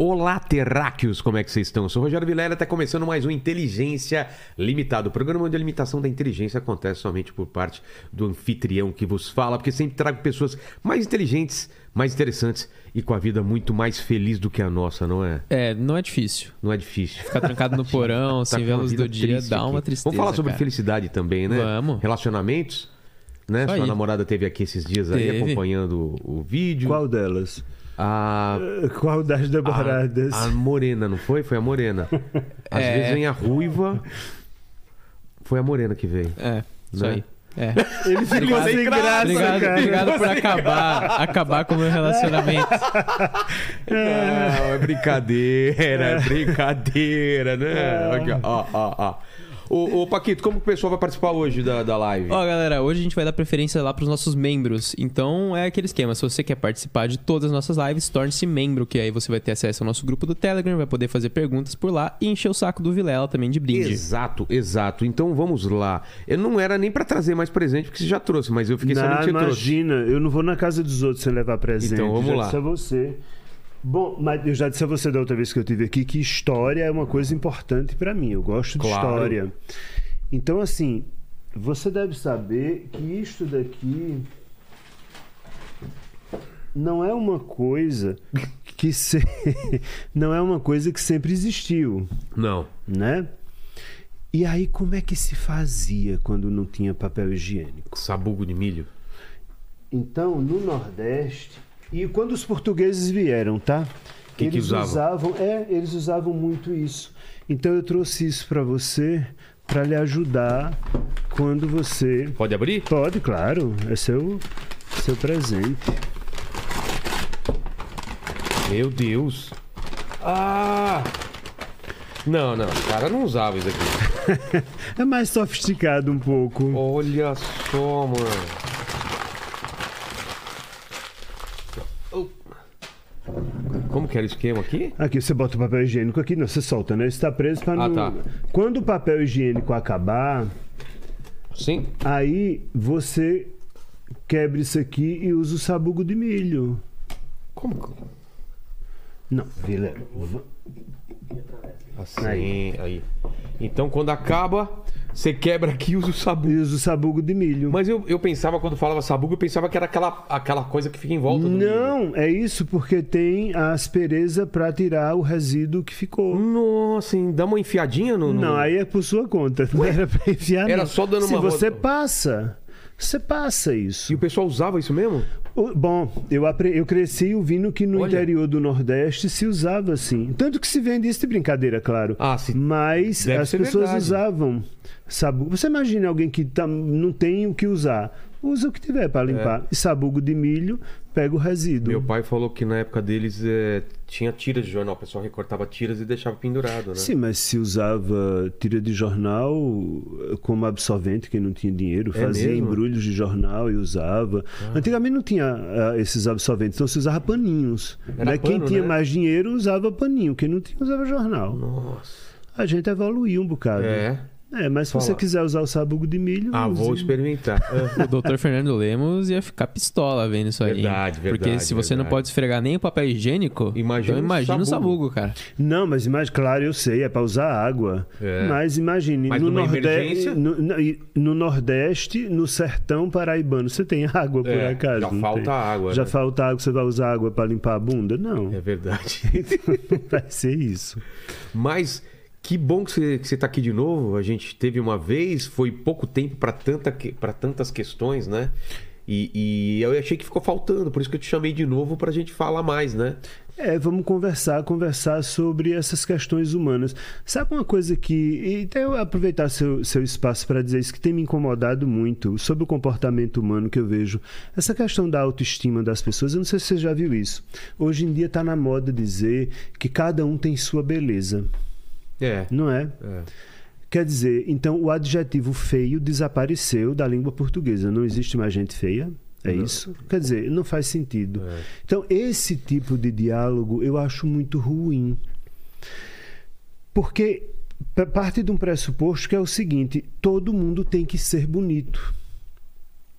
Olá, terráqueos, como é que vocês estão? Eu sou o Rogério Vilela, está começando mais um Inteligência Limitada. O programa onde a limitação da inteligência acontece somente por parte do anfitrião que vos fala, porque sempre trago pessoas mais inteligentes, mais interessantes e com a vida muito mais feliz do que a nossa, não é? É, não é difícil. Não é difícil. Ficar trancado no porão, sem ver a luz do dia, dá uma tristeza. Vamos falar sobre cara. felicidade também, né? Vamos. Relacionamentos, né? Sua namorada teve aqui esses dias aí acompanhando o vídeo. Qual delas? Qual das namoradas? A morena, não foi? Foi a morena. Às vezes vem a ruiva. Foi a morena que veio. É, isso né? aí. É. Ele ficou sem graça, cara. Obrigado por acabar com o meu relacionamento. Não, é brincadeira, né? Aqui, ó. Ô, Paquito, como que o pessoal vai participar hoje da live? Ó, galera, hoje a gente vai dar preferência lá pros nossos membros. Então é aquele esquema, se você quer participar de todas as nossas lives, torne-se membro, que aí você vai ter acesso ao nosso grupo do Telegram, vai poder fazer perguntas por lá e encher o saco do Vilela também de brinde. Exato. Então vamos lá. Eu não era nem pra trazer mais presente, porque você já trouxe, mas eu fiquei sabendo que você trouxe. Imagina, eu não vou na casa dos outros sem levar presente. Então vamos lá. Já disse a você. Bom, mas eu já disse a você da outra vez que eu estive aqui que história é uma coisa importante pra mim. Eu gosto de história. Então, assim, você deve saber que isto daqui não é uma coisa que não é uma coisa que sempre existiu. Não. Né? E aí, como é que se fazia quando não tinha papel higiênico? Sabugo de milho. Então, no Nordeste, e quando os portugueses vieram, tá? Eles usavam muito isso. Então eu trouxe isso para você, para lhe ajudar quando você... Pode abrir? Pode, claro. É seu presente. Meu Deus. Não, o cara não usava isso aqui. É mais sofisticado um pouco. Olha só, mano. Como que era o esquema aqui? Aqui, você bota o papel higiênico aqui, não, você solta, né? Está preso para não... Tá. Quando o papel higiênico acabar... Sim. Aí você quebra isso aqui e usa o sabugo de milho. Como? Não, Vila. Assim, aí. Então quando acaba, você quebra aqui e usa o sabugo. E usa o sabugo de milho. Mas eu pensava, quando falava sabugo, eu pensava que era aquela coisa que fica em volta do milho. Não, é isso porque tem a aspereza para tirar o resíduo que ficou. Nossa, hein? Dá uma enfiadinha no... Não, aí é por sua conta. Não era para enfiar, Era não. só dando Se uma você volta. você passa isso. E o pessoal usava isso mesmo? Bom, eu cresci ouvindo que no interior do Nordeste se usava assim. Tanto que se vende isso de brincadeira, claro. Mas as pessoas usavam sabugo. Você imagina alguém que não tem o que usar. Usa o que tiver para limpar. E sabugo de milho, pega o resíduo. Meu pai falou que na época deles tinha tiras de jornal. O pessoal recortava tiras e deixava pendurado, né? Sim, mas se usava tira de jornal como absorvente, quem não tinha dinheiro, fazia mesmo? embrulhos de jornal e usava. Antigamente não tinha esses absorventes, então se usava paninhos. Era Quem pano, tinha né? mais dinheiro usava paninho, quem não tinha usava jornal. Nossa. A gente evoluiu um bocado. Mas se você quiser usar o sabugo de milho... Vou experimentar. O doutor Fernando Lemos ia ficar pistola vendo isso aí. Verdade. Porque se você não pode esfregar nem o papel higiênico, imagina o sabugo, cara. Não, mas claro, eu sei, é para usar água. Mas imagine, Mas no Nordeste, no sertão paraibano, você tem água por acaso? Já falta água. Já falta água, você vai usar água para limpar a bunda? Não. É verdade. Não vai ser isso. Mas... Que bom que você está aqui de novo. A gente teve uma vez, foi pouco tempo para tantas questões, né? E eu achei que ficou faltando, por isso que eu te chamei de novo para a gente falar mais, né? Vamos conversar sobre essas questões humanas. Sabe uma coisa que... E até eu aproveitar seu espaço para dizer isso, que tem me incomodado muito sobre o comportamento humano que eu vejo. Essa questão da autoestima das pessoas, eu não sei se você já viu isso. Hoje em dia está na moda dizer que cada um tem sua beleza. Não é? Quer dizer, então o adjetivo feio desapareceu da língua portuguesa. Não existe mais gente feia? Isso? Quer dizer, não faz sentido. Então, esse tipo de diálogo eu acho muito ruim. Porque parte de um pressuposto que é o seguinte: todo mundo tem que ser bonito.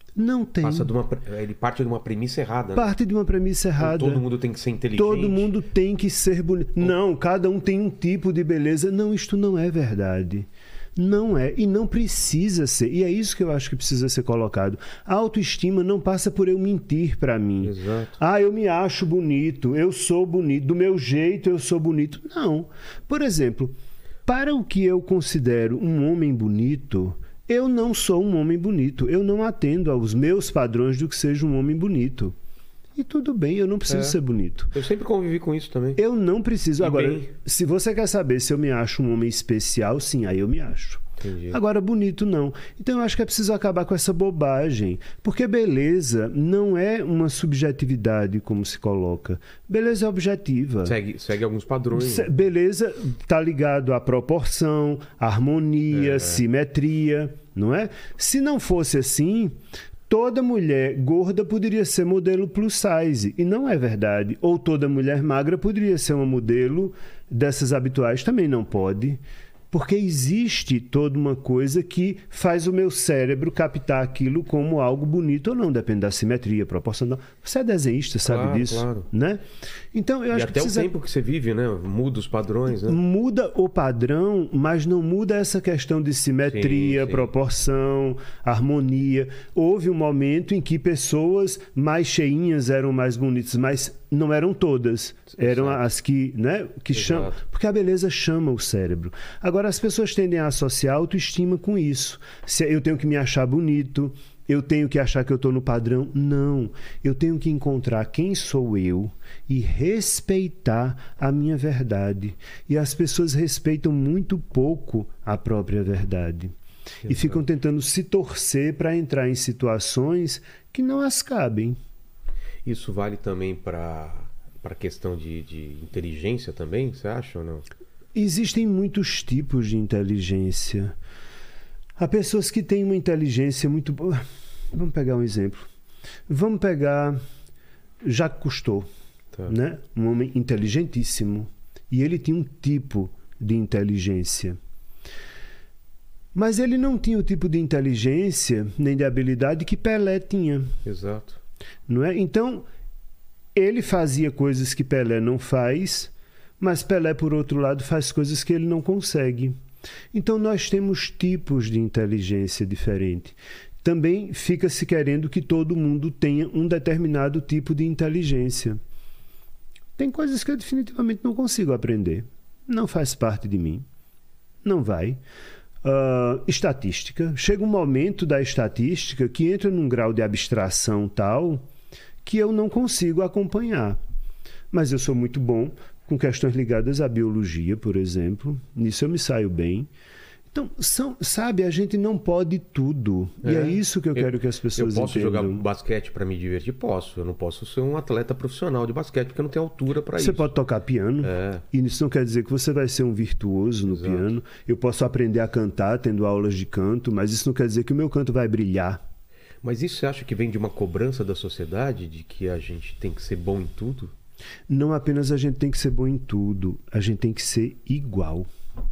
Não tem. Ele parte de uma premissa errada. Parte de uma premissa errada. Todo mundo tem que ser inteligente. Todo mundo tem que ser bonito. Não, cada um tem um tipo de beleza. Não, isto não é verdade. Não é, e não precisa ser. E é isso que eu acho que precisa ser colocado. A autoestima não passa por eu mentir para mim. Exato. Eu me acho bonito, eu sou bonito, do meu jeito eu sou bonito. Não. Por exemplo, para o que eu considero um homem bonito, eu não sou um homem bonito. Eu não atendo aos meus padrões do que seja um homem bonito. E tudo bem, eu não preciso ser bonito. Eu sempre convivi com isso também. Eu não preciso. E agora, bem... se você quer saber se eu me acho um homem especial, sim, aí eu me acho. Entendi. Agora, bonito não. Então, eu acho que é preciso acabar com essa bobagem. Porque beleza não é uma subjetividade, como se coloca. Beleza é objetiva. Segue alguns padrões. Beleza está ligado à proporção, harmonia, simetria, não é? Se não fosse assim... Toda mulher gorda poderia ser modelo plus size, e não é verdade. Ou toda mulher magra poderia ser uma modelo dessas habituais, também não pode. Porque existe toda uma coisa que faz o meu cérebro captar aquilo como algo bonito ou não, depende da simetria, proporção. Você é desenhista, sabe disso? Claro. Né? Então, eu acho até que o tempo que você vive, né? Muda os padrões, né? Muda o padrão, mas não muda essa questão de simetria, sim. proporção, harmonia. Houve um momento em que pessoas mais cheinhas eram mais bonitas, mas não eram todas. Eram as que, né, que chamam. Porque a beleza chama o cérebro. Agora, as pessoas tendem a associar a autoestima com isso. Se eu tenho que me achar bonito, eu tenho que achar que eu estou no padrão. Não. Eu tenho que encontrar quem sou eu e respeitar a minha verdade. E as pessoas respeitam muito pouco a própria verdade. E ficam tentando se torcer para entrar em situações que não as cabem. Isso vale também para a questão de inteligência também, você acha ou não? Existem muitos tipos de inteligência. Há pessoas que têm uma inteligência muito boa. Vamos pegar um exemplo. Vamos pegar Jacques Cousteau, né? Um homem inteligentíssimo. E ele tinha um tipo de inteligência. Mas ele não tinha o tipo de inteligência nem de habilidade que Pelé tinha. Exato. Não é? Então, ele fazia coisas que Pelé não faz, mas Pelé, por outro lado, faz coisas que ele não consegue. Então, nós temos tipos de inteligência diferente. Também fica-se querendo que todo mundo tenha um determinado tipo de inteligência. Tem coisas que eu definitivamente não consigo aprender. Não faz parte de mim. Não vai. Estatística. Chega um momento da estatística que entra num grau de abstração tal que eu não consigo acompanhar. Mas eu sou muito bom com questões ligadas à biologia, por exemplo. Nisso eu me saio bem. Então, sabe, a gente não pode tudo. E é isso que eu quero que as pessoas entendam. Eu posso jogar basquete para me divertir? Posso. Eu não posso ser um atleta profissional de basquete, porque eu não tenho altura para isso. Você pode tocar piano. E isso não quer dizer que você vai ser um virtuoso no piano. Eu posso aprender a cantar tendo aulas de canto, mas isso não quer dizer que o meu canto vai brilhar. Mas isso você acha que vem de uma cobrança da sociedade, de que a gente tem que ser bom em tudo? Não apenas a gente tem que ser bom em tudo, a gente tem que ser igual.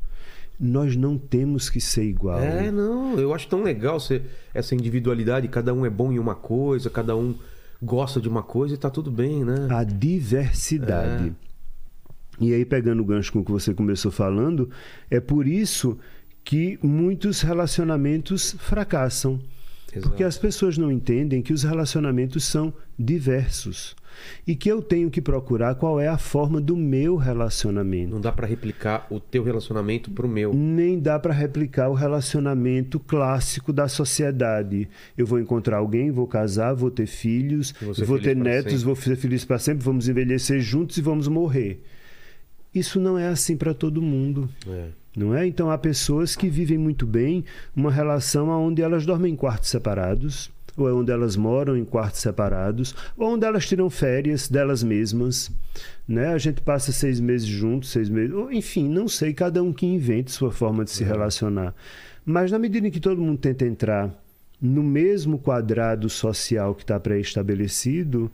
Nós não temos que ser igual. Não, eu acho tão legal essa individualidade, cada um é bom em uma coisa, cada um gosta de uma coisa e tá tudo bem, né? A diversidade. E aí, pegando o gancho com o que você começou falando, é por isso que muitos relacionamentos fracassam. Exato. Porque as pessoas não entendem que os relacionamentos são diversos. E que eu tenho que procurar qual é a forma do meu relacionamento. Não dá para replicar o teu relacionamento pro meu. Nem dá para replicar o relacionamento clássico da sociedade. Eu vou encontrar alguém, vou casar, vou ter filhos, vou ter netos, vou ser feliz para sempre, vamos envelhecer juntos e vamos morrer. Isso não é assim para todo mundo. Não é? Então, há pessoas que vivem muito bem uma relação onde elas dormem em quartos separados, ou é onde elas moram em quartos separados, ou onde elas tiram férias delas mesmas, né? A gente passa 6 meses juntos, 6 meses... Enfim, não sei, cada um que invente sua forma de se relacionar. Mas na medida em que todo mundo tenta entrar no mesmo quadrado social que está pré-estabelecido,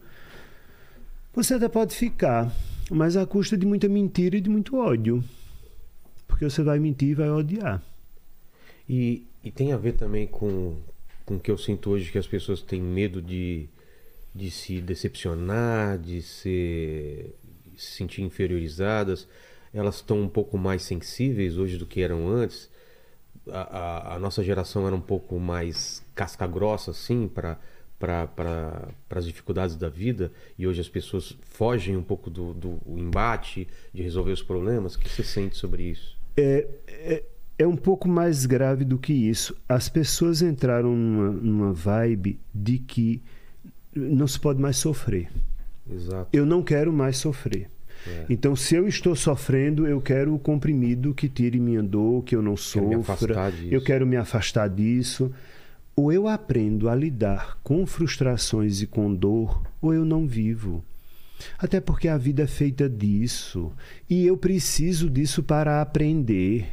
você até pode ficar, mas à custa de muita mentira e de muito ódio. Porque você vai mentir e vai odiar. E tem a ver também com com o que eu sinto hoje, que as pessoas têm medo de se decepcionar, de se sentir inferiorizadas. Elas estão um pouco mais sensíveis hoje do que eram antes. A nossa geração era um pouco mais casca grossa, assim, para as dificuldades da vida, e hoje as pessoas fogem um pouco do embate, de resolver os problemas. O que você sente sobre isso? É um pouco mais grave do que isso. As pessoas entraram numa vibe de que não se pode mais sofrer. Exato. Eu não quero mais sofrer. Então, se eu estou sofrendo, eu quero o comprimido que tire minha dor, que eu não sofra. Eu quero me afastar disso. Ou eu aprendo a lidar com frustrações e com dor, ou eu não vivo. Até porque a vida é feita disso. E eu preciso disso para aprender.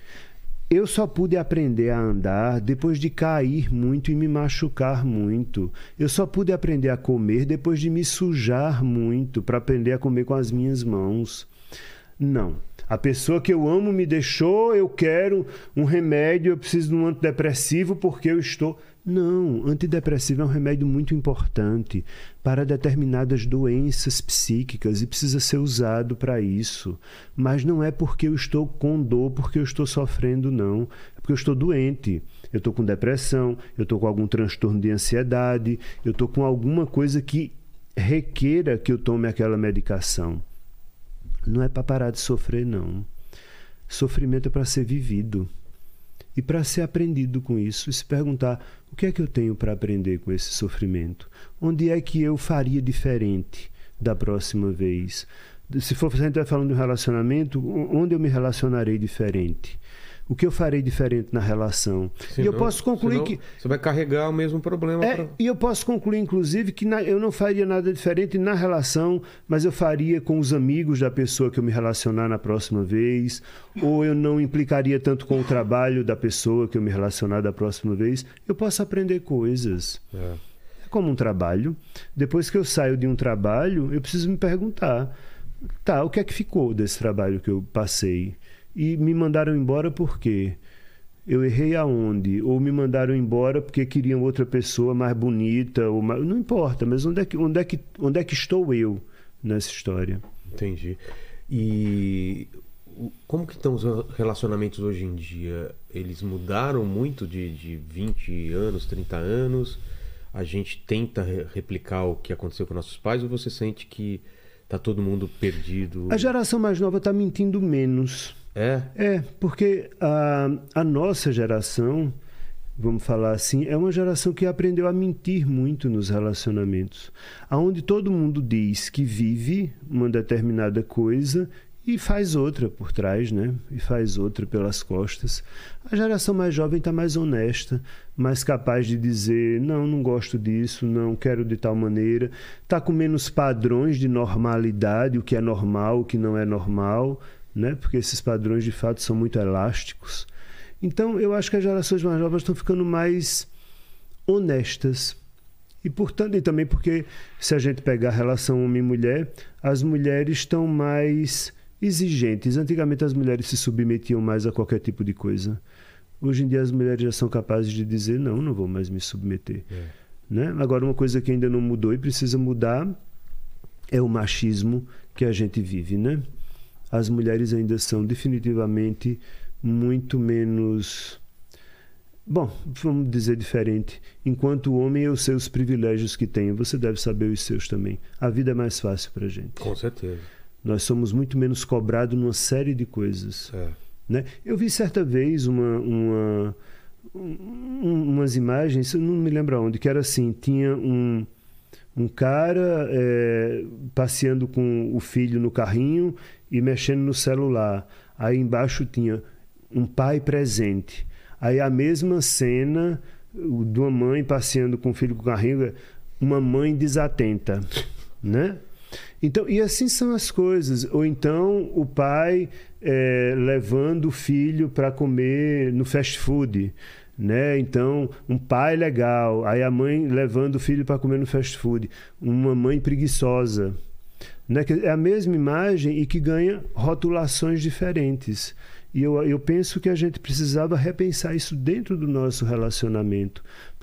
Eu só pude aprender a andar depois de cair muito e me machucar muito. Eu só pude aprender a comer depois de me sujar muito, para aprender a comer com as minhas mãos. Não. A pessoa que eu amo me deixou, eu quero um remédio, eu preciso de um antidepressivo porque eu estou... Não, antidepressivo é um remédio muito importante para determinadas doenças psíquicas e precisa ser usado para isso. Mas não é porque eu estou com dor, porque eu estou sofrendo, não. É porque eu estou doente. Eu estou com depressão, eu estou com algum transtorno de ansiedade, eu estou com alguma coisa que requeira que eu tome aquela medicação. Não é para parar de sofrer, não. Sofrimento é para ser vivido. E para ser aprendido com isso, e se perguntar, o que é que eu tenho para aprender com esse sofrimento? Onde é que eu faria diferente da próxima vez? Se for, se a gente vai falando de um relacionamento, onde eu me relacionarei diferente? O que eu farei diferente na relação? Senão, e eu posso concluir que... Você vai carregar o mesmo problema. E eu posso concluir, inclusive, que eu não faria nada diferente na relação, mas eu faria com os amigos da pessoa que eu me relacionar na próxima vez, ou eu não implicaria tanto com o trabalho da pessoa que eu me relacionar da próxima vez. Eu posso aprender coisas. É como um trabalho. Depois que eu saio de um trabalho, eu preciso me perguntar, tá, o que é que ficou desse trabalho que eu passei? E me mandaram embora por quê? Eu errei aonde? Ou me mandaram embora porque queriam outra pessoa mais bonita? Ou mais... Não importa, mas onde é que estou eu nessa história? Entendi. E como que estão os relacionamentos hoje em dia? Eles mudaram muito de 20 anos, 30 anos? A gente tenta replicar o que aconteceu com nossos pais, ou você sente que está todo mundo perdido? A geração mais nova está mentindo menos. Porque a nossa geração, vamos falar assim, é uma geração que aprendeu a mentir muito nos relacionamentos. Onde todo mundo diz que vive uma determinada coisa e faz outra por trás, né? E faz outra pelas costas. A geração mais jovem está mais honesta, mais capaz de dizer, não gosto disso, não quero de tal maneira. Está com menos padrões de normalidade, o que é normal, o que não é normal, né? Porque esses padrões de fato são muito elásticos. Então eu acho que as gerações mais novas estão ficando mais honestas. E portanto, e também porque se a gente pegar a relação homem e mulher, as mulheres estão mais exigentes. Antigamente as mulheres se submetiam mais a qualquer tipo de coisa. Hoje em dia as mulheres já são capazes de dizer, não vou mais me submeter. Né? Agora, uma coisa que ainda não mudou e precisa mudar é o machismo que a gente vive, né? As mulheres ainda são definitivamente muito menos... Bom, vamos dizer diferente. Enquanto o homem, eu sei os privilégios que tenho, você deve saber os seus também. A vida é mais fácil para a gente. Com certeza. Nós somos muito menos cobrados numa série de coisas. Né? Eu vi certa vez umas imagens, eu não me lembro onde, que era assim, tinha um cara passeando com o filho no carrinho e mexendo no celular. Aí embaixo tinha um pai presente. Aí a mesma cena de uma mãe passeando com o filho com o carrinho, uma mãe desatenta, né? Então, e assim são as coisas. Ou então o pai levando o filho para comer no fast food, né? Então, um pai legal, aí a mãe levando o filho para comer no fast food, uma mãe preguiçosa, né? É a mesma imagem e que ganha rotulações diferentes. E eu penso que a gente precisava repensar isso dentro do nosso relacionamento. Porque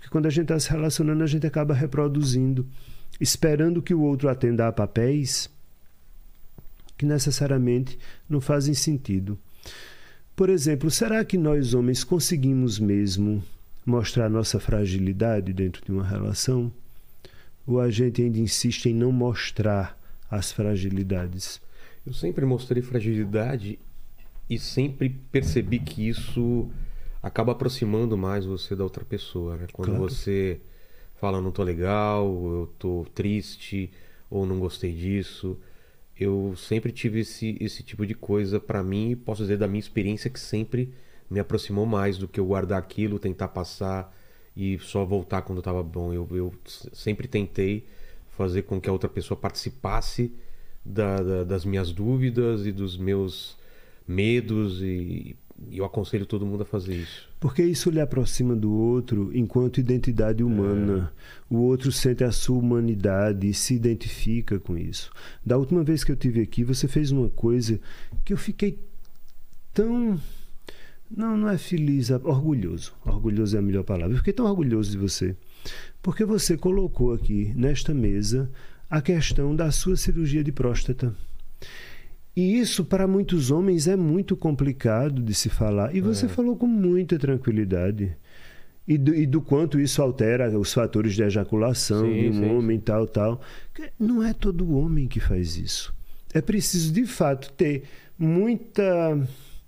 Porque quando a gente está se relacionando, a gente acaba reproduzindo, esperando que o outro atenda a papéis que necessariamente não fazem sentido. Por exemplo, será que nós homens conseguimos mesmo mostrar nossa fragilidade dentro de uma relação? Ou a gente ainda insiste em não mostrar as fragilidades? Eu sempre mostrei fragilidade e sempre percebi que isso acaba aproximando mais você da outra pessoa, né? Quando Claro. você fala, não tô legal, eu tô triste, ou não gostei disso. Eu sempre tive esse tipo de coisa pra mim e posso dizer da minha experiência que sempre me aproximou mais do que eu guardar aquilo, tentar passar e só voltar quando estava bom. Eu sempre tentei fazer com que a outra pessoa participasse das minhas dúvidas e dos meus medos e eu aconselho todo mundo a fazer isso. Porque isso lhe aproxima do outro enquanto identidade humana. O outro sente a sua humanidade e se identifica com isso. Da última vez que eu estive aqui, você fez uma coisa que eu fiquei tão... Não é feliz, orgulhoso. Orgulhoso é a melhor palavra. Eu fiquei tão orgulhoso de você. Porque você colocou aqui, nesta mesa, a questão da sua cirurgia de próstata. E isso, para muitos homens, é muito complicado de se falar. E você falou com muita tranquilidade. E do quanto isso altera os fatores de ejaculação de um homem, tal. Não é todo homem que faz isso. É preciso, de fato, ter muita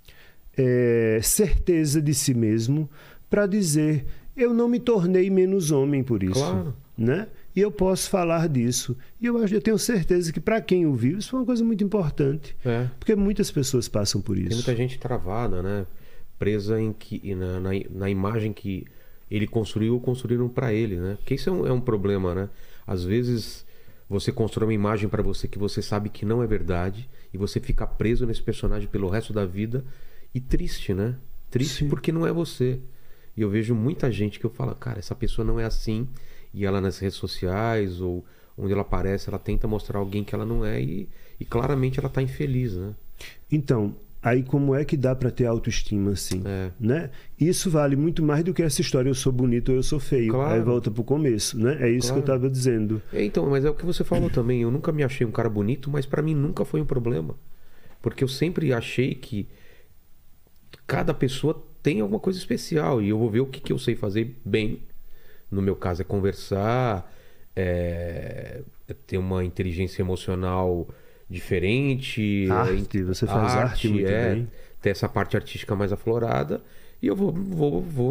certeza de si mesmo para dizer: eu não me tornei menos homem por isso. Claro. Né? E eu posso falar disso. E eu tenho certeza que para quem ouviu, isso foi uma coisa muito importante. Porque muitas pessoas passam por isso. Tem muita gente travada, né? Presa na imagem que ele construiu ou construíram para ele, né? Porque isso é um problema, né? Às vezes você constrói uma imagem para você que você sabe que não é verdade e você fica preso nesse personagem pelo resto da vida e triste, né? Triste Sim. porque não é você. E eu vejo muita gente que eu falo, cara, essa pessoa não é assim. E ela nas redes sociais ou onde ela aparece, ela tenta mostrar alguém que ela não é e claramente ela tá infeliz, né? Então, aí como é que dá para ter autoestima assim? Né? Isso vale muito mais do que essa história: eu sou bonito ou eu sou feio. Claro. Aí volta pro começo, né? É isso que eu estava dizendo. Então, mas é o que você falou também. Eu nunca me achei um cara bonito, mas para mim nunca foi um problema. Porque eu sempre achei que cada pessoa tem alguma coisa especial e eu vou ver o que eu sei fazer bem. No meu caso é conversar, ter uma inteligência emocional diferente. Arte, você faz arte muito bem. Ter essa parte artística mais aflorada. E eu vou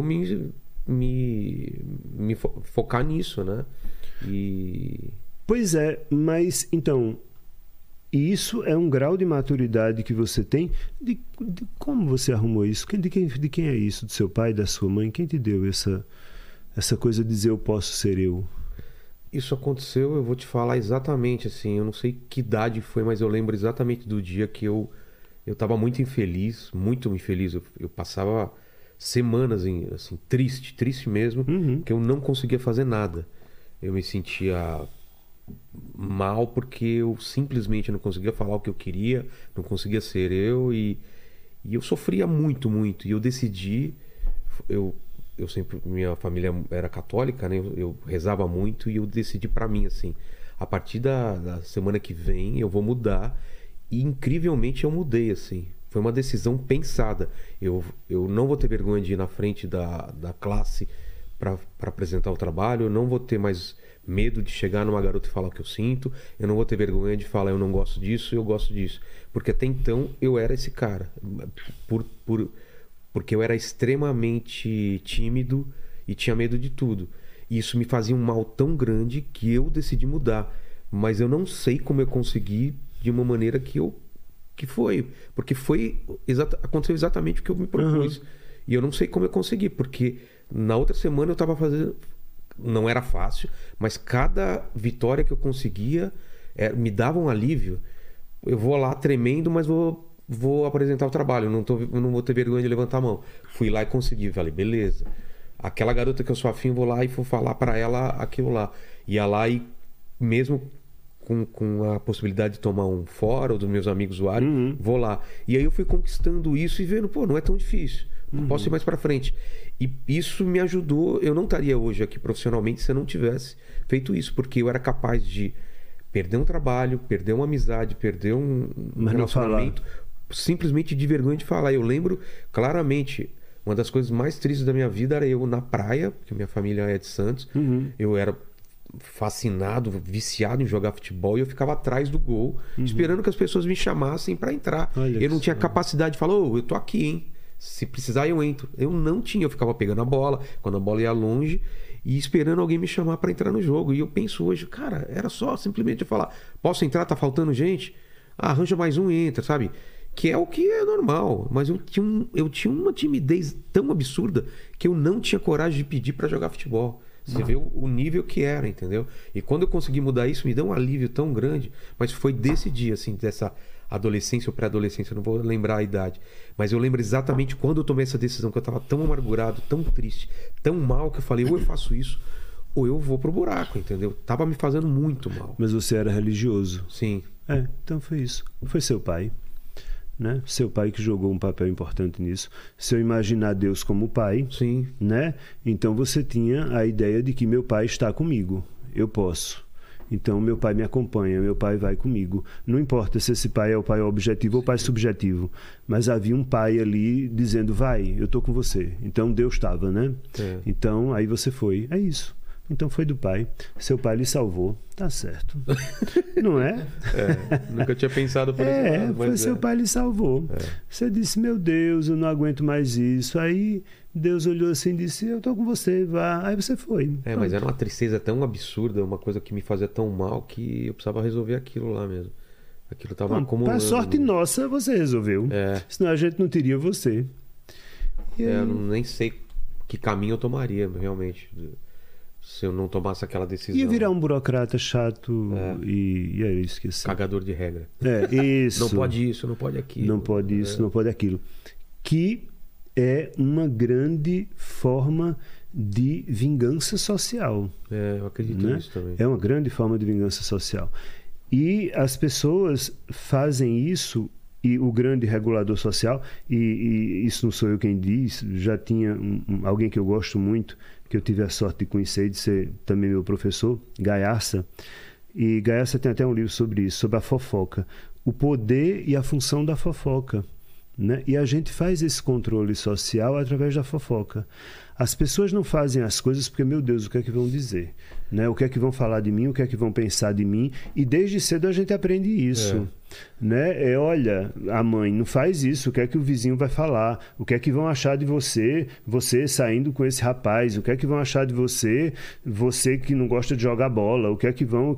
me focar nisso, né? Pois é, mas então... E isso é um grau de maturidade que você tem. De como você arrumou isso? De quem é isso? Do seu pai, da sua mãe? Quem te deu essa coisa de dizer eu posso ser eu? Isso aconteceu, eu vou te falar exatamente assim. Eu não sei que idade foi, mas eu lembro exatamente do dia que eu estava muito infeliz, muito infeliz. Eu passava semanas assim, triste mesmo, que eu não conseguia fazer nada. Eu me sentia mal porque eu simplesmente não conseguia falar o que eu queria, não conseguia ser eu e eu sofria muito e eu decidi, eu sempre, minha família era católica, né? Eu rezava muito e eu decidi pra mim assim, a partir da semana que vem eu vou mudar. E incrivelmente eu mudei assim. Foi uma decisão pensada. Eu não vou ter vergonha de ir na frente da classe para apresentar o trabalho. Eu não vou ter mais medo de chegar numa garota e falar o que eu sinto. Eu não vou ter vergonha de falar eu não gosto disso, eu gosto disso. Porque até então eu era esse cara. Porque eu era extremamente tímido e tinha medo de tudo. E isso me fazia um mal tão grande que eu decidi mudar. Mas eu não sei como eu consegui de uma maneira que foi. Porque aconteceu exatamente o que eu me propus. E eu não sei como eu consegui, porque na outra semana eu estava fazendo... Não era fácil, mas cada vitória que eu conseguia me dava um alívio. Eu vou lá tremendo, mas vou apresentar o trabalho. Eu não vou ter vergonha de levantar a mão. Fui lá e consegui. Falei, beleza. Aquela garota que eu sou afim, vou lá e vou falar para ela aquilo lá. Ia lá e mesmo com a possibilidade de tomar um fora ou dos meus amigos zoarem, vou lá. E aí eu fui conquistando isso e vendo, pô, não é tão difícil. Posso ir mais pra frente. E isso me ajudou. Eu não estaria hoje aqui profissionalmente se eu não tivesse feito isso, porque eu era capaz de perder um trabalho, perder uma amizade, perder um relacionamento, simplesmente de vergonha de falar. Eu lembro claramente, uma das coisas mais tristes da minha vida era eu na praia, porque minha família é de Santos. Eu era fascinado, viciado em jogar futebol, e eu ficava atrás do gol, esperando que as pessoas me chamassem para entrar. Eu não tinha capacidade de falar, eu tô aqui, hein? Se precisar eu entro. Eu não tinha, eu ficava pegando a bola, quando a bola ia longe, e esperando alguém me chamar para entrar no jogo. E eu penso hoje, cara, era só simplesmente eu falar, posso entrar, tá faltando gente? Arranja mais um e entra, sabe? Que é o que é normal, mas eu tinha uma timidez tão absurda que eu não tinha coragem de pedir para jogar futebol. Você vê o nível que era, entendeu? E quando eu consegui mudar isso, me deu um alívio tão grande. Mas foi desse dia, assim, dessa adolescência ou pré-adolescência, eu não vou lembrar a idade. Mas eu lembro exatamente quando eu tomei essa decisão, que eu estava tão amargurado, tão triste, tão mal, que eu falei, ou eu faço isso, ou eu vou pro buraco, entendeu? Tava me fazendo muito mal. Mas você era religioso. Sim. Então foi isso. Foi seu pai. Né? Seu pai que jogou um papel importante nisso. Se eu imaginar Deus como pai, sim, né? Então você tinha a ideia de que meu pai está comigo, eu posso. Então meu pai me acompanha, meu pai vai comigo. Não importa se esse pai é o pai objetivo ou o pai subjetivo, mas havia um pai ali dizendo, vai, eu estou com você. Então Deus estava, né? Então aí você foi. É isso. Então foi do pai. Seu pai lhe salvou. Tá certo. Não é? Nunca tinha pensado por esse lado, mas foi seu pai lhe salvou. Você disse, meu Deus, eu não aguento mais isso. Aí Deus olhou assim e disse, eu tô com você, vá. Aí você foi. Mas era uma tristeza tão absurda, uma coisa que me fazia tão mal, que eu precisava resolver aquilo lá mesmo. Aquilo tava acumulando. Para sorte nossa, você resolveu. Senão a gente não teria você. Eu nem sei que caminho eu tomaria, realmente, se eu não tomasse aquela decisão. Ia virar um burocrata chato e era isso que assim. Cagador de regra. Isso. Não pode isso, não pode aquilo. Não pode isso, não pode aquilo. Que é uma grande forma de vingança social. Eu acredito nisso também. É uma grande forma de vingança social. E as pessoas fazem isso, e o grande regulador social, e isso não sou eu quem diz, já tinha alguém que eu gosto muito, que eu tive a sorte de conhecer e de ser também meu professor, Gaiarsa. E Gaiarsa tem até um livro sobre isso, sobre a fofoca. O poder e a função da fofoca. Né? E a gente faz esse controle social através da fofoca. As pessoas não fazem as coisas porque, meu Deus, o que é que vão dizer? Né? O que é que vão falar de mim? O que é que vão pensar de mim? E desde cedo a gente aprende isso. Né? Olha, a mãe não faz isso, o que é que o vizinho vai falar? O que é que vão achar de você saindo com esse rapaz? O que é que vão achar de você que não gosta de jogar bola? O que é que vão?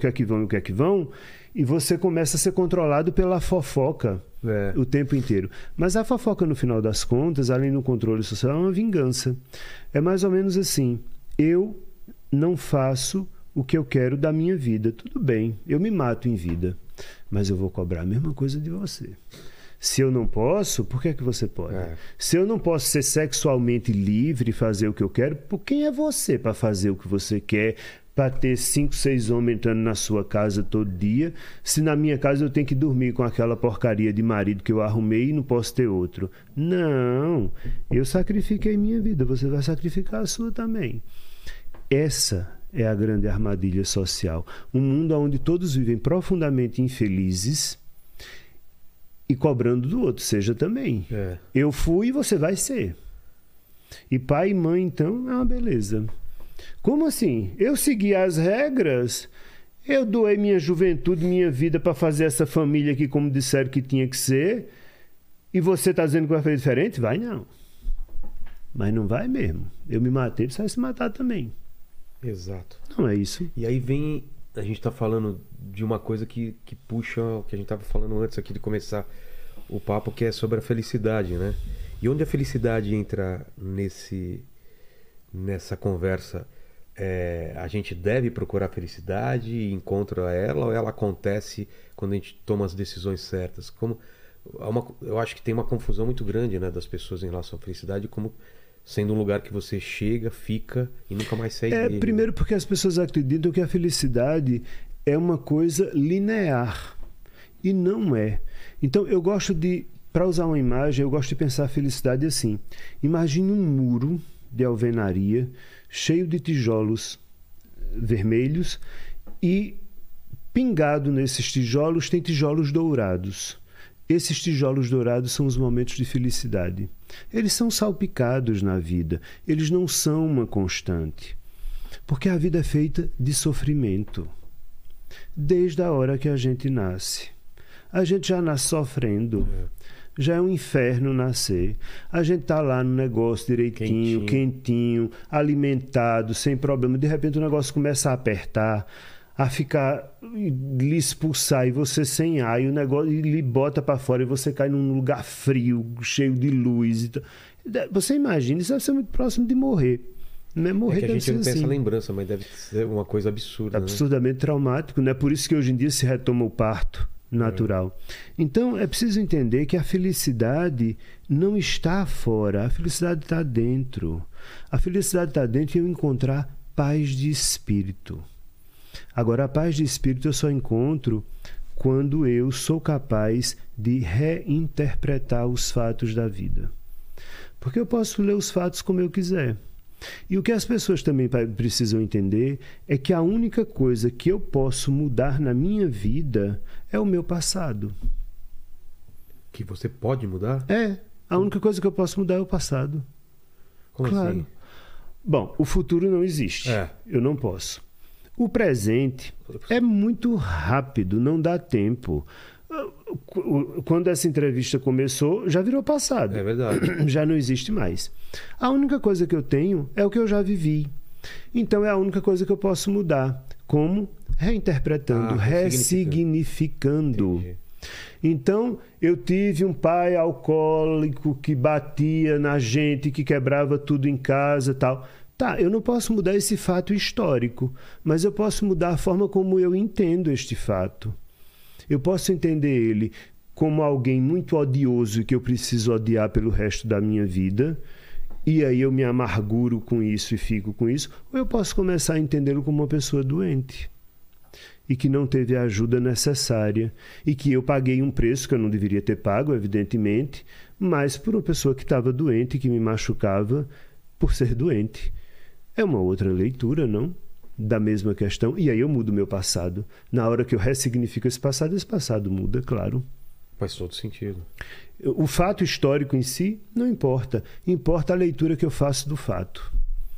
E você começa a ser controlado pela fofoca o tempo inteiro. Mas a fofoca, no final das contas, além do controle social, é uma vingança. É mais ou menos assim, eu não faço o que eu quero da minha vida. Tudo bem, eu me mato em vida, mas eu vou cobrar a mesma coisa de você. Se eu não posso, por que é que você pode? Se eu não posso ser sexualmente livre e fazer o que eu quero, por quem é você para fazer o que você quer? Para ter 5, 6 homens entrando na sua casa todo dia, se na minha casa eu tenho que dormir com aquela porcaria de marido que eu arrumei e não posso ter outro. Não, eu sacrifiquei minha vida, você vai sacrificar a sua também. Essa é a grande armadilha social. Um mundo onde todos vivem profundamente infelizes e cobrando do outro, seja também. Eu fui e você vai ser. E pai e mãe, então, é uma beleza. Como assim? Eu segui as regras, eu doei minha juventude, minha vida para fazer essa família aqui como disseram que tinha que ser, e você está dizendo que vai fazer diferente? Vai não. Mas não vai mesmo. Eu me matei, você vai se matar também. Exato. Não é isso. E aí vem, a gente está falando de uma coisa que puxa o que a gente estava falando antes aqui de começar o papo, que é sobre a felicidade, né? E onde a felicidade entra nessa conversa? A gente deve procurar felicidade e encontra ela, ou ela acontece quando a gente toma as decisões certas? Eu acho que tem uma confusão muito grande, né, das pessoas em relação à felicidade, como sendo um lugar que você chega, fica e nunca mais sai dele. Primeiro porque as pessoas acreditam que a felicidade é uma coisa linear, e não é. Então eu gosto de Para usar uma imagem, eu gosto de pensar a felicidade assim. Imagine um muro de alvenaria cheio de tijolos vermelhos e pingado nesses tijolos tem tijolos dourados. Esses tijolos dourados são os momentos de felicidade. Eles são salpicados na vida, eles não são uma constante. Porque a vida é feita de sofrimento. Desde a hora que a gente nasce. A gente já nasce sofrendo. Já é um inferno nascer. A gente tá lá no negócio direitinho, quentinho, alimentado, sem problema. De repente o negócio começa a apertar, a ficar, lhe expulsar e você sem ar, e o negócio lhe bota para fora e você cai num lugar frio, cheio de luz. Você imagina, isso deve ser muito próximo de morrer. Né? Morrer que a gente não tem assim. essa lembrança, mas deve ser uma coisa absurda. Absurdamente traumático, né? Por isso que hoje em dia se retoma o parto natural. Então é preciso entender que a felicidade não está fora, a felicidade está dentro. A felicidade está dentro em eu encontrar paz de espírito. Agora, a paz de espírito eu só encontro quando eu sou capaz de reinterpretar os fatos da vida. Porque eu posso ler os fatos como eu quiser. E o que as pessoas também precisam entender é que a única coisa que eu posso mudar na minha vida é o meu passado. Que você pode mudar? É. A única coisa que eu posso mudar é o passado. Como claro. assim? Bom, o futuro não existe. Eu não posso. O presente é muito rápido, não dá tempo. Quando essa entrevista começou, já virou passado. É verdade. Já não existe mais. A única coisa que eu tenho é o que eu já vivi. Então é a única coisa que eu posso mudar. Como? Reinterpretando, ressignificando. Entendi. Então, eu tive um pai alcoólico que batia na gente, que quebrava tudo em casa e tal. Tá, eu não posso mudar esse fato histórico, mas eu posso mudar a forma como eu entendo este fato. Eu posso entender ele como alguém muito odioso que eu preciso odiar pelo resto da minha vida, e aí eu me amarguro com isso e fico com isso, ou eu posso começar a entendê-lo como uma pessoa doente e que não teve a ajuda necessária e que eu paguei um preço que eu não deveria ter pago, evidentemente, mas por uma pessoa que estava doente, que me machucava por ser doente. É uma outra leitura, não? Da mesma questão, e aí eu mudo o meu passado. Na hora que eu ressignifico esse passado muda, claro. Faz todo sentido. O fato histórico em si não importa. Importa a leitura que eu faço do fato.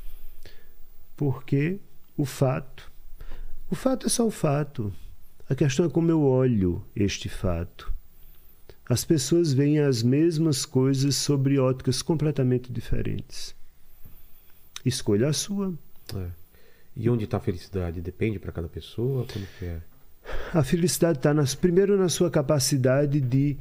Porque o fato é só o fato. A questão é como eu olho este fato. As pessoas veem as mesmas coisas sobre óticas completamente diferentes. Escolha a sua. E onde está a felicidade? Depende para cada pessoa? Como que é? A felicidade está primeiro na sua capacidade de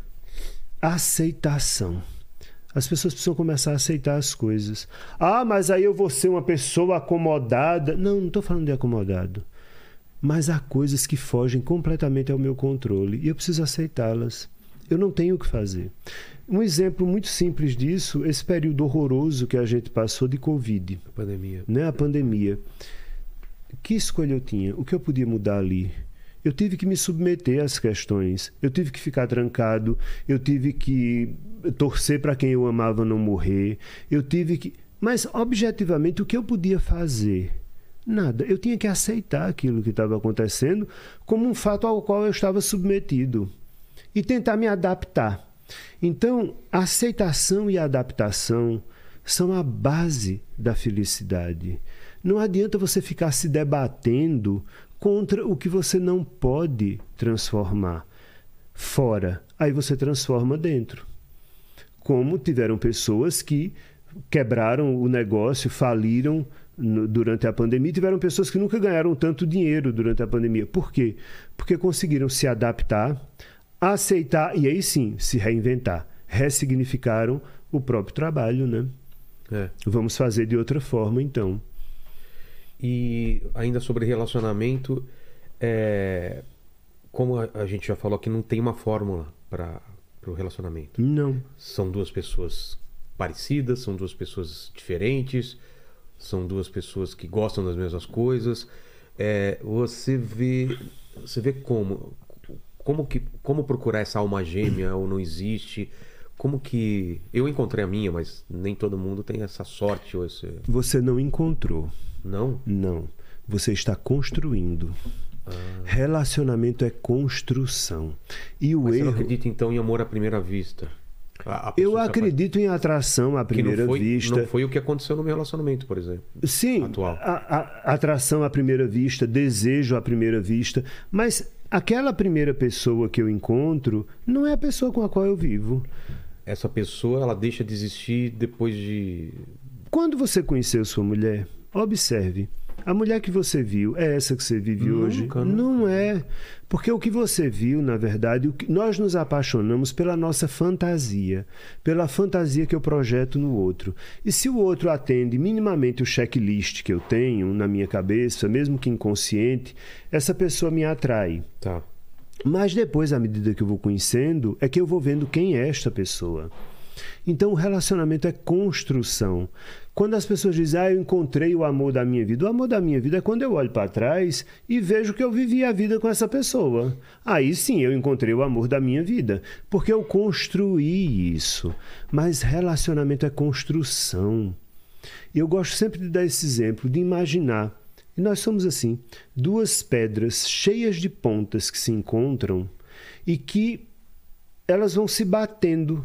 aceitação. As pessoas precisam começar a aceitar as coisas. Ah, mas aí eu vou ser uma pessoa acomodada. Não estou falando de acomodado. Mas há coisas que fogem completamente ao meu controle e eu preciso aceitá-las. Eu não tenho o que fazer. Um exemplo muito simples disso, esse período horroroso que a gente passou de Covid. A pandemia. Né? A pandemia. Que escolha eu tinha? O que eu podia mudar ali? Eu tive que me submeter às questões. Eu tive que ficar trancado. Eu tive que torcer para quem eu amava não morrer. Eu tive que... Mas, objetivamente, o que eu podia fazer? Nada. Eu tinha que aceitar aquilo que estava acontecendo como um fato ao qual eu estava submetido. E tentar me adaptar. Então, a aceitação e a adaptação são a base da felicidade. Não adianta você ficar se debatendo contra o que você não pode transformar fora. Aí você transforma dentro. Como tiveram pessoas que quebraram o negócio, faliram durante a pandemia, tiveram pessoas que nunca ganharam tanto dinheiro durante a pandemia. Por quê? Porque conseguiram se adaptar, aceitar e aí sim se reinventar. Ressignificaram o próprio trabalho, né? Vamos fazer de outra forma, então. E ainda sobre relacionamento, como a gente já falou aqui, não tem uma fórmula para o relacionamento. Não. São duas pessoas parecidas, são duas pessoas diferentes, são duas pessoas que gostam das mesmas coisas. Você vê como como procurar essa alma gêmea ou não existe? Como que... Eu encontrei a minha, mas nem todo mundo tem essa sorte ou esse... Você não encontrou. Não? Não. Você está construindo. Relacionamento é construção. E o Mas erro... você não acredita, então, em amor à primeira vista? Eu acredito em atração à primeira vista. Não foi o que aconteceu no meu relacionamento, por exemplo. Sim, atual. A atração à primeira vista, desejo à primeira vista, mas aquela primeira pessoa que eu encontro não é a pessoa com a qual eu vivo. Essa pessoa, ela deixa de existir depois de... Quando você conheceu sua mulher, observe. A mulher que você viu é essa que você vive hoje? Nunca. Não é. Porque o que você viu, na verdade, nós nos apaixonamos pela nossa fantasia. Pela fantasia que eu projeto no outro. E se o outro atende minimamente o checklist que eu tenho na minha cabeça, mesmo que inconsciente, essa pessoa me atrai. Tá. Mas depois, à medida que eu vou conhecendo, é que eu vou vendo quem é esta pessoa. Então, o relacionamento é construção. Quando as pessoas dizem, eu encontrei o amor da minha vida. O amor da minha vida é quando eu olho para trás e vejo que eu vivi a vida com essa pessoa. Aí sim, eu encontrei o amor da minha vida. Porque eu construí isso. Mas relacionamento é construção. E eu gosto sempre de dar esse exemplo, de imaginar. E nós somos assim, duas pedras cheias de pontas que se encontram e que elas vão se batendo.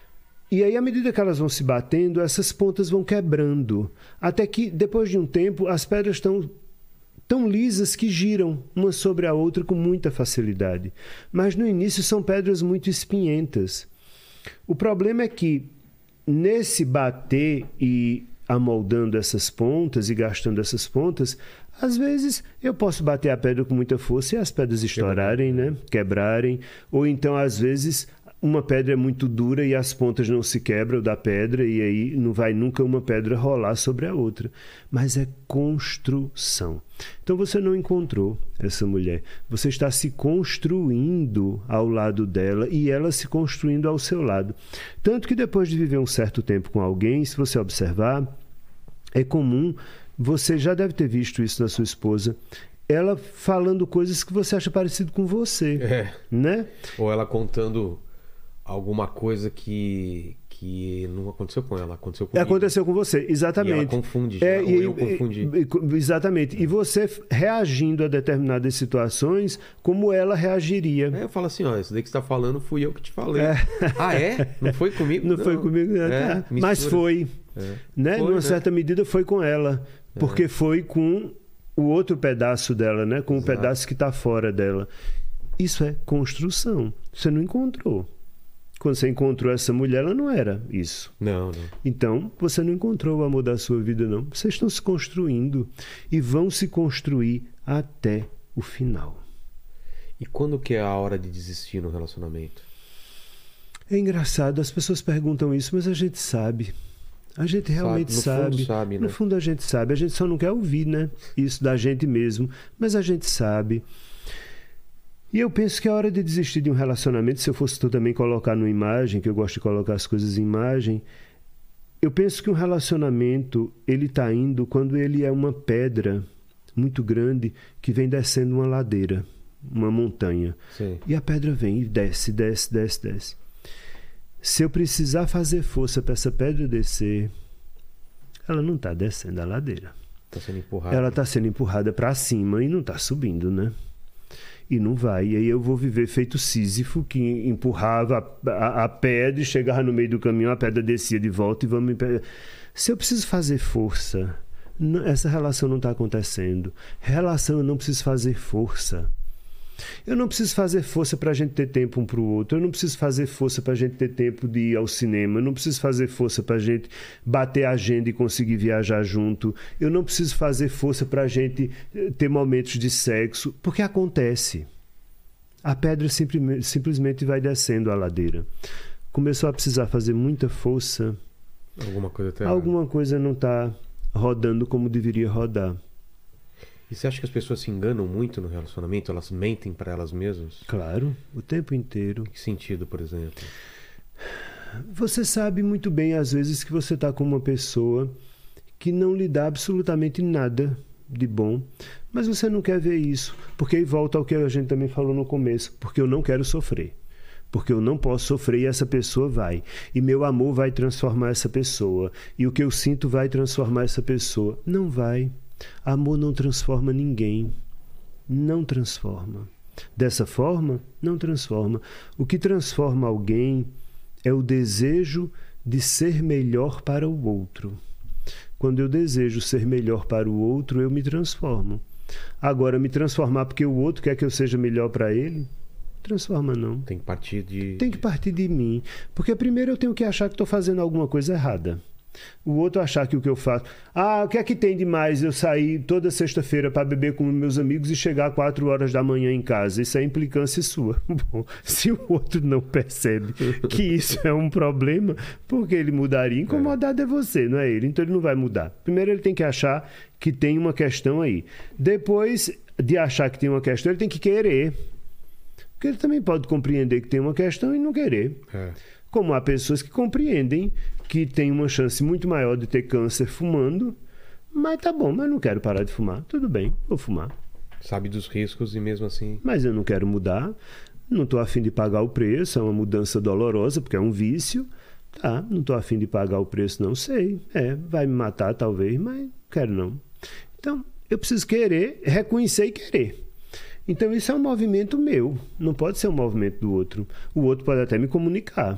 E aí, à medida que elas vão se batendo, essas pontas vão quebrando. Até que, depois de um tempo, as pedras estão tão lisas que giram uma sobre a outra com muita facilidade. Mas, no início, são pedras muito espinhentas. O problema é que, nesse bater e amoldando essas pontas e gastando essas pontas, às vezes eu posso bater a pedra com muita força e as pedras estourarem, né? Quebrarem. Ou então, às vezes... uma pedra é muito dura e as pontas não se quebram da pedra e aí não vai nunca uma pedra rolar sobre a outra. Mas é construção. Então você não encontrou essa mulher. Você está se construindo ao lado dela e ela se construindo ao seu lado. Tanto que depois de viver um certo tempo com alguém, se você observar, é comum, você já deve ter visto isso na sua esposa, ela falando coisas que você acha parecido com você. Né? Ou ela contando... alguma coisa que não aconteceu com ela, aconteceu comigo. Aconteceu com você, exatamente. E ela confunde, ou eu confundi. Exatamente. E você reagindo a determinadas situações como ela reagiria. Eu falo assim, ó, isso daí que você está falando fui eu que te falei. Ah, é? Não foi comigo? Não foi comigo, mas foi. Né? Foi, numa certa medida foi com ela. Porque foi com o outro pedaço dela, né? Com o pedaço que está fora dela. Isso é construção. Você não encontrou. Quando você encontrou essa mulher, ela não era isso. Não. Então, você não encontrou o amor da sua vida, não. Vocês estão se construindo e vão se construir até o final. E quando que é a hora de desistir no relacionamento? É engraçado, as pessoas perguntam isso, mas a gente sabe. A gente realmente sabe. No fundo sabe, né? No fundo a gente sabe. A gente só não quer ouvir, né? Isso da gente mesmo. Mas a gente sabe. E eu penso que é hora de desistir de um relacionamento. Se eu fosse tu também colocar numa imagem, que eu gosto de colocar as coisas em imagem, eu penso que um relacionamento, ele está indo quando ele é uma pedra muito grande que vem descendo uma ladeira, uma montanha. Sim. E a pedra vem e desce. Se eu precisar fazer força para essa pedra descer, ela não está descendo a ladeira. Está sendo empurrada. Ela está sendo empurrada para cima e não está subindo, né? E não vai. E aí eu vou viver feito Sísifo, que empurrava a pedra e chegava no meio do caminho, a pedra descia de volta e vamos... Se eu preciso fazer força, essa relação não está acontecendo. Relação eu não preciso fazer força. Eu não preciso fazer força para a gente ter tempo um para o outro. Eu não preciso fazer força para a gente ter tempo de ir ao cinema. Eu não preciso fazer força para a gente bater a agenda e conseguir viajar junto. Eu não preciso fazer força para a gente ter momentos de sexo. Porque acontece. A pedra simplesmente vai descendo a ladeira. Começou a precisar fazer muita força. Alguma coisa não está rodando como deveria rodar. E você acha que as pessoas se enganam muito no relacionamento? Elas mentem para elas mesmas? Claro, o tempo inteiro. Em que sentido, por exemplo? Você sabe muito bem, às vezes, que você está com uma pessoa que não lhe dá absolutamente nada de bom, mas você não quer ver isso, porque aí volta ao que a gente também falou no começo, porque eu não quero sofrer. Porque eu não posso sofrer e essa pessoa vai. E meu amor vai transformar essa pessoa. E o que eu sinto vai transformar essa pessoa. Não vai. Amor não transforma ninguém. Não transforma. Dessa forma, não transforma. O que transforma alguém é o desejo de ser melhor para o outro. Quando eu desejo ser melhor para o outro, eu me transformo. Agora, me transformar porque o outro quer que eu seja melhor para ele? Transforma não. Tem que partir de... Tem que partir de mim. Porque primeiro eu tenho que achar que estou fazendo alguma coisa errada. O outro achar que o que eu faço... o que é que tem de mais eu sair toda sexta-feira para beber com meus amigos e chegar às 4 horas da manhã em casa? Isso é implicância sua. Bom, se o outro não percebe que isso é um problema, porque ele mudaria? Incomodado é você, não é ele. Então ele não vai mudar. Primeiro ele tem que achar que tem uma questão aí. Depois de achar que tem uma questão, ele tem que querer. Porque ele também pode compreender que tem uma questão e não querer. Como há pessoas que compreendem que tem uma chance muito maior de ter câncer fumando, mas tá bom, mas não quero parar de fumar. Tudo bem, vou fumar. Sabe dos riscos e mesmo assim... Mas eu não quero mudar, não estou a fim de pagar o preço, é uma mudança dolorosa, porque é um vício. Tá, não estou a fim de pagar o preço, não sei. Vai me matar talvez, mas não quero não. Então, eu preciso querer, reconhecer e querer. Então isso é um movimento meu, não pode ser um movimento do outro. O outro pode até me comunicar.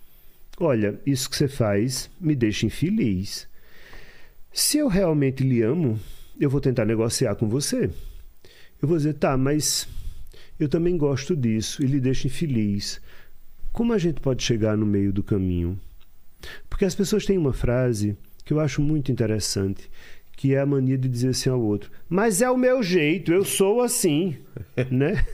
Olha, isso que você faz me deixa infeliz. Se eu realmente lhe amo, eu vou tentar negociar com você. Eu vou dizer, tá, mas eu também gosto disso e lhe deixa infeliz. Como a gente pode chegar no meio do caminho? Porque as pessoas têm uma frase que eu acho muito interessante, que é a mania de dizer assim ao outro, mas é o meu jeito, eu sou assim, né?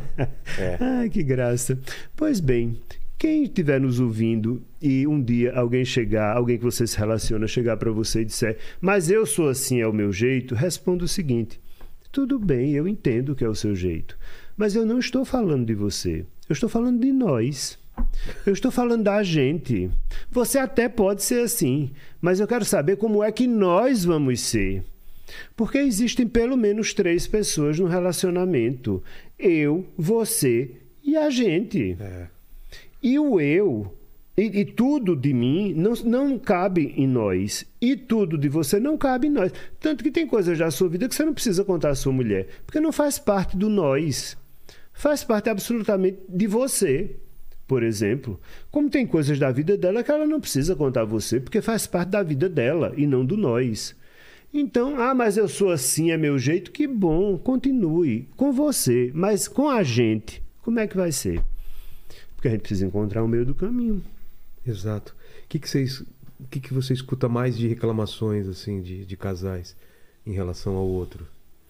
Ai, que graça. Pois bem, quem estiver nos ouvindo e um dia alguém que você se relaciona, chegar para você e disser, mas eu sou assim, é o meu jeito, responda o seguinte, tudo bem, eu entendo que é o seu jeito, mas eu não estou falando de você, eu estou falando de nós. Eu estou falando da gente. Você até pode ser assim, mas eu quero saber como é que nós vamos ser. Porque existem pelo menos 3 pessoas no relacionamento. Eu, você e a gente. E o eu, e tudo de mim não cabe em nós. E tudo de você não cabe em nós. Tanto que tem coisas da sua vida que você não precisa contar à sua mulher. Porque não faz parte do nós. Faz parte absolutamente de você. Por exemplo, como tem coisas da vida dela que ela não precisa contar a você, porque faz parte da vida dela e não do nós. Então, mas eu sou assim, é meu jeito, que bom, continue com você, mas com a gente, como é que vai ser? Porque a gente precisa encontrar o meio do caminho. Exato. O que você escuta mais de reclamações assim de casais em relação ao outro?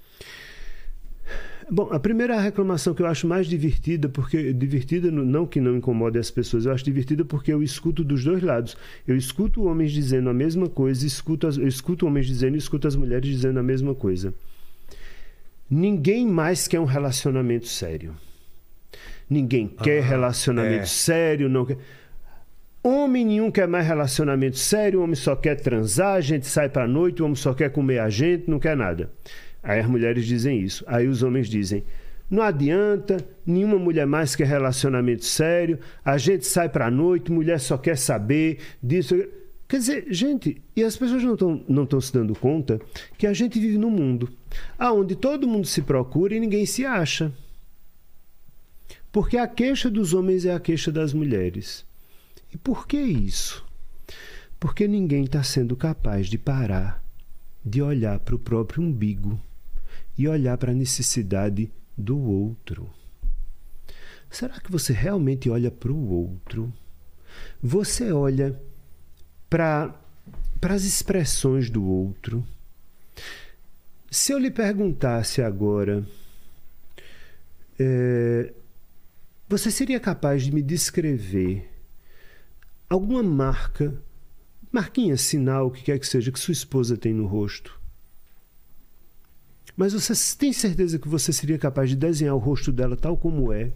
Bom, a primeira reclamação que eu acho mais divertida, não que não incomode as pessoas, eu acho divertida porque eu escuto dos dois lados. Eu escuto homens dizendo a mesma coisa, eu escuto homens dizendo e escuto as mulheres dizendo a mesma coisa. Ninguém mais quer um relacionamento sério. Ninguém quer relacionamento sério, não quer... Homem nenhum quer mais relacionamento sério, o homem só quer transar, a gente sai pra noite, o homem só quer comer a gente, não quer nada. Aí as mulheres dizem isso. Aí os homens dizem, não adianta, nenhuma mulher mais quer relacionamento sério, a gente sai pra noite, mulher só quer saber disso. Quer dizer, gente, e as pessoas não estão se dando conta que a gente vive num mundo onde todo mundo se procura e ninguém se acha. Porque a queixa dos homens é a queixa das mulheres. E por que isso? Porque ninguém está sendo capaz de parar, de olhar para o próprio umbigo e olhar para a necessidade do outro. Será que você realmente olha para o outro? Você olha para as expressões do outro? Se eu lhe perguntasse agora, você seria capaz de me descrever alguma marquinha, sinal, o que quer que seja, que sua esposa tem no rosto? Mas você tem certeza que você seria capaz de desenhar o rosto dela tal como é?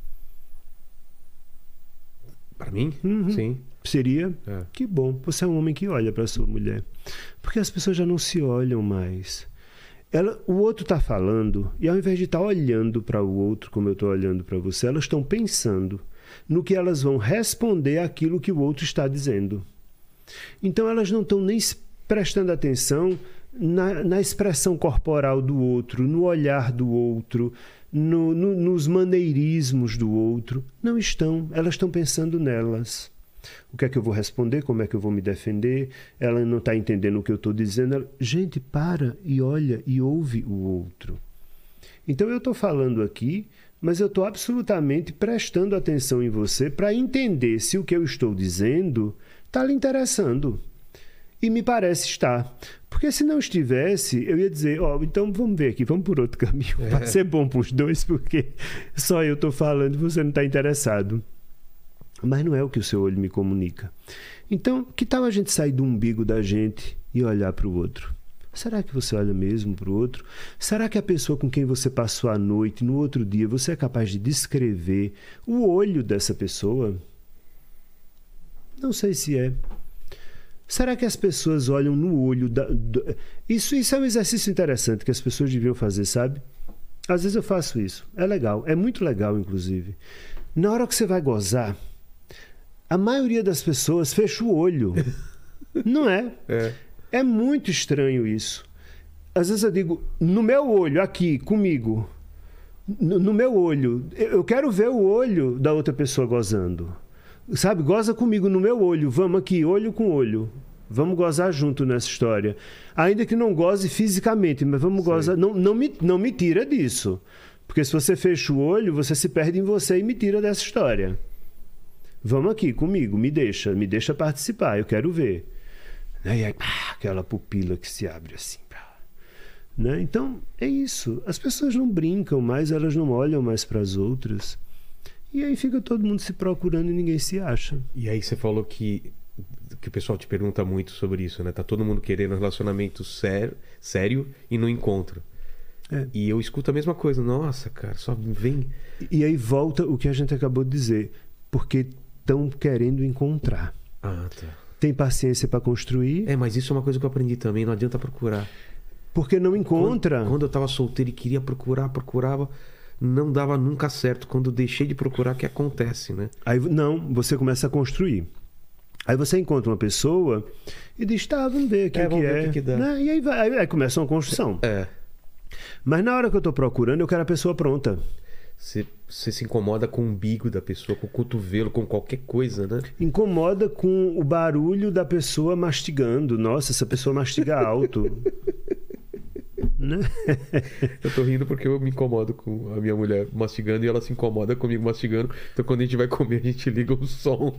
Para mim? Sim. Seria? Que bom. Você é um homem que olha para sua mulher. Porque as pessoas já não se olham mais. O outro está falando, e ao invés de estar olhando para o outro, como eu estou olhando para você, elas estão pensando no que elas vão responder àquilo que o outro está dizendo. Então elas não estão nem prestando atenção na expressão corporal do outro, no olhar do outro, nos maneirismos do outro. Não estão, elas estão pensando nelas. O que é que eu vou responder? Como é que eu vou me defender? Ela não está entendendo o que eu estou dizendo. Gente, para e olha e ouve o outro. Então eu estou falando aqui, mas eu estou absolutamente prestando atenção em você para entender se o que eu estou dizendo está lhe interessando. E me parece estar. Porque se não estivesse, eu ia dizer, então vamos ver aqui, vamos por outro caminho. Vai ser bom para os dois, porque só eu estou falando e você não está interessado. Mas não é o que o seu olho me comunica. Então, que tal a gente sair do umbigo da gente e olhar para o outro? Será que você olha mesmo para o outro? Será que a pessoa com quem você passou a noite, no outro dia, você é capaz de descrever o olho dessa pessoa? Não sei se é. Será que as pessoas olham no olho Isso é um exercício interessante que as pessoas deviam fazer, sabe? Às vezes eu faço isso. É legal. É muito legal, inclusive. Na hora que você vai gozar, a maioria das pessoas fecha o olho. Não é? É muito estranho isso. Às vezes eu digo, no meu olho, aqui, comigo, no meu olho, eu quero ver o olho da outra pessoa gozando. Sabe, goza comigo no meu olho, vamos aqui, olho com olho. Vamos gozar junto nessa história. Ainda que não goze fisicamente, mas vamos gozar. Não me tira disso. Porque se você fecha o olho, você se perde em você e me tira dessa história. Vamos aqui comigo, me deixa participar, eu quero ver. E aí, aquela pupila que se abre assim. Né? Então, é isso. As pessoas não brincam mais, elas não olham mais para as outras. E aí fica todo mundo se procurando e ninguém se acha. E aí você falou que o pessoal te pergunta muito sobre isso, né? Tá todo mundo querendo um relacionamento sério e não encontra. E eu escuto a mesma coisa. Nossa, cara, só vem... E aí volta o que a gente acabou de dizer. Porque estão querendo encontrar. Ah, tá. Tem paciência para construir. Mas isso é uma coisa que eu aprendi também. Não adianta procurar. Porque não encontra. Quando eu tava solteiro e queria procurava, não dava nunca certo. Quando eu deixei de procurar, que acontece, né? Aí você começa a construir. Aí você encontra uma pessoa e diz, vamos ver aqui o que é. O que dá. Né? E aí começa uma construção. Mas na hora que eu tô procurando, eu quero a pessoa pronta. Você se incomoda com o umbigo da pessoa, com o cotovelo, com qualquer coisa, né? Incomoda com o barulho da pessoa mastigando. Nossa, essa pessoa mastiga alto. Né? Eu tô rindo porque eu me incomodo com a minha mulher mastigando e ela se incomoda comigo mastigando. Então quando a gente vai comer, a gente liga o som.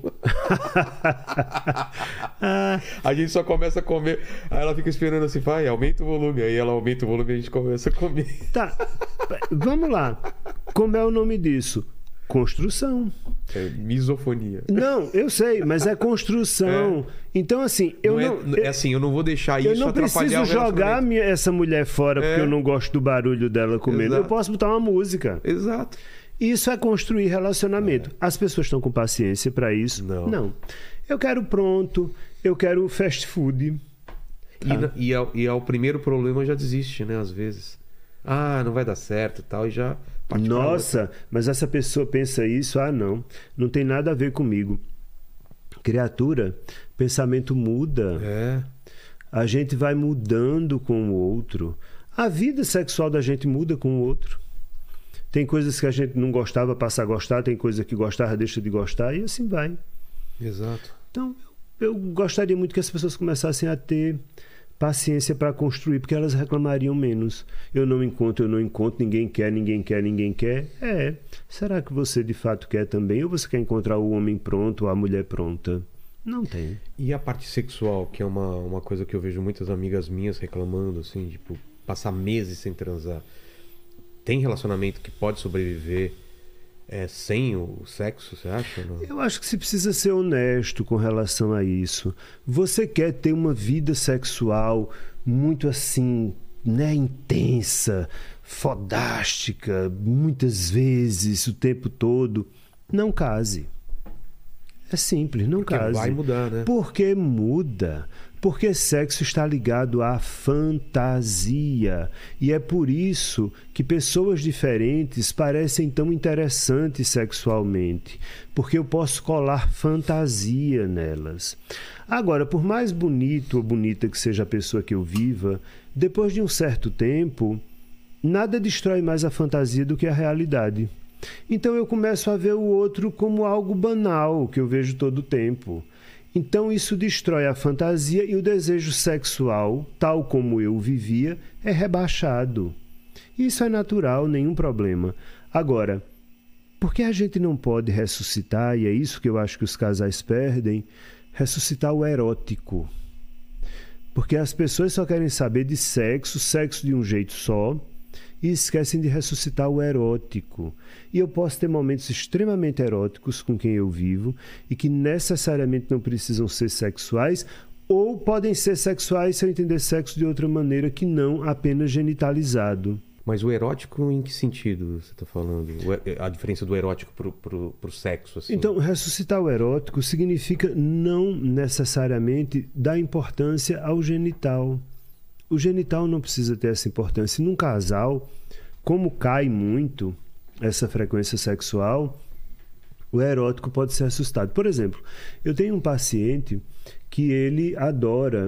A gente só começa a comer. Aí ela fica esperando assim, vai, aumenta o volume. Aí ela aumenta o volume e a gente começa a comer. Tá, vamos lá. Como é o nome disso? Construção. Misofonia. Não, eu sei, mas é construção. Então, assim, eu não vou deixar isso atrapalhar. Eu não preciso jogar essa mulher fora porque eu não gosto do barulho dela comendo. Exato. Eu posso botar uma música. Exato. Isso é construir relacionamento. As pessoas estão com paciência para isso? Não. Eu quero pronto, eu quero fast food. E ao primeiro problema já desiste, né? Às vezes. Não vai dar certo e tal, e já... Nossa, mas essa pessoa pensa isso? Não tem nada a ver comigo. Criatura, pensamento muda. A gente vai mudando com o outro. A vida sexual da gente muda com o outro. Tem coisas que a gente não gostava, passa a gostar. Tem coisa que gostava, deixa de gostar. E assim vai. Exato. Então, eu gostaria muito que as pessoas começassem a ter paciência para construir, porque elas reclamariam menos. Eu não encontro, ninguém quer. Será que você de fato quer também? Ou você quer encontrar o homem pronto ou a mulher pronta? Não tem. E a parte sexual, que é uma coisa que eu vejo muitas amigas minhas reclamando, assim, tipo, passar meses sem transar. Tem relacionamento que pode sobreviver sem o sexo, você acha? Não? Eu acho que você precisa ser honesto com relação a isso. Você quer ter uma vida sexual muito assim, né, intensa, fodástica, muitas vezes, o tempo todo. Não case. É simples, não case. Vai mudar, né? Porque muda. Porque sexo está ligado à fantasia. E é por isso que pessoas diferentes parecem tão interessantes sexualmente. Porque eu posso colar fantasia nelas. Agora, por mais bonito ou bonita que seja a pessoa que eu viva, depois de um certo tempo, nada destrói mais a fantasia do que a realidade. Então eu começo a ver o outro como algo banal, que eu vejo todo o tempo. Então isso destrói a fantasia e o desejo sexual, tal como eu vivia, é rebaixado. Isso é natural, nenhum problema. Agora, por que a gente não pode ressuscitar, e é isso que eu acho que os casais perdem, ressuscitar o erótico? Porque as pessoas só querem saber de sexo, sexo de um jeito só, e esquecem de ressuscitar o erótico. E eu posso ter momentos extremamente eróticos com quem eu vivo e que necessariamente não precisam ser sexuais, ou podem ser sexuais se eu entender sexo de outra maneira que não apenas genitalizado. Mas o erótico em que sentido você está falando? A diferença do erótico pro sexo, assim? Então, ressuscitar o erótico significa não necessariamente dar importância ao genital. O genital não precisa ter essa importância. Num casal, como cai muito essa frequência sexual, o erótico pode ser assustado. Por exemplo, eu tenho um paciente que ele adora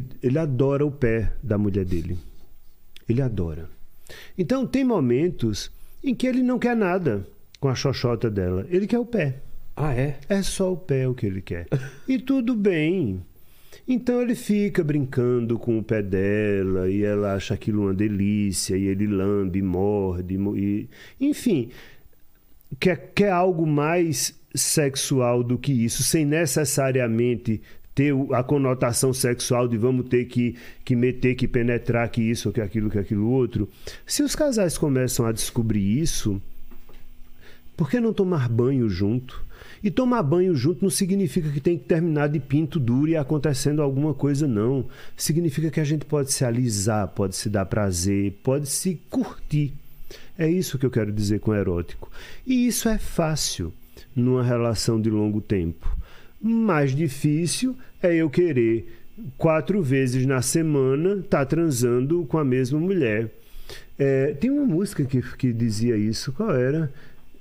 o pé da mulher dele. Ele adora. Então, tem momentos em que ele não quer nada com a xoxota dela. Ele quer o pé. Ah, é? É só o pé o que ele quer. E tudo bem. Então ele fica brincando com o pé dela e ela acha aquilo uma delícia e ele lambe, morde, enfim, quer algo mais sexual do que isso, sem necessariamente ter a conotação sexual de vamos ter que meter, que penetrar, que isso, que aquilo outro. Se os casais começam a descobrir isso, por que não tomar banho junto? E tomar banho junto não significa que tem que terminar de pinto duro e acontecendo alguma coisa, não. Significa que a gente pode se alisar, pode se dar prazer, pode se curtir. É isso que eu quero dizer com erótico. E isso é fácil numa relação de longo tempo. Mais difícil é eu querer 4 vezes na semana estar transando com a mesma mulher. Tem uma música que dizia isso. Qual era?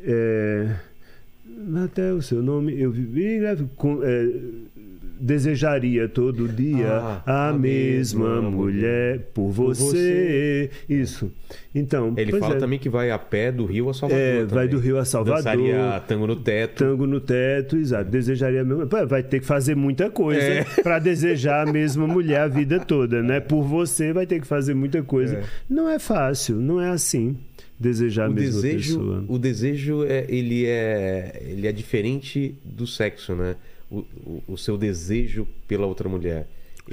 Até o seu nome, eu vivi, desejaria todo dia a mesma mulher por você. Isso. Então, ele fala também que vai a pé do Rio a Salvador. Vai do Rio a Salvador. Dançaria tango no teto. Tango no teto, exato. Desejaria a mesma. Vai ter que fazer muita coisa para desejar a mesma mulher a vida toda, né? Por você vai ter que fazer muita coisa. Não é fácil, não é assim. Desejar a mesma pessoa. O desejo ele é diferente do sexo, né? O seu desejo pela outra mulher.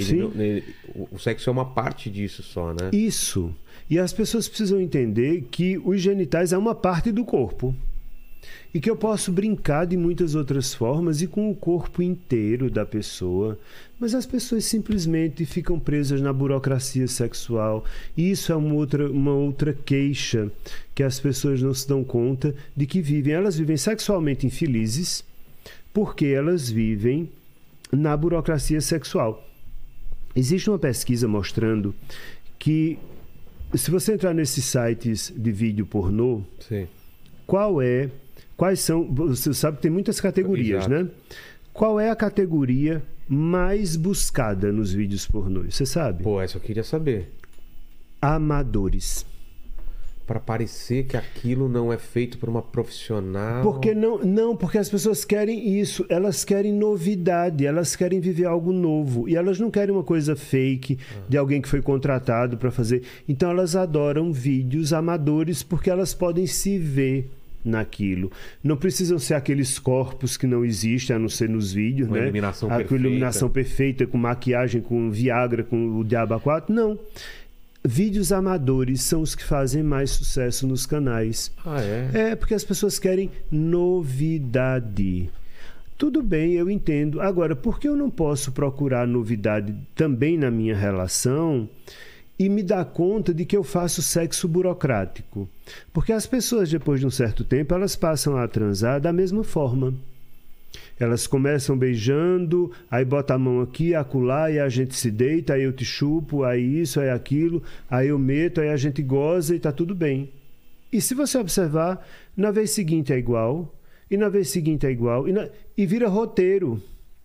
O sexo é uma parte disso só, né? Isso. E as pessoas precisam entender que os genitais é uma parte do corpo. E que eu posso brincar de muitas outras formas e com o corpo inteiro da pessoa. Mas as pessoas simplesmente ficam presas na burocracia sexual. E isso é uma outra queixa que as pessoas não se dão conta de que vivem. Elas vivem sexualmente infelizes porque elas vivem na burocracia sexual. Existe uma pesquisa mostrando que, se você entrar nesses sites de vídeo pornô, sim. Quais são... Você sabe que tem muitas categorias, né? Qual é a categoria mais buscada nos vídeos pornôs? Você sabe? Pô, essa eu queria saber. Amadores. Para parecer que aquilo não é feito por uma profissional. Porque porque as pessoas querem isso. Elas querem novidade. Elas querem viver algo novo. E elas não querem uma coisa fake de alguém que foi contratado para fazer. Então elas adoram vídeos amadores porque elas podem se ver naquilo. Não precisam ser aqueles corpos que não existem, a não ser nos vídeos, né? Com iluminação perfeita, com maquiagem, com Viagra, com o Diabo 4. Não. Vídeos amadores são os que fazem mais sucesso nos canais. Ah, é? Porque as pessoas querem novidade. Tudo bem, eu entendo. Agora, por que eu não posso procurar novidade também na minha relação e me dar conta de que eu faço sexo burocrático? Porque as pessoas, depois de um certo tempo, elas passam a transar da mesma forma. Elas começam beijando, aí bota a mão aqui, acolá, e a gente se deita, aí eu te chupo, aí isso, aí aquilo, aí eu meto, aí a gente goza e tá tudo bem. E se você observar, na vez seguinte é igual, e na vez seguinte é igual, e vira roteiro.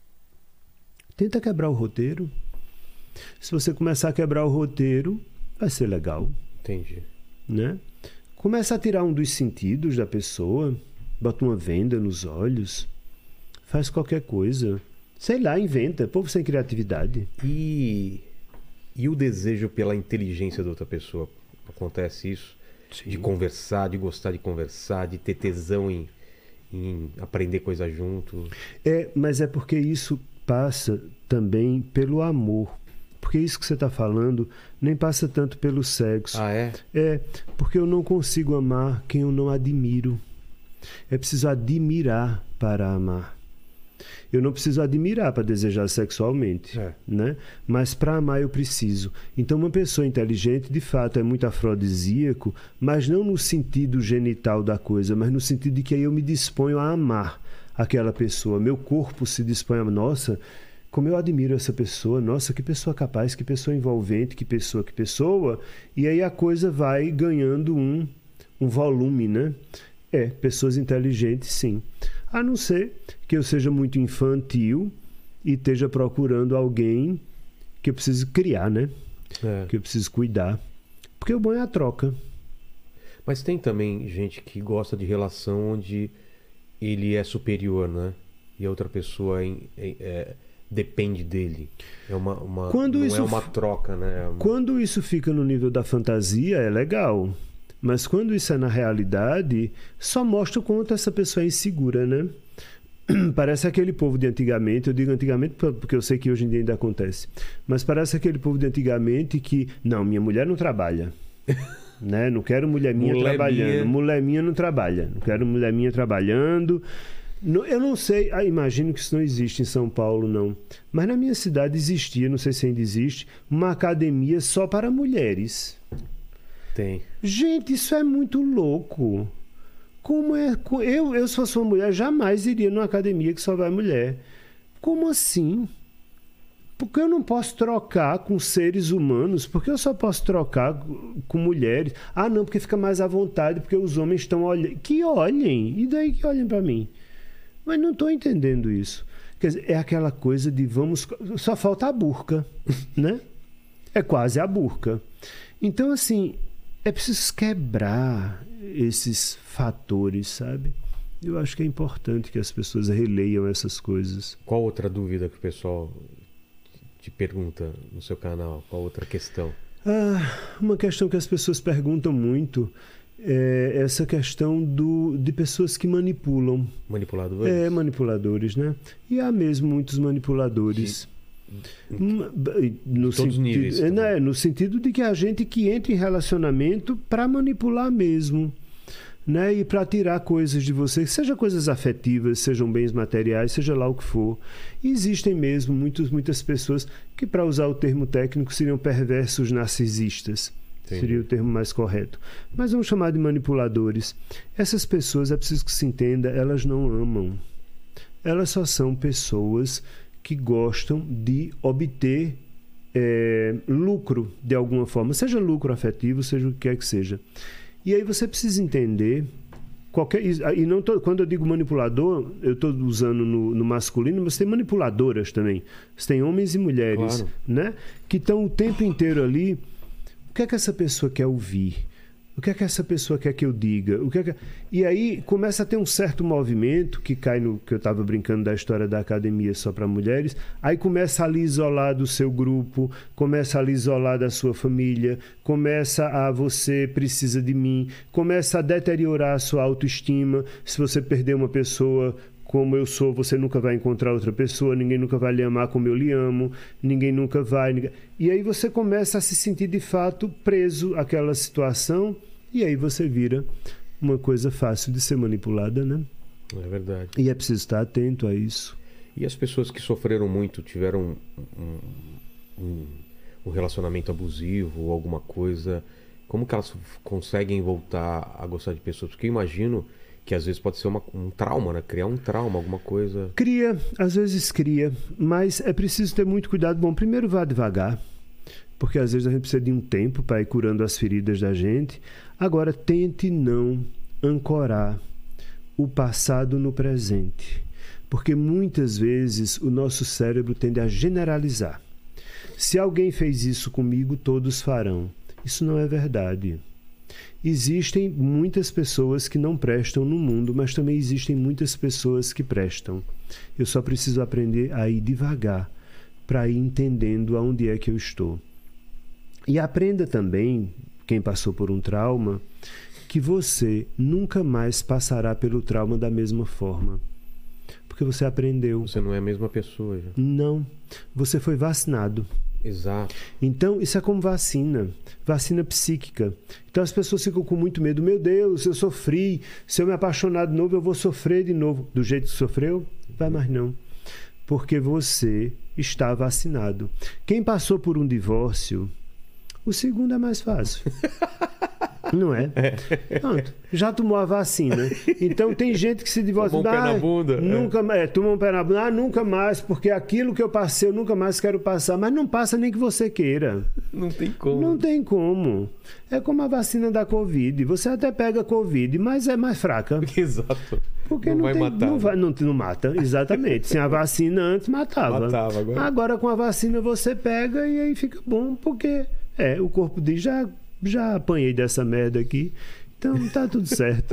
Tenta quebrar o roteiro. Se você começar a quebrar o roteiro, vai ser legal. Entendi. Né? Começa a tirar um dos sentidos da pessoa, bota uma venda nos olhos, faz qualquer coisa. Sei lá, inventa. Povo sem criatividade. E o desejo pela inteligência da outra pessoa? Acontece isso? Sim. De conversar, de gostar de conversar, de ter tesão em aprender coisa junto? Mas é porque isso passa também pelo amor. Porque isso que você está falando nem passa tanto pelo sexo. Ah, é? Porque eu não consigo amar quem eu não admiro. É preciso admirar para amar. Eu não preciso admirar para desejar sexualmente, né? Mas para amar eu preciso. Então uma pessoa inteligente, de fato, é muito afrodisíaco, mas não no sentido genital da coisa, mas no sentido de que aí eu me disponho a amar aquela pessoa. Meu corpo se dispõe a... Nossa, como eu admiro essa pessoa. Nossa, que pessoa capaz, que pessoa envolvente, que pessoa. E aí a coisa vai ganhando um volume, né? Pessoas inteligentes, sim. A não ser que eu seja muito infantil e esteja procurando alguém que eu preciso criar, né? Que eu preciso cuidar. Porque o bom é a troca. Mas tem também gente que gosta de relação onde ele é superior, né? E a outra pessoa depende dele. É uma troca, né? Quando isso fica no nível da fantasia, é legal. Mas quando isso é na realidade, só mostra o quanto essa pessoa é insegura, né? Parece aquele povo de antigamente, eu digo antigamente porque eu sei que hoje em dia ainda acontece, mas parece aquele povo de antigamente que, não, minha mulher não trabalha, né? Não quero mulher minha trabalhando, mulher minha não trabalha, não quero mulher minha trabalhando. Eu não sei, imagino que isso não existe em São Paulo, não, mas na minha cidade existia, não sei se ainda existe, uma academia só para mulheres. Tem. Gente, isso é muito louco. Como é? Eu, se fosse uma mulher, jamais iria numa academia que só vai mulher. Como assim? Porque eu não posso trocar com seres humanos? Porque eu só posso trocar com mulheres? Ah, não, porque fica mais à vontade, porque os homens estão olhando. Que olhem! E daí que olhem para mim? Mas não estou entendendo isso. Quer dizer, é aquela coisa de vamos... Só falta a burca, né? É quase a burca. Então, assim... É preciso quebrar esses fatores, sabe? Eu acho que é importante que as pessoas releiam essas coisas. Qual outra dúvida que o pessoal te pergunta no seu canal? Qual outra questão? Uma questão que as pessoas perguntam muito é essa questão de pessoas que manipulam. Manipuladores? Manipuladores, né? E há mesmo muitos manipuladores. No todos os níveis. No sentido de que a gente que entra em relacionamento para manipular mesmo, né? E para tirar coisas de você, seja coisas afetivas, sejam bens materiais, seja lá o que for. E existem mesmo muitas pessoas que, para usar o termo técnico, seriam perversos narcisistas. Entendi. Seria o termo mais correto. Mas vamos chamar de manipuladores. Essas pessoas, é preciso que se entenda, elas não amam. Elas só são pessoas que gostam de obter lucro de alguma forma, seja lucro afetivo, seja o que quer que seja. E aí você precisa entender quando eu digo manipulador, eu estou usando no masculino, mas tem manipuladoras também. Você tem homens e mulheres, claro, né? Que estão o tempo inteiro ali. O que é que essa pessoa quer ouvir? O que é que essa pessoa quer que eu diga? E aí começa a ter um certo movimento que cai no que eu estava brincando da história da academia só para mulheres. Aí começa a lhe isolar do seu grupo, começa a lhe isolar da sua família, começa a você precisa de mim, começa a deteriorar a sua autoestima. Se você perder uma pessoa como eu sou, você nunca vai encontrar outra pessoa, ninguém nunca vai lhe amar como eu lhe amo, ninguém nunca vai... E aí você começa a se sentir de fato preso àquela situação e aí você vira uma coisa fácil de ser manipulada, né? É verdade. E é preciso estar atento a isso. E as pessoas que sofreram muito, tiveram um relacionamento abusivo ou alguma coisa, como que elas conseguem voltar a gostar de pessoas? Porque eu imagino Que às vezes pode ser um trauma, né? Criar um trauma, alguma coisa. Cria, às vezes cria, mas é preciso ter muito cuidado. Bom, primeiro vá devagar, porque às vezes a gente precisa de um tempo para ir curando as feridas da gente. Agora, tente não ancorar o passado no presente, porque muitas vezes o nosso cérebro tende a generalizar. Se alguém fez isso comigo, todos farão. Isso não é verdade. Existem muitas pessoas que não prestam no mundo, mas também existem muitas pessoas que prestam. Eu só preciso aprender a ir devagar para ir entendendo aonde é que eu estou. E aprenda também, quem passou por um trauma, que você nunca mais passará pelo trauma da mesma forma. Porque você aprendeu. Você não é a mesma pessoa já. Não. Você foi vacinado. Exato. Então, isso é como vacina psíquica. Então, as pessoas ficam com muito medo. Meu Deus, eu sofri. Se eu me apaixonar de novo, eu vou sofrer de novo. Do jeito que sofreu? Vai mais não. Porque você está vacinado. Quem passou por um divórcio, o segundo é mais fácil. Não é? Pronto, já tomou a vacina. Então tem gente que se divorcia. Tomou um pé na bunda. Tomou um pé na bunda. Nunca mais, porque aquilo que eu passei, eu nunca mais quero passar. Mas não passa nem que você queira. Não tem como. Não tem como. É como a vacina da Covid. Você até pega Covid, mas é mais fraca. Exato. Porque não vai matar. Não mata, exatamente. Sem a vacina antes matava. Agora com a vacina você pega e aí fica bom, porque o corpo diz, já apanhei dessa merda aqui, então tá tudo certo.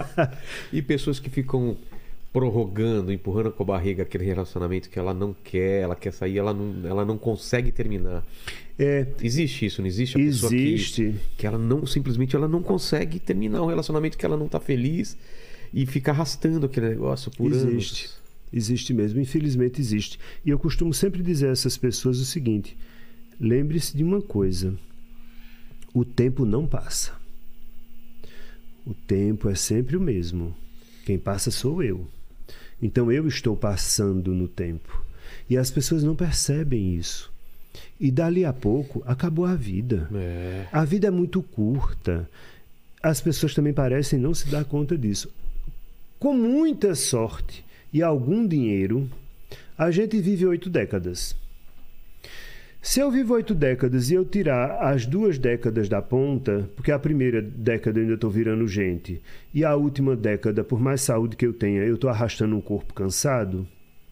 E pessoas que ficam prorrogando, empurrando com a barriga aquele relacionamento que ela não quer, ela quer sair, ela não consegue terminar. Existe isso, não existe? Existe. Que ela não, simplesmente ela não consegue terminar um relacionamento que ela não tá feliz e fica arrastando aquele negócio por anos. Existe mesmo, infelizmente existe. E eu costumo sempre dizer a essas pessoas o seguinte: lembre-se de uma coisa. O tempo não passa. O tempo é sempre o mesmo. Quem passa sou eu. Então eu estou passando no tempo. E as pessoas não percebem isso. E dali a pouco acabou a vida. A vida é muito curta. As pessoas também parecem não se dar conta disso. Com muita sorte e algum dinheiro, a gente vive 8 décadas. Se eu vivo 8 décadas e eu tirar as 2 décadas da ponta, porque a primeira década eu ainda estou virando gente, e a última década, por mais saúde que eu tenha, eu estou arrastando um corpo cansado,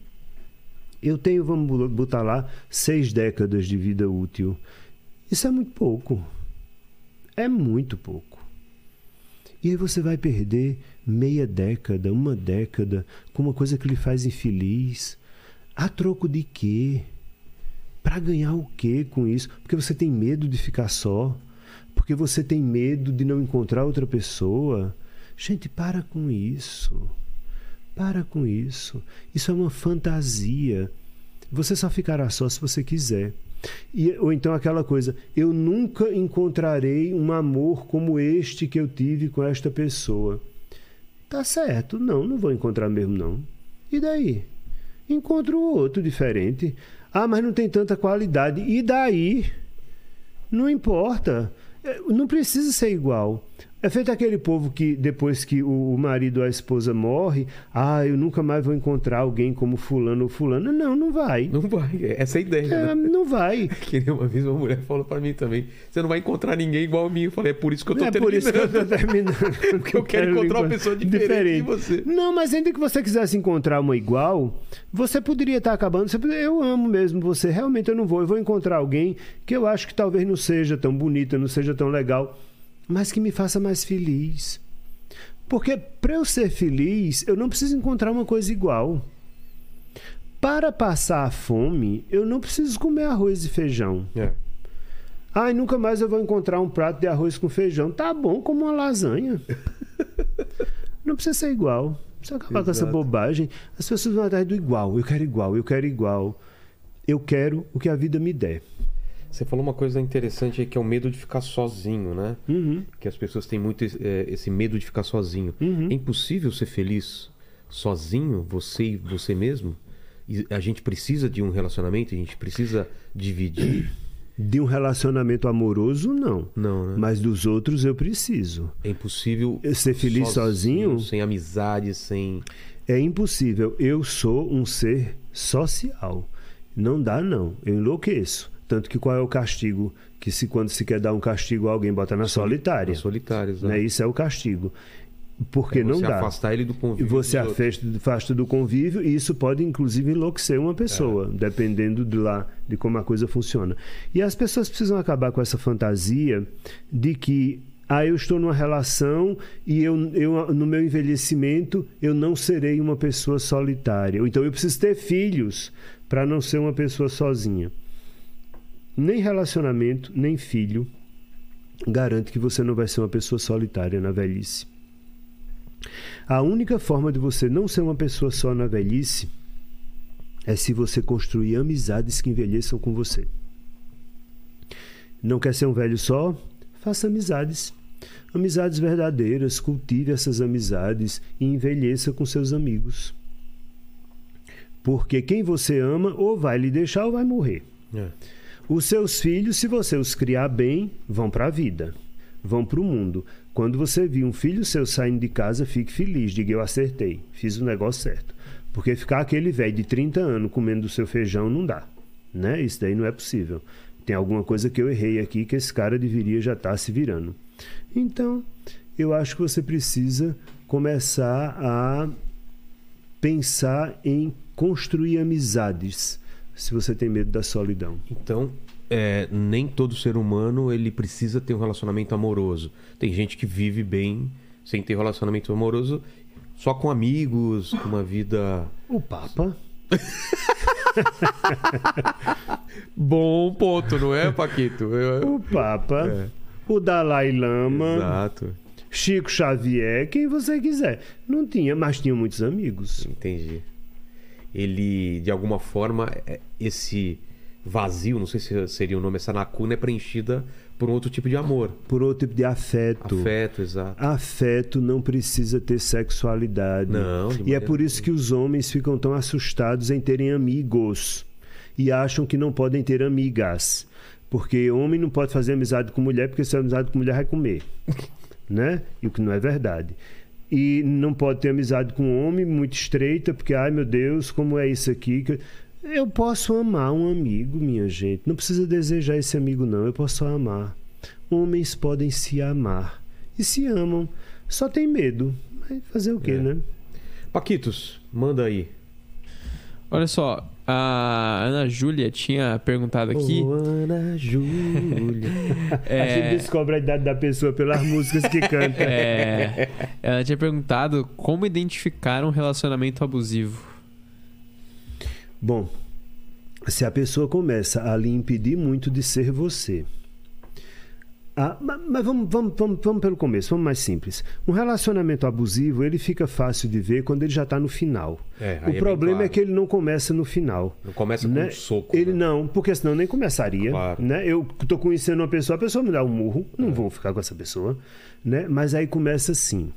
eu tenho, vamos botar lá, 6 décadas de vida útil. Isso é muito pouco. É muito pouco. E aí você vai perder meia década, 1 década, com uma coisa que lhe faz infeliz. A troco de quê? Para ganhar o quê com isso? Porque você tem medo de ficar só? Porque você tem medo de não encontrar outra pessoa? Gente, para com isso. Para com isso. Isso é uma fantasia. Você só ficará só se você quiser. Ou então aquela coisa, eu nunca encontrarei um amor como este que eu tive com esta pessoa. Tá certo. Não vou encontrar mesmo não. E daí? Encontro outro diferente. Ah, mas não tem tanta qualidade. E daí? Não importa. Não precisa ser igual. É feito aquele povo que depois que o marido ou a esposa morre, eu nunca mais vou encontrar alguém como fulano ou fulana. Não vai. Não vai. Essa é a ideia. Né? Não vai. Que nem uma vez uma mulher falou pra mim também, você não vai encontrar ninguém igual a mim. Eu falei, é por isso que eu tô terminando. É por isso que eu tô terminando. Porque eu quero encontrar uma pessoa diferente de você. Não, mas ainda que você quisesse encontrar uma igual, você poderia estar acabando. Eu amo mesmo você. Realmente eu não vou. Eu vou encontrar alguém que eu acho que talvez não seja tão bonita, não seja tão legal, mas que me faça mais feliz. Porque para eu ser feliz, eu não preciso encontrar uma coisa igual. Para passar a fome, eu não preciso comer arroz e feijão. Nunca mais eu vou encontrar um prato de arroz com feijão. Tá bom, como uma lasanha. Não precisa ser igual. Precisa acabar com essa bobagem. As pessoas vão atrás do igual. Eu quero igual, eu quero igual. Eu quero o que a vida me der. Você falou uma coisa interessante aí, que é o medo de ficar sozinho, né? Que as pessoas têm muito esse medo de ficar sozinho. É impossível ser feliz sozinho, você e você mesmo? E a gente precisa de um relacionamento, a gente precisa dividir. De um relacionamento amoroso, não. Não, né? Mas dos outros eu preciso. É impossível Ser feliz sozinho? sem amizade, sem... É impossível. Eu sou um ser social. Não dá, não. Eu enlouqueço. Tanto que qual é o castigo? Que quando se quer dar um castigo a alguém, bota na solitária. Na solitária, exato. Né? Isso é o castigo. Porque não dá. Você afastar ele do convívio. E você afasta do convívio, e isso pode, inclusive, enlouquecer uma pessoa, dependendo de como a coisa funciona. E as pessoas precisam acabar com essa fantasia de que eu estou numa relação e eu, no meu envelhecimento, eu não serei uma pessoa solitária. Ou então eu preciso ter filhos para não ser uma pessoa sozinha. Nem relacionamento, nem filho garante que você não vai ser uma pessoa solitária na velhice. A única forma de você não ser uma pessoa só na velhice é se você construir amizades que envelheçam com você. Não quer ser um velho só? Faça amizades. Amizades verdadeiras, cultive essas amizades e envelheça com seus amigos. Porque quem você ama ou vai lhe deixar ou vai morrer. Os seus filhos, se você os criar bem, vão para a vida, vão para o mundo. Quando você vir um filho seu saindo de casa, fique feliz, diga: eu acertei, fiz o negócio certo. Porque ficar aquele velho de 30 anos comendo o seu feijão não dá, né? Isso daí não é possível. Tem alguma coisa que eu errei aqui que esse cara deveria já estar se virando. Então, eu acho que você precisa começar a pensar em construir amizades, se você tem medo da solidão. Então, nem todo ser humano ele precisa ter um relacionamento amoroso. Tem gente que vive bem sem ter relacionamento amoroso, só com amigos, com uma vida... O Papa... Bom ponto, não é, Paquito? O Papa, o Dalai Lama, exato. Chico Xavier, quem você quiser. Não tinha, mas tinha muitos amigos. Entendi. Ele, de alguma forma, esse vazio, não sei se seria o nome, essa lacuna é preenchida por um outro tipo de amor. Por outro tipo de afeto. Afeto, exato. Afeto não precisa ter sexualidade. Não. E é por isso que os homens ficam tão assustados em terem amigos. E acham que não podem ter amigas. Porque homem não pode fazer amizade com mulher, porque se é amizade com mulher vai comer. Né? E o que não é verdade. E não pode ter amizade com homem muito estreita, porque, ai meu Deus, como é isso aqui? Eu posso amar um amigo, minha gente. Não precisa desejar esse amigo, não. Eu posso só amar. Homens podem se amar. E se amam. Só tem medo. Mas fazer o quê, né? Paquitos, manda aí. Olha só, a Ana Júlia tinha perguntado aqui... Ana Júlia. A gente descobre a idade da pessoa pelas músicas que canta. Ela tinha perguntado como identificar um relacionamento abusivo. Bom, se a pessoa começa a lhe impedir muito de ser você... mas vamos pelo começo, vamos mais simples. Um relacionamento abusivo, ele fica fácil de ver quando ele já está no final. O problema é que ele não começa no final. Não começa com um soco. Ele não, porque senão nem começaria. Claro. Né? Eu estou conhecendo uma pessoa, a pessoa me dá um murro, não vou ficar com essa pessoa. Né? Mas aí começa assim.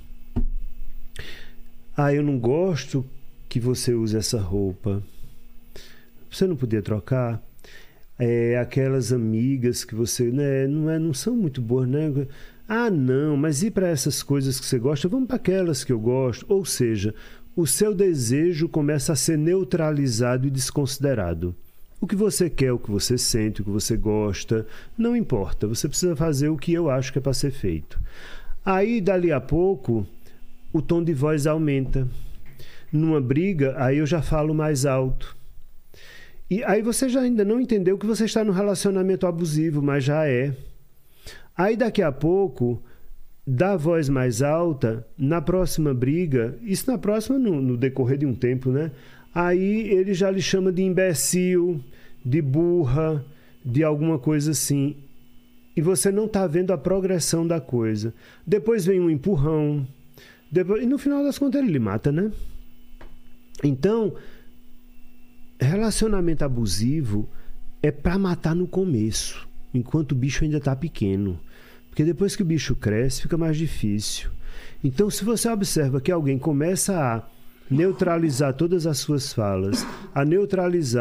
Eu não gosto que você use essa roupa. Você não podia trocar? Aquelas amigas que você não são muito boas, né? Não, mas e para essas coisas que você gosta? Vamos para aquelas que eu gosto. Ou seja, o seu desejo começa a ser neutralizado e desconsiderado. O que você quer, o que você sente, o que você gosta, não importa. Você precisa fazer o que eu acho que é para ser feito. Aí, dali a pouco, o tom de voz aumenta. Numa briga, aí eu já falo mais alto. E aí você já ainda não entendeu que você está num relacionamento abusivo, mas já é. Aí daqui a pouco, dá voz mais alta, na próxima briga, isso na próxima no decorrer de um tempo, né? Aí ele já lhe chama de imbecil, de burra, de alguma coisa assim. E você não está vendo a progressão da coisa. Depois vem um empurrão. E no final das contas ele lhe mata, né? Então... relacionamento abusivo é para matar no começo, enquanto o bicho ainda está pequeno. Porque depois que o bicho cresce, fica mais difícil. Então, se você observa que alguém começa a neutralizar todas as suas falas, a neutralizar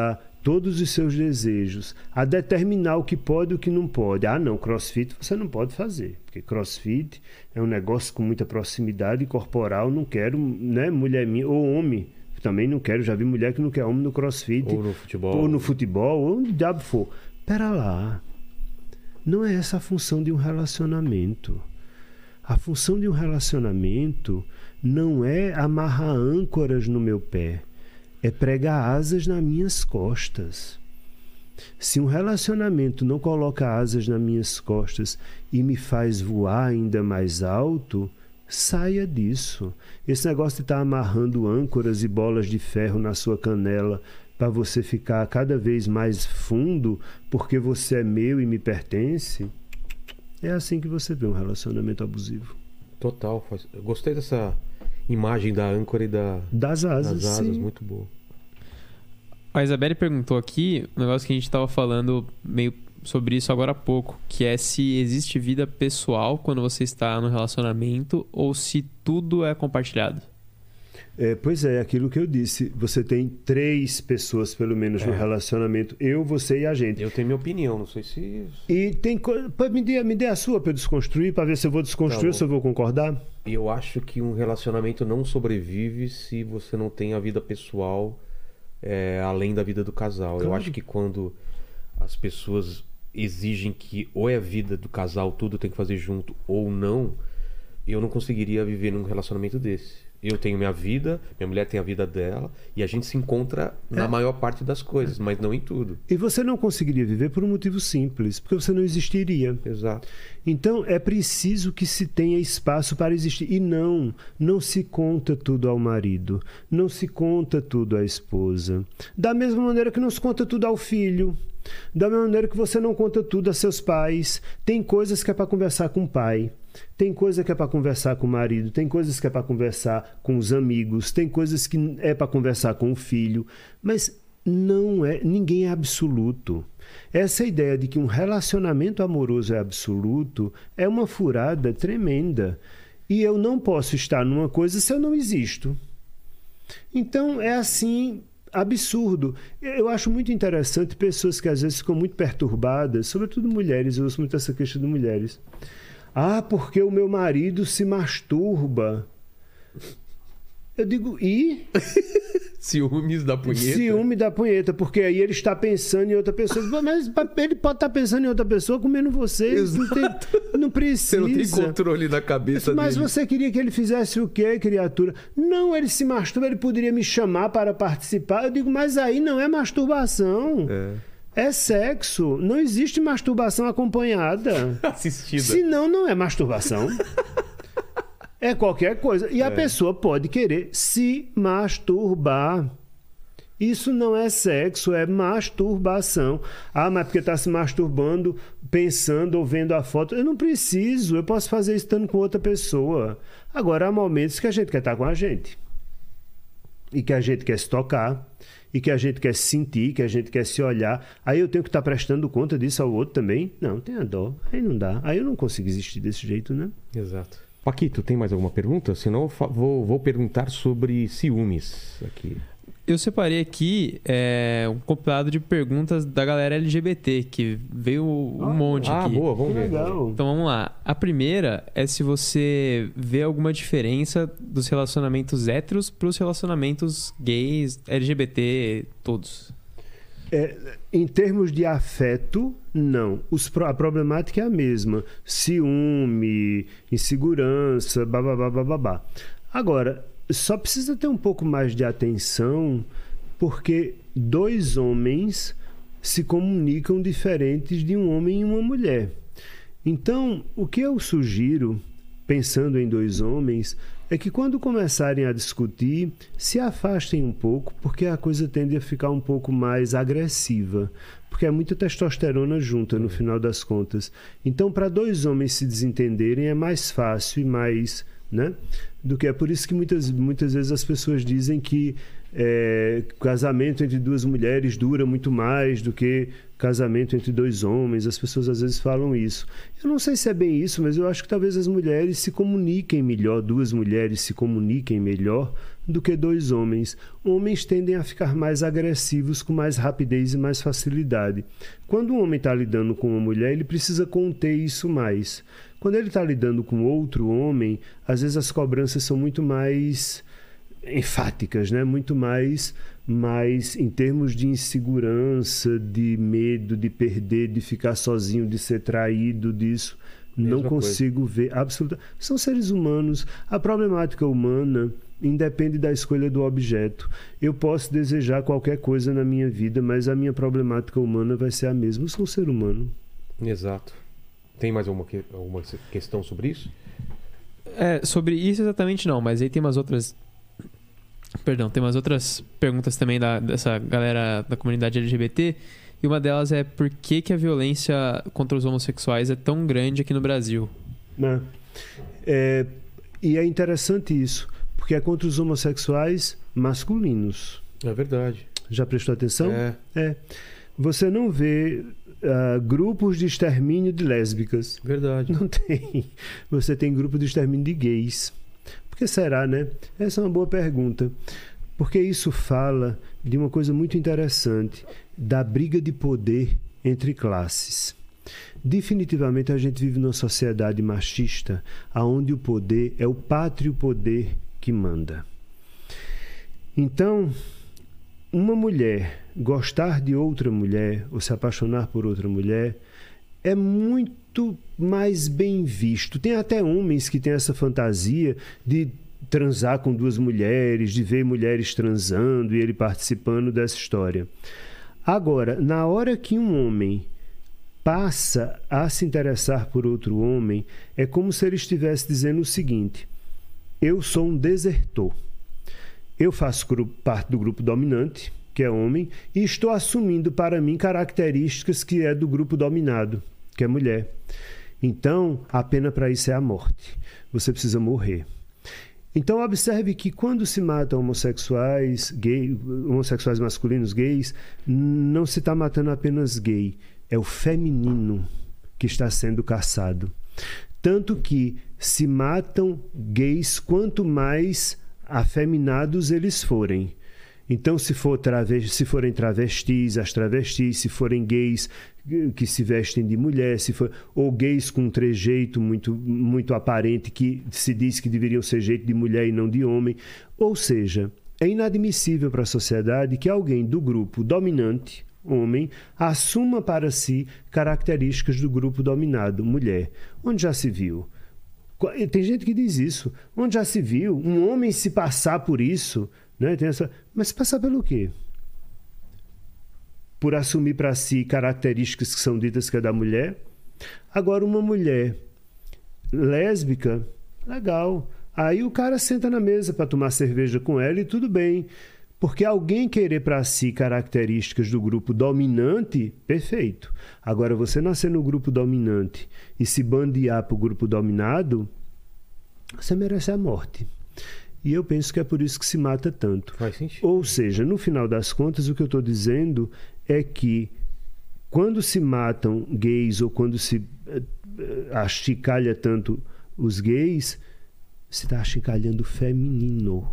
todos os seus desejos, a determinar o que pode e o que não pode. Ah, não, crossfit você não pode fazer, porque crossfit é um negócio com muita proximidade corporal, não quero, né, mulher minha, ou homem, também não quero, já vi mulher que não quer homem no crossfit. Ou no futebol, ou onde o diabo for. Pera lá, não é essa a função de um relacionamento. A função de um relacionamento não é amarrar âncoras no meu pé, é pregar asas nas minhas costas. Se um relacionamento não coloca asas nas minhas costas e me faz voar ainda mais alto, saia disso. Esse negócio de estar amarrando âncoras e bolas de ferro na sua canela para você ficar cada vez mais fundo porque você é meu e me pertence, é assim que você vê um relacionamento abusivo. Total. Eu gostei dessa imagem da âncora e das asas, sim. Muito boa. A Isabelle perguntou aqui um negócio que a gente estava falando meio sobre isso agora há pouco, que é se existe vida pessoal quando você está no relacionamento ou se tudo é compartilhado. Pois é, aquilo que eu disse. Você tem 3 pessoas, pelo menos, no relacionamento. Eu, você e a gente. Eu tenho minha opinião, não sei se... E tem coisa... Me dê a sua para eu desconstruir, para ver se eu vou desconstruir ou se eu vou concordar. Eu acho que um relacionamento não sobrevive se você não tem a vida pessoal além da vida do casal. Claro. Eu acho que quando as pessoas exigem que ou é a vida do casal, tudo tem que fazer junto, ou não, eu não conseguiria viver num relacionamento desse. Eu tenho minha vida, minha mulher tem a vida dela, e a gente se encontra na maior parte das coisas, mas não em tudo. E você não conseguiria viver por um motivo simples, porque você não existiria. Exato. Então é preciso que se tenha espaço para existir. E não se conta tudo ao marido, não se conta tudo à esposa. Da mesma maneira que não se conta tudo ao filho. Da mesma maneira que você não conta tudo a seus pais. Tem coisas que é para conversar com o pai. Tem coisa que é para conversar com o marido, tem coisas que é para conversar com os amigos, tem coisas que é para conversar com o filho, mas ninguém é absoluto. Essa ideia de que um relacionamento amoroso é absoluto é uma furada tremenda. E eu não posso estar numa coisa se eu não existo. Então é assim, absurdo. Eu acho muito interessante pessoas que às vezes ficam muito perturbadas, sobretudo mulheres, eu uso muito essa questão de mulheres. Ah, porque o meu marido se masturba. Eu digo, e? Ciúmes da punheta. Ciúme da punheta, porque aí ele está pensando em outra pessoa. Mas ele pode estar pensando em outra pessoa comendo você. Não precisa. Você não tem controle da cabeça mas dele. Mas você queria que ele fizesse o quê, criatura? Não, ele se masturba, ele poderia me chamar para participar. Eu digo, mas aí não é masturbação. É sexo. Não existe masturbação acompanhada. Assistida. Senão, não é masturbação. É qualquer coisa. E a pessoa pode querer se masturbar. Isso não é sexo, é masturbação. Ah, mas porque está se masturbando, pensando ou vendo a foto. Eu não preciso. Eu posso fazer isso estando com outra pessoa. Agora, há momentos que a gente quer estar com a gente. E que a gente quer se tocar. E que a gente quer se sentir, que a gente quer se olhar. Aí eu tenho que estar prestando conta disso ao outro também? Não, tenha dó. Aí não dá. Aí eu não consigo existir desse jeito, né? Exato. Paquito, tem mais alguma pergunta? Senão eu vou perguntar sobre ciúmes aqui. Eu separei aqui um compilado de perguntas da galera LGBT, que veio um monte aqui. Boa, vamos ver. Legal. Então vamos lá. A primeira é se você vê alguma diferença dos relacionamentos héteros para os relacionamentos gays, LGBT, todos. Em termos de afeto, não. A problemática é a mesma. Ciúme, insegurança, babá. Agora, só precisa ter um pouco mais de atenção, porque 2 homens se comunicam diferentes de um homem e uma mulher. Então, o que eu sugiro, pensando em 2 homens, é que quando começarem a discutir, se afastem um pouco, porque a coisa tende a ficar um pouco mais agressiva. Porque é muita testosterona junta, no final das contas. Então, para 2 homens se desentenderem, é mais fácil e mais... né? Do que é por isso que muitas vezes as pessoas dizem que casamento entre 2 mulheres dura muito mais do que casamento entre dois homens, as pessoas às vezes falam isso. Eu não sei se é bem isso, mas eu acho que talvez as mulheres se comuniquem melhor, duas mulheres se comuniquem melhor do que dois homens. Homens tendem a ficar mais agressivos com mais rapidez e mais facilidade. Quando um homem está lidando com uma mulher, ele precisa conter isso mais. Quando ele está lidando com outro homem, às vezes as cobranças são muito mais enfáticas, né? Muito mais em termos de insegurança, de medo de perder, de ficar sozinho, de ser traído, disso. Não consigo ver absolutamente. São seres humanos. A problemática humana independe da escolha do objeto. Eu posso desejar qualquer coisa na minha vida, mas a minha problemática humana vai ser a mesma. Eu sou um ser humano. Exato. Tem mais alguma questão sobre isso? Sobre isso exatamente não, mas aí tem umas outras... Perdão, tem umas outras perguntas também dessa galera da comunidade LGBT, e uma delas é por que a violência contra os homossexuais é tão grande aqui no Brasil? E é interessante isso, porque é contra os homossexuais masculinos. É verdade. Já prestou atenção? Você não vê grupos de extermínio de lésbicas. Verdade. Não tem. Você tem grupo de extermínio de gays. Por que será, né? Essa é uma boa pergunta. Porque isso fala de uma coisa muito interessante, da briga de poder entre classes. Definitivamente a gente vive numa sociedade machista, onde o poder é o pátrio poder que manda. Então, uma mulher gostar de outra mulher ou se apaixonar por outra mulher é muito mais bem visto. Tem até homens que têm essa fantasia de transar com duas mulheres, de ver mulheres transando e ele participando dessa história. Agora, na hora que um homem passa a se interessar por outro homem, é como se ele estivesse dizendo o seguinte: eu sou um desertor. Eu faço parte do grupo dominante, que é homem, e estou assumindo para mim características que é do grupo dominado, que é mulher. Então, a pena para isso é a morte. Você precisa morrer. Então, observe que quando se matam homossexuais masculinos gays, não se está matando apenas gay, é o feminino que está sendo caçado. Tanto que se matam gays quanto mais afeminados eles forem. Então, se forem travestis, as travestis, se forem gays que se vestem de mulher, ou gays com um trejeito muito, muito aparente que se diz que deveriam ser jeito de mulher e não de homem. Ou seja, é inadmissível para a sociedade que alguém do grupo dominante, homem, assuma para si características do grupo dominado, mulher. Onde já se viu? Tem gente que diz isso. Onde já se viu um homem se passar por isso? Né? Mas se passar pelo quê? Por assumir para si características que são ditas que é da mulher. Agora, uma mulher lésbica, legal. Aí o cara senta na mesa para tomar cerveja com ela e tudo bem. Porque alguém querer para si características do grupo dominante, perfeito. Agora, você nascer no grupo dominante e se bandear para o grupo dominado, você merece a morte. E eu penso que é por isso que se mata tanto. Faz sentido. Ou seja, no final das contas, o que eu estou dizendo é que quando se matam gays ou quando se achicalha tanto os gays, se está achicalhando o feminino.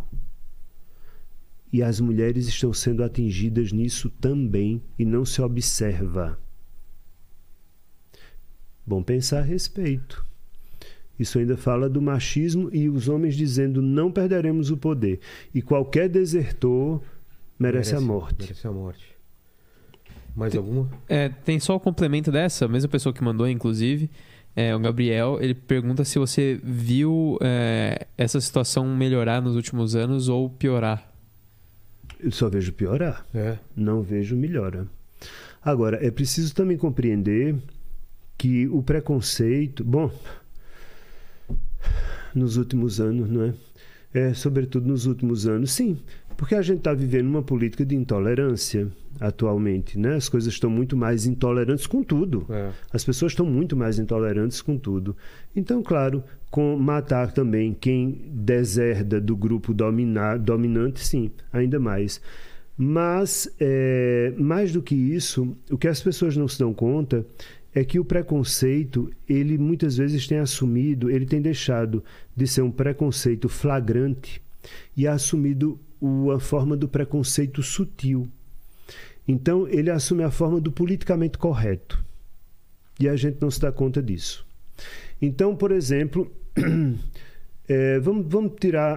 E as mulheres estão sendo atingidas nisso também e não se observa. Bom pensar a respeito. Isso ainda fala do machismo e os homens dizendo não perderemos o poder. E qualquer desertor merece a morte. Merece a morte. Mais alguma? Tem só o complemento dessa, a mesma pessoa que mandou, inclusive, o Gabriel, ele pergunta se você viu essa situação melhorar nos últimos anos ou piorar. Eu só vejo piorar. Não vejo melhora. Agora, é preciso também compreender que o preconceito... Bom, nos últimos anos, não é? Sobretudo nos últimos anos, sim. Porque a gente está vivendo uma política de intolerância atualmente, né? As coisas estão muito mais intolerantes com tudo. As pessoas estão muito mais intolerantes com tudo. Então, claro, com matar também quem deserda do grupo dominante, sim, ainda mais. Mas, mais do que isso, o que as pessoas não se dão conta é que o preconceito, ele muitas vezes tem assumido, ele tem deixado de ser um preconceito flagrante e assumido a forma do preconceito sutil. Então, ele assume a forma do politicamente correto. E a gente não se dá conta disso. Então, por exemplo, vamos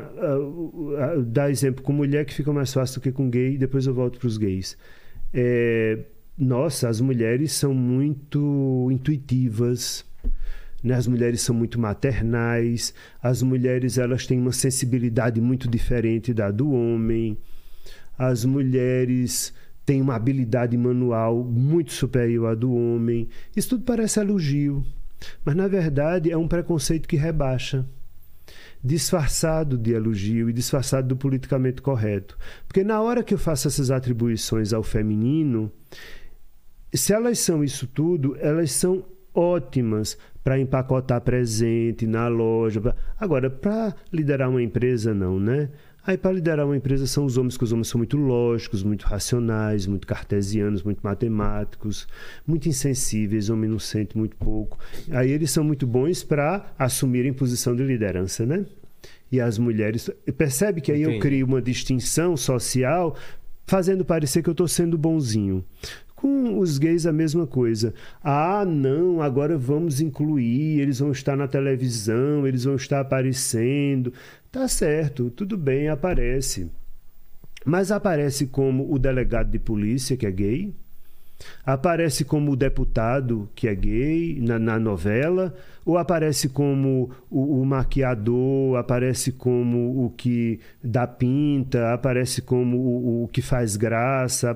dar exemplo com mulher, que fica mais fácil do que com gay, depois eu volto para os gays. Nossa, as mulheres são muito intuitivas, né? As mulheres são muito maternais, as mulheres elas têm uma sensibilidade muito diferente da do homem, as mulheres têm uma habilidade manual muito superior à do homem. Isso tudo parece elogio, mas na verdade é um preconceito que rebaixa, disfarçado de elogio e disfarçado do politicamente correto. Porque na hora que eu faço essas atribuições ao feminino, se elas são isso tudo, elas são ótimas para empacotar presente na loja. Agora, para liderar uma empresa, não, né? Aí, para liderar uma empresa são os homens, que os homens são muito lógicos, muito racionais, muito cartesianos, muito matemáticos, muito insensíveis, o homem não sente muito pouco. Aí eles são muito bons para assumirem posição de liderança, né? E as mulheres... Percebe que aí eu crio uma distinção social, fazendo parecer que eu estou sendo bonzinho. Com os gays a mesma coisa. Ah, não, agora vamos incluir, eles vão estar na televisão, eles vão estar aparecendo. Tá certo, tudo bem, aparece. Mas aparece como o delegado de polícia, que é gay? Aparece como o deputado, que é gay, na novela? Ou aparece como o maquiador, aparece como o que dá pinta, aparece como o que faz graça?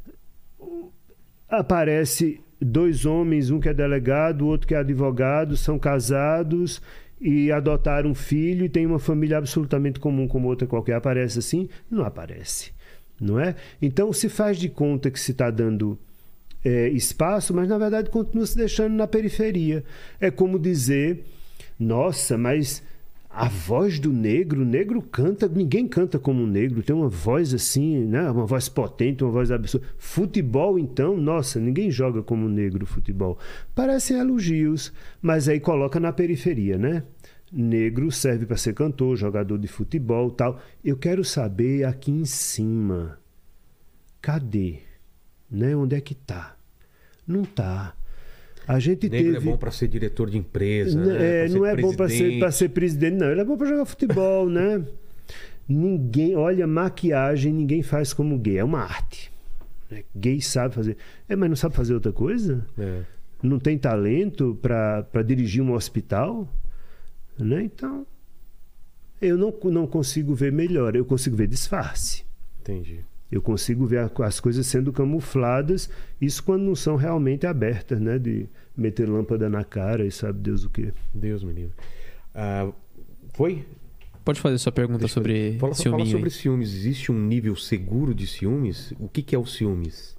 Aparece dois homens, um que é delegado, o outro que é advogado, são casados e adotaram um filho e tem uma família absolutamente comum como outra qualquer. Aparece assim? Não aparece, não é? Então se faz de conta que se está dando espaço, mas na verdade continua se deixando na periferia. É como dizer, nossa, mas a voz do negro, o negro canta, ninguém canta como um negro, tem uma voz assim, né? Uma voz potente, uma voz absurda. Futebol, então, nossa, ninguém joga como um negro futebol. Parecem elogios, mas aí coloca na periferia, né? Negro serve para ser cantor, jogador de futebol, tal. Eu quero saber aqui em cima, cadê? Né? Onde é que tá? Não tá. A gente negro é bom para ser diretor de empresa, né? Não é bom para ser presidente, não. Ele é bom para jogar futebol, né? Ninguém, olha, maquiagem ninguém faz como gay. É uma arte. Né? Gay sabe fazer. Mas não sabe fazer outra coisa? Não tem talento para dirigir um hospital? Né? Então, eu não consigo ver melhor. Eu consigo ver disfarce. Entendi. Eu consigo ver as coisas sendo camufladas, isso quando não são realmente abertas, né? De meter lâmpada na cara e sabe Deus o quê. Deus me livre. Foi? Pode fazer sua pergunta sobre ciúmes. Fala sobre ciúmes. Existe um nível seguro de ciúmes? O que é o ciúmes?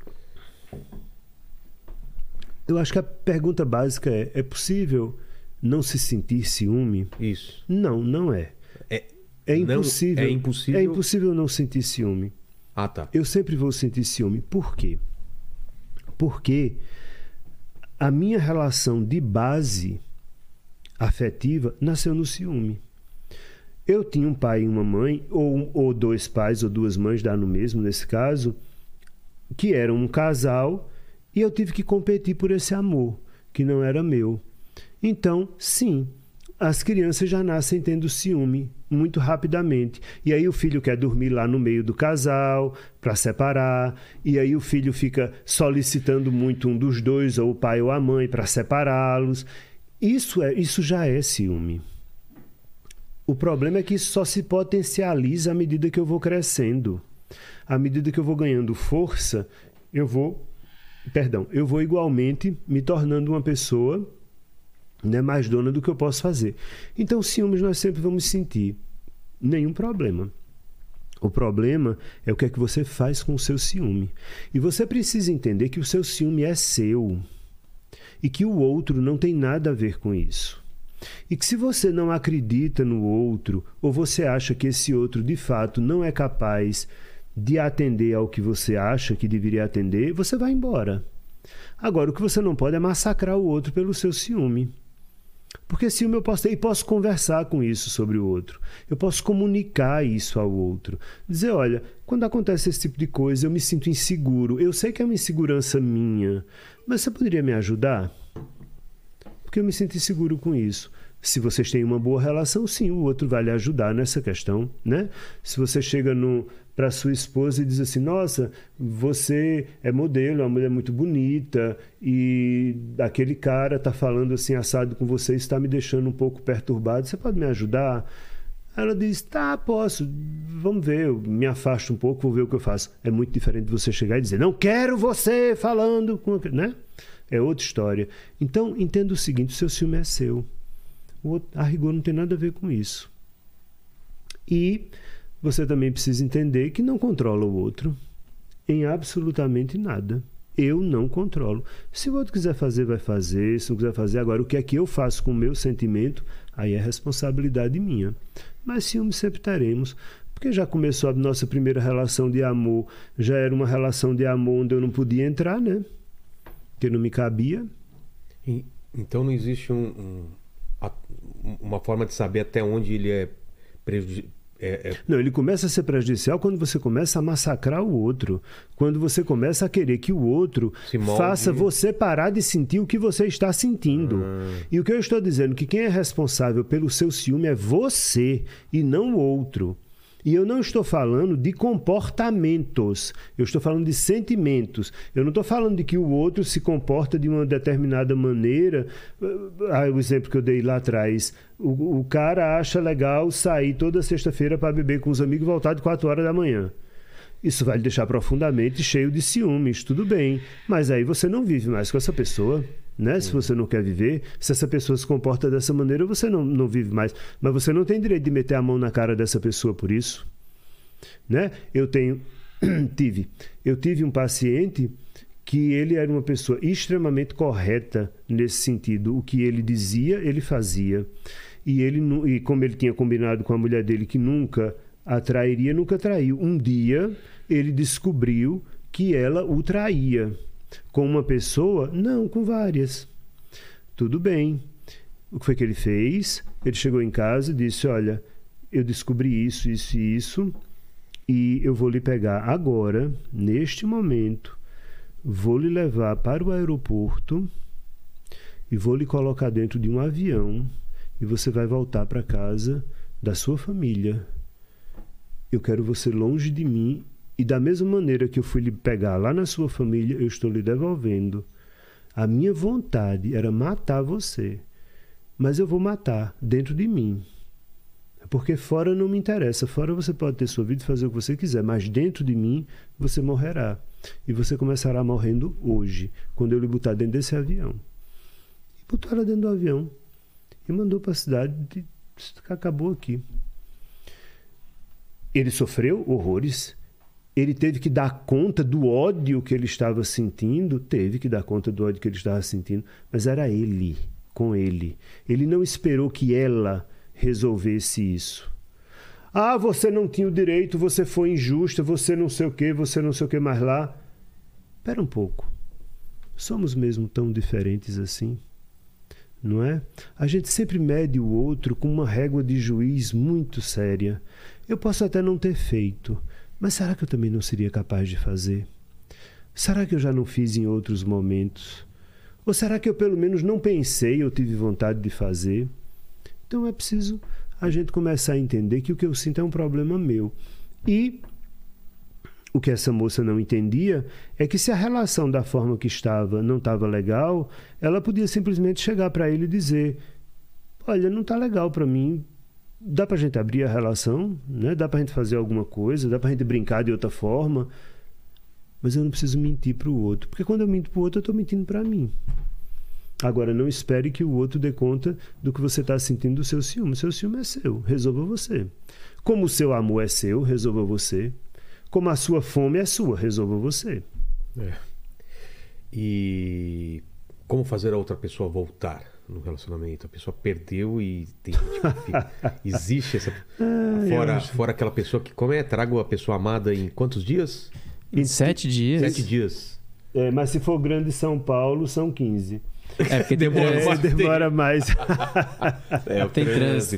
Eu acho que a pergunta básica é possível não se sentir ciúme? Isso. Não é. É impossível. É impossível? É impossível não sentir ciúme. Ah, tá. Eu sempre vou sentir ciúme. Por quê? Porque a minha relação de base afetiva nasceu no ciúme. Eu tinha um pai e uma mãe, ou dois pais ou duas mães, dá no mesmo nesse caso, que eram um casal, e eu tive que competir por esse amor, que não era meu. Então, sim, as crianças já nascem tendo ciúme muito rapidamente. E aí o filho quer dormir lá no meio do casal para separar. E aí o filho fica solicitando muito um dos dois, ou o pai ou a mãe, para separá-los. Isso já é ciúme. O problema é que isso só se potencializa à medida que eu vou crescendo. À medida que eu vou ganhando força, eu vou igualmente me tornando uma pessoa, né, mais dona do que eu posso fazer. Então, ciúmes nós sempre vamos sentir. Nenhum problema. O problema é o que é que você faz com o seu ciúme. E você precisa entender que o seu ciúme é seu. E que o outro não tem nada a ver com isso. E que se você não acredita no outro, ou você acha que esse outro de fato não é capaz de atender ao que você acha que deveria atender, você vai embora. Agora, o que você não pode é massacrar o outro pelo seu ciúme. Porque ciúme eu posso ter, e posso conversar com isso sobre o outro. Eu posso comunicar isso ao outro. Dizer, olha, quando acontece esse tipo de coisa, eu me sinto inseguro. Eu sei que é uma insegurança minha, mas você poderia me ajudar? Porque eu me sinto inseguro com isso. Se vocês têm uma boa relação, sim, o outro vai lhe ajudar nessa questão, né? Se você chega para sua esposa e diz assim, nossa, você é modelo, é uma mulher muito bonita e aquele cara está falando assim assado com você, está me deixando um pouco perturbado, você pode me ajudar? Ela diz, tá, posso, vamos ver, eu me afasto um pouco, vou ver o que eu faço. É muito diferente de você chegar e dizer, não quero você falando, né? É outra história. Então, entenda o seguinte, o seu ciúme é seu. O outro, a rigor, não tem nada a ver com isso. E você também precisa entender que não controla o outro em absolutamente nada. Eu não controlo. Se o outro quiser fazer, vai fazer. Se não quiser fazer, agora o que é que eu faço com o meu sentimento, aí é responsabilidade minha. Mas ciúme sempre teremos. Porque já começou a nossa primeira relação de amor, já era uma relação de amor onde eu não podia entrar, né? Porque não me cabia. Então não existe uma forma de saber até onde ele é prejudicial. Não, ele começa a ser prejudicial quando você começa a massacrar o outro. Quando você começa a querer que o outro faça você parar de sentir o que você está sentindo. E o que eu estou dizendo é que quem é responsável pelo seu ciúme é você e não o outro. E eu não estou falando de comportamentos, eu estou falando de sentimentos. Eu não estou falando de que o outro se comporta de uma determinada maneira. O exemplo que eu dei lá atrás, o cara acha legal sair toda sexta-feira para beber com os amigos e voltar de 4 horas da manhã. Isso vai lhe deixar profundamente cheio de ciúmes, tudo bem. Mas aí você não vive mais com essa pessoa, né? Se você não quer viver, se essa pessoa se comporta dessa maneira, você não vive mais. Mas você não tem direito de meter a mão na cara dessa pessoa por isso, né? Eu tive um paciente que ele era uma pessoa extremamente correta nesse sentido. O que ele dizia, ele fazia. E como ele tinha combinado com a mulher dele que nunca a trairia, nunca traiu. Um dia ele descobriu que ela o traía. Com uma pessoa? Não, com várias. Tudo bem. O que foi que ele fez? Ele chegou em casa e disse, olha, eu descobri isso, isso e isso, e eu vou lhe pegar agora, neste momento, vou lhe levar para o aeroporto e vou lhe colocar dentro de um avião e você vai voltar para casa da sua família. Eu quero você longe de mim e da mesma maneira que eu fui lhe pegar lá na sua família, eu estou lhe devolvendo. A minha vontade era matar você, mas eu vou matar dentro de mim. Porque fora não me interessa. Fora você pode ter sua vida e fazer o que você quiser, mas dentro de mim você morrerá. E você começará morrendo hoje, quando eu lhe botar dentro desse avião. E botou ela dentro do avião e mandou para a cidade e acabou aqui. Ele sofreu horrores. Ele teve que dar conta do ódio que ele estava sentindo. Teve que dar conta do ódio que ele estava sentindo. Mas era ele, com ele. Ele não esperou que ela resolvesse isso. Ah, você não tinha o direito, você foi injusta, você não sei o que mais lá. Espera um pouco. Somos mesmo tão diferentes assim? Não é? A gente sempre mede o outro com uma régua de juiz muito séria. Eu posso até não ter feito, mas será que eu também não seria capaz de fazer? Será que eu já não fiz em outros momentos? Ou será que eu pelo menos não pensei ou tive vontade de fazer? Então é preciso a gente começar a entender que o que eu sinto é um problema meu. E o que essa moça não entendia é que se a relação da forma que estava não estava legal, ela podia simplesmente chegar para ele e dizer, olha, não está legal para mim, dá para a gente abrir a relação, né? Dá para a gente fazer alguma coisa, dá para a gente brincar de outra forma, mas eu não preciso mentir para o outro, porque quando eu minto para o outro eu estou mentindo para mim. Agora, não espere que o outro dê conta do que você está sentindo do seu ciúme. O seu ciúme é seu, resolva você. Como o seu amor é seu, resolva você. Como a sua fome é sua, resolva você. E como fazer a outra pessoa voltar? no relacionamento? A pessoa perdeu e tem gente que fica... Existe essa... Fora aquela pessoa que... Como é? Trago a pessoa amada em quantos dias? Em 7 dias. 7 dias. Mas se for Grande São Paulo, são 15. Porque demora mais. Tem trânsito.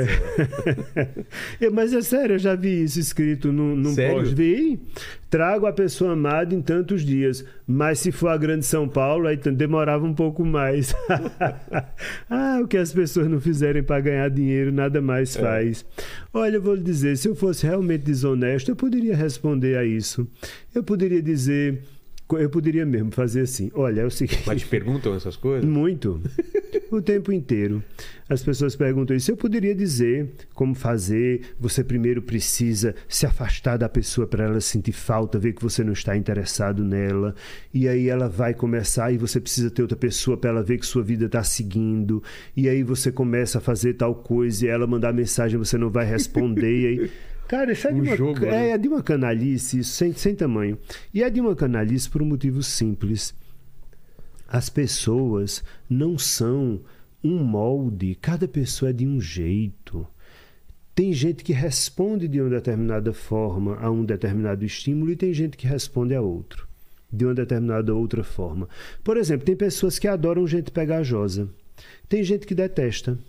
Mas é sério, eu já vi isso escrito num post. Vi, trago a pessoa amada em tantos dias. Mas se for a Grande São Paulo, aí demorava um pouco mais. O que as pessoas não fizerem para ganhar dinheiro, nada mais faz. Olha, eu vou lhe dizer, se eu fosse realmente desonesto, eu poderia responder a isso. Eu poderia dizer... Eu poderia mesmo fazer assim. Olha, é o seguinte... Mas te perguntam essas coisas? Muito. O tempo inteiro. As pessoas perguntam isso. Eu poderia dizer como fazer. Você primeiro precisa se afastar da pessoa para ela sentir falta, ver que você não está interessado nela. E aí ela vai começar e você precisa ter outra pessoa para ela ver que sua vida está seguindo. E aí você começa a fazer tal coisa e ela mandar mensagem, você não vai responder. E aí... Cara, isso é de uma canalice, sem tamanho. E é de uma canalice por um motivo simples. As pessoas não são um molde, cada pessoa é de um jeito. Tem gente que responde de uma determinada forma a um determinado estímulo e tem gente que responde a outro, de uma determinada outra forma. Por exemplo, tem pessoas que adoram gente pegajosa. Tem gente que detesta.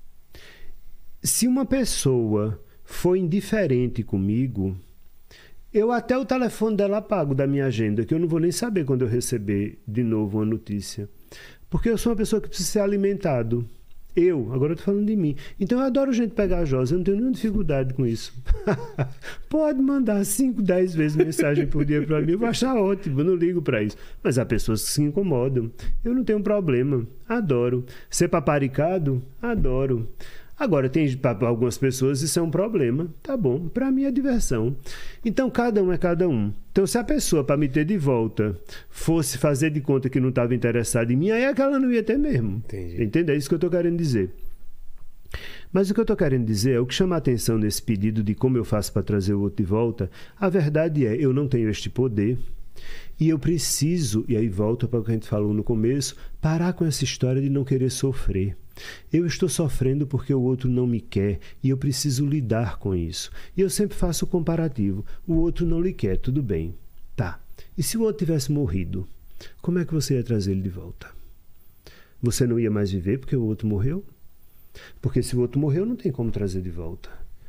Se uma pessoa... foi indiferente comigo, eu até o telefone dela apago da minha agenda, que eu não vou nem saber quando eu receber de novo uma notícia. Porque eu sou uma pessoa que precisa ser alimentado. Agora eu estou falando de mim. Então eu adoro gente pegajosa, eu não tenho nenhuma dificuldade com isso. Pode mandar 5, 10 vezes mensagem por dia para mim, eu vou achar ótimo, eu não ligo para isso. Mas há pessoas que se incomodam. Eu não tenho problema, adoro. Ser paparicado? Adoro. Agora, para algumas pessoas isso é um problema. Tá bom, para mim é diversão. Então, cada um é cada um. Então, se a pessoa, para me ter de volta, fosse fazer de conta que não estava interessada em mim, aí é que ela não ia ter mesmo. Entendi. Entende? É isso que eu estou querendo dizer. Mas o que eu estou querendo dizer é o que chama a atenção nesse pedido de como eu faço para trazer o outro de volta. A verdade é, eu não tenho este poder. E eu preciso, e aí volto para o que a gente falou no começo, parar com essa história de não querer sofrer. Eu estou sofrendo porque o outro não me quer e eu preciso lidar com isso. E eu sempre faço o comparativo. O outro não lhe quer, tudo bem. Tá. E se o outro tivesse morrido, como é que você ia trazer ele de volta? Você não ia mais viver porque o outro morreu? Porque se o outro morreu, não tem como trazer de volta.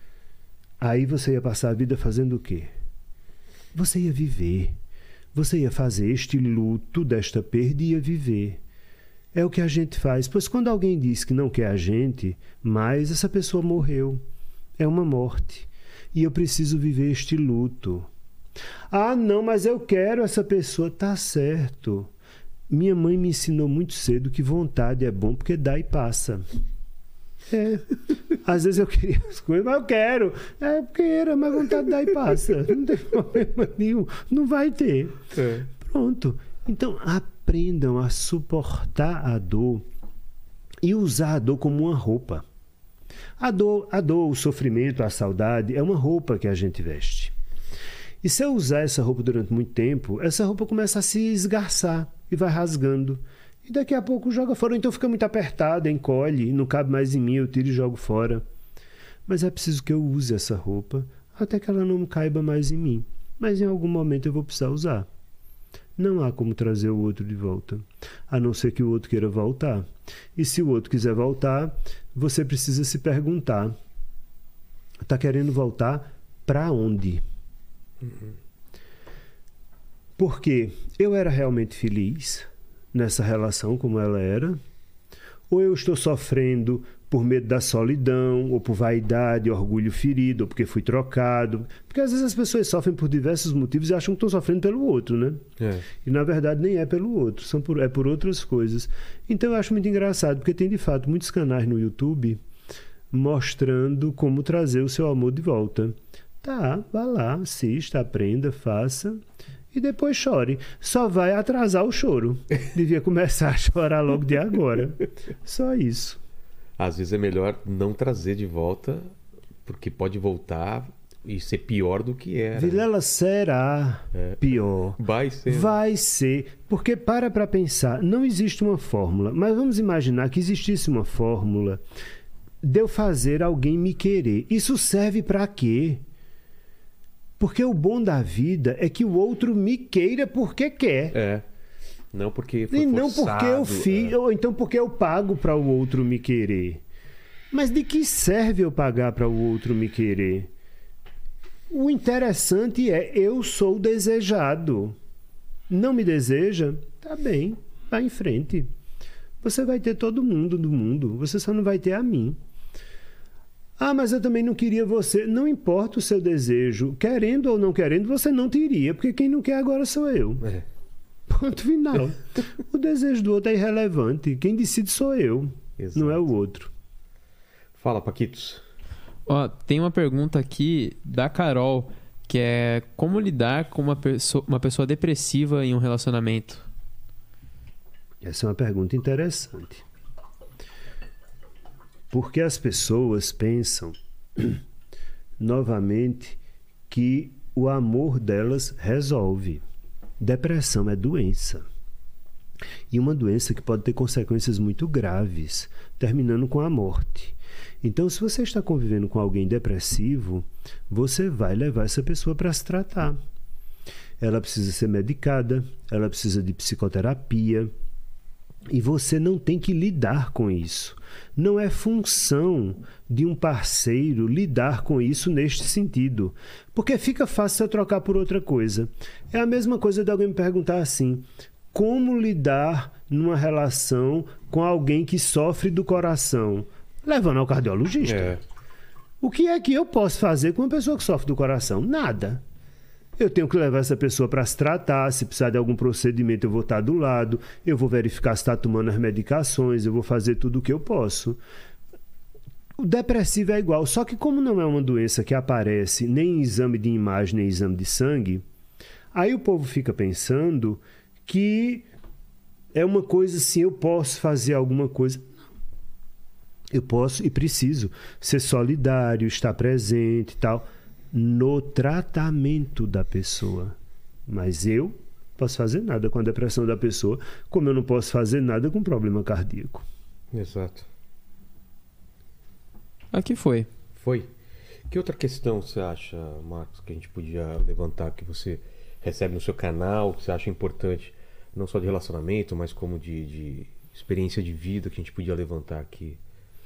Aí você ia passar a vida fazendo o quê? Você ia viver. Você ia fazer este luto desta perda e ia viver. É o que a gente faz. Pois quando alguém diz que não quer a gente, mas essa pessoa morreu. É uma morte. E eu preciso viver este luto. Ah, não, mas eu quero essa pessoa. Tá certo. Minha mãe me ensinou muito cedo que vontade é bom porque dá e passa. Às vezes eu queria as coisas, mas eu quero. Porque era, mas vontade dá e passa. Não tem problema nenhum. Não vai ter. Pronto. Então, aprendam a suportar a dor e usar a dor como uma roupa. A dor, o sofrimento, a saudade é uma roupa que a gente veste. E se eu usar essa roupa durante muito tempo, essa roupa começa a se esgarçar e vai rasgando. E daqui a pouco joga fora. Então fica muito apertada, encolhe, não cabe mais em mim, eu tiro e jogo fora. Mas é preciso que eu use essa roupa até que ela não caiba mais em mim. Mas em algum momento eu vou precisar usar. Não há como trazer o outro de volta, a não ser que o outro queira voltar. E se o outro quiser voltar, você precisa se perguntar: está querendo voltar para onde? Porque eu era realmente feliz nessa relação como ela era? Ou eu estou sofrendo por medo da solidão, ou por vaidade, orgulho ferido, ou porque fui trocado? Porque às vezes as pessoas sofrem por diversos motivos e acham que estão sofrendo pelo outro, né? E na verdade nem é pelo outro, é por outras coisas. Então eu acho muito engraçado, porque tem de fato muitos canais no YouTube mostrando como trazer o seu amor de volta. Tá, vá lá, assista, aprenda, faça e depois chore. Só vai atrasar o choro. Devia começar a chorar logo de agora. Só isso. Às vezes é melhor não trazer de volta, porque pode voltar e ser pior do que era. Vilela, será pior? Vai ser. Vai ser. Porque para pensar, não existe uma fórmula. Mas vamos imaginar que existisse uma fórmula de eu fazer alguém me querer. Isso serve para quê? Porque o bom da vida é que o outro me queira porque quer. Não porque foi e não forçado, porque eu fiz, ou então porque eu pago para o outro me querer. Mas de que serve eu pagar para o outro me querer? O interessante é, eu sou desejado. Não me deseja? Tá bem, vai em frente. Você vai ter todo mundo do mundo, você só não vai ter a mim. Ah, mas eu também não queria você. Não importa o seu desejo. Querendo ou não querendo, você não teria, porque quem não quer agora sou eu. Ponto final. O desejo do outro é irrelevante. Quem decide sou eu, não é o outro. Fala, Paquitos. Ó, tem uma pergunta aqui da Carol, que é como lidar com uma pessoa depressiva em um relacionamento? Essa é uma pergunta interessante. Porque as pessoas pensam, novamente, que o amor delas resolve. Depressão é doença. E uma doença que pode ter consequências muito graves, terminando com a morte. Então, se você está convivendo com alguém depressivo, você vai levar essa pessoa para se tratar. Ela precisa ser medicada, ela precisa de psicoterapia, e você não tem que lidar com isso. Não é função de um parceiro lidar com isso neste sentido. Porque fica fácil eu trocar por outra coisa. É a mesma coisa de alguém me perguntar assim: como lidar numa relação com alguém que sofre do coração? Levando ao cardiologista. O que é que eu posso fazer com uma pessoa que sofre do coração? Nada. Eu tenho que levar essa pessoa para se tratar. Se precisar de algum procedimento, eu vou estar do lado. Eu vou verificar se está tomando as medicações. Eu vou fazer tudo o que eu posso. O depressivo é igual. Só que como não é uma doença que aparece nem em exame de imagem, nem em exame de sangue, aí o povo fica pensando que é uma coisa assim, eu posso fazer alguma coisa. Eu posso e preciso ser solidário, estar presente e tal, no tratamento da pessoa. Mas eu não posso fazer nada com a depressão da pessoa, como eu não posso fazer nada com problema cardíaco. Exato. Aqui foi. Foi. Que outra questão você acha, Marcos, que a gente podia levantar, que você recebe no seu canal, que você acha importante, não só de relacionamento, mas como de experiência de vida, que a gente podia levantar aqui?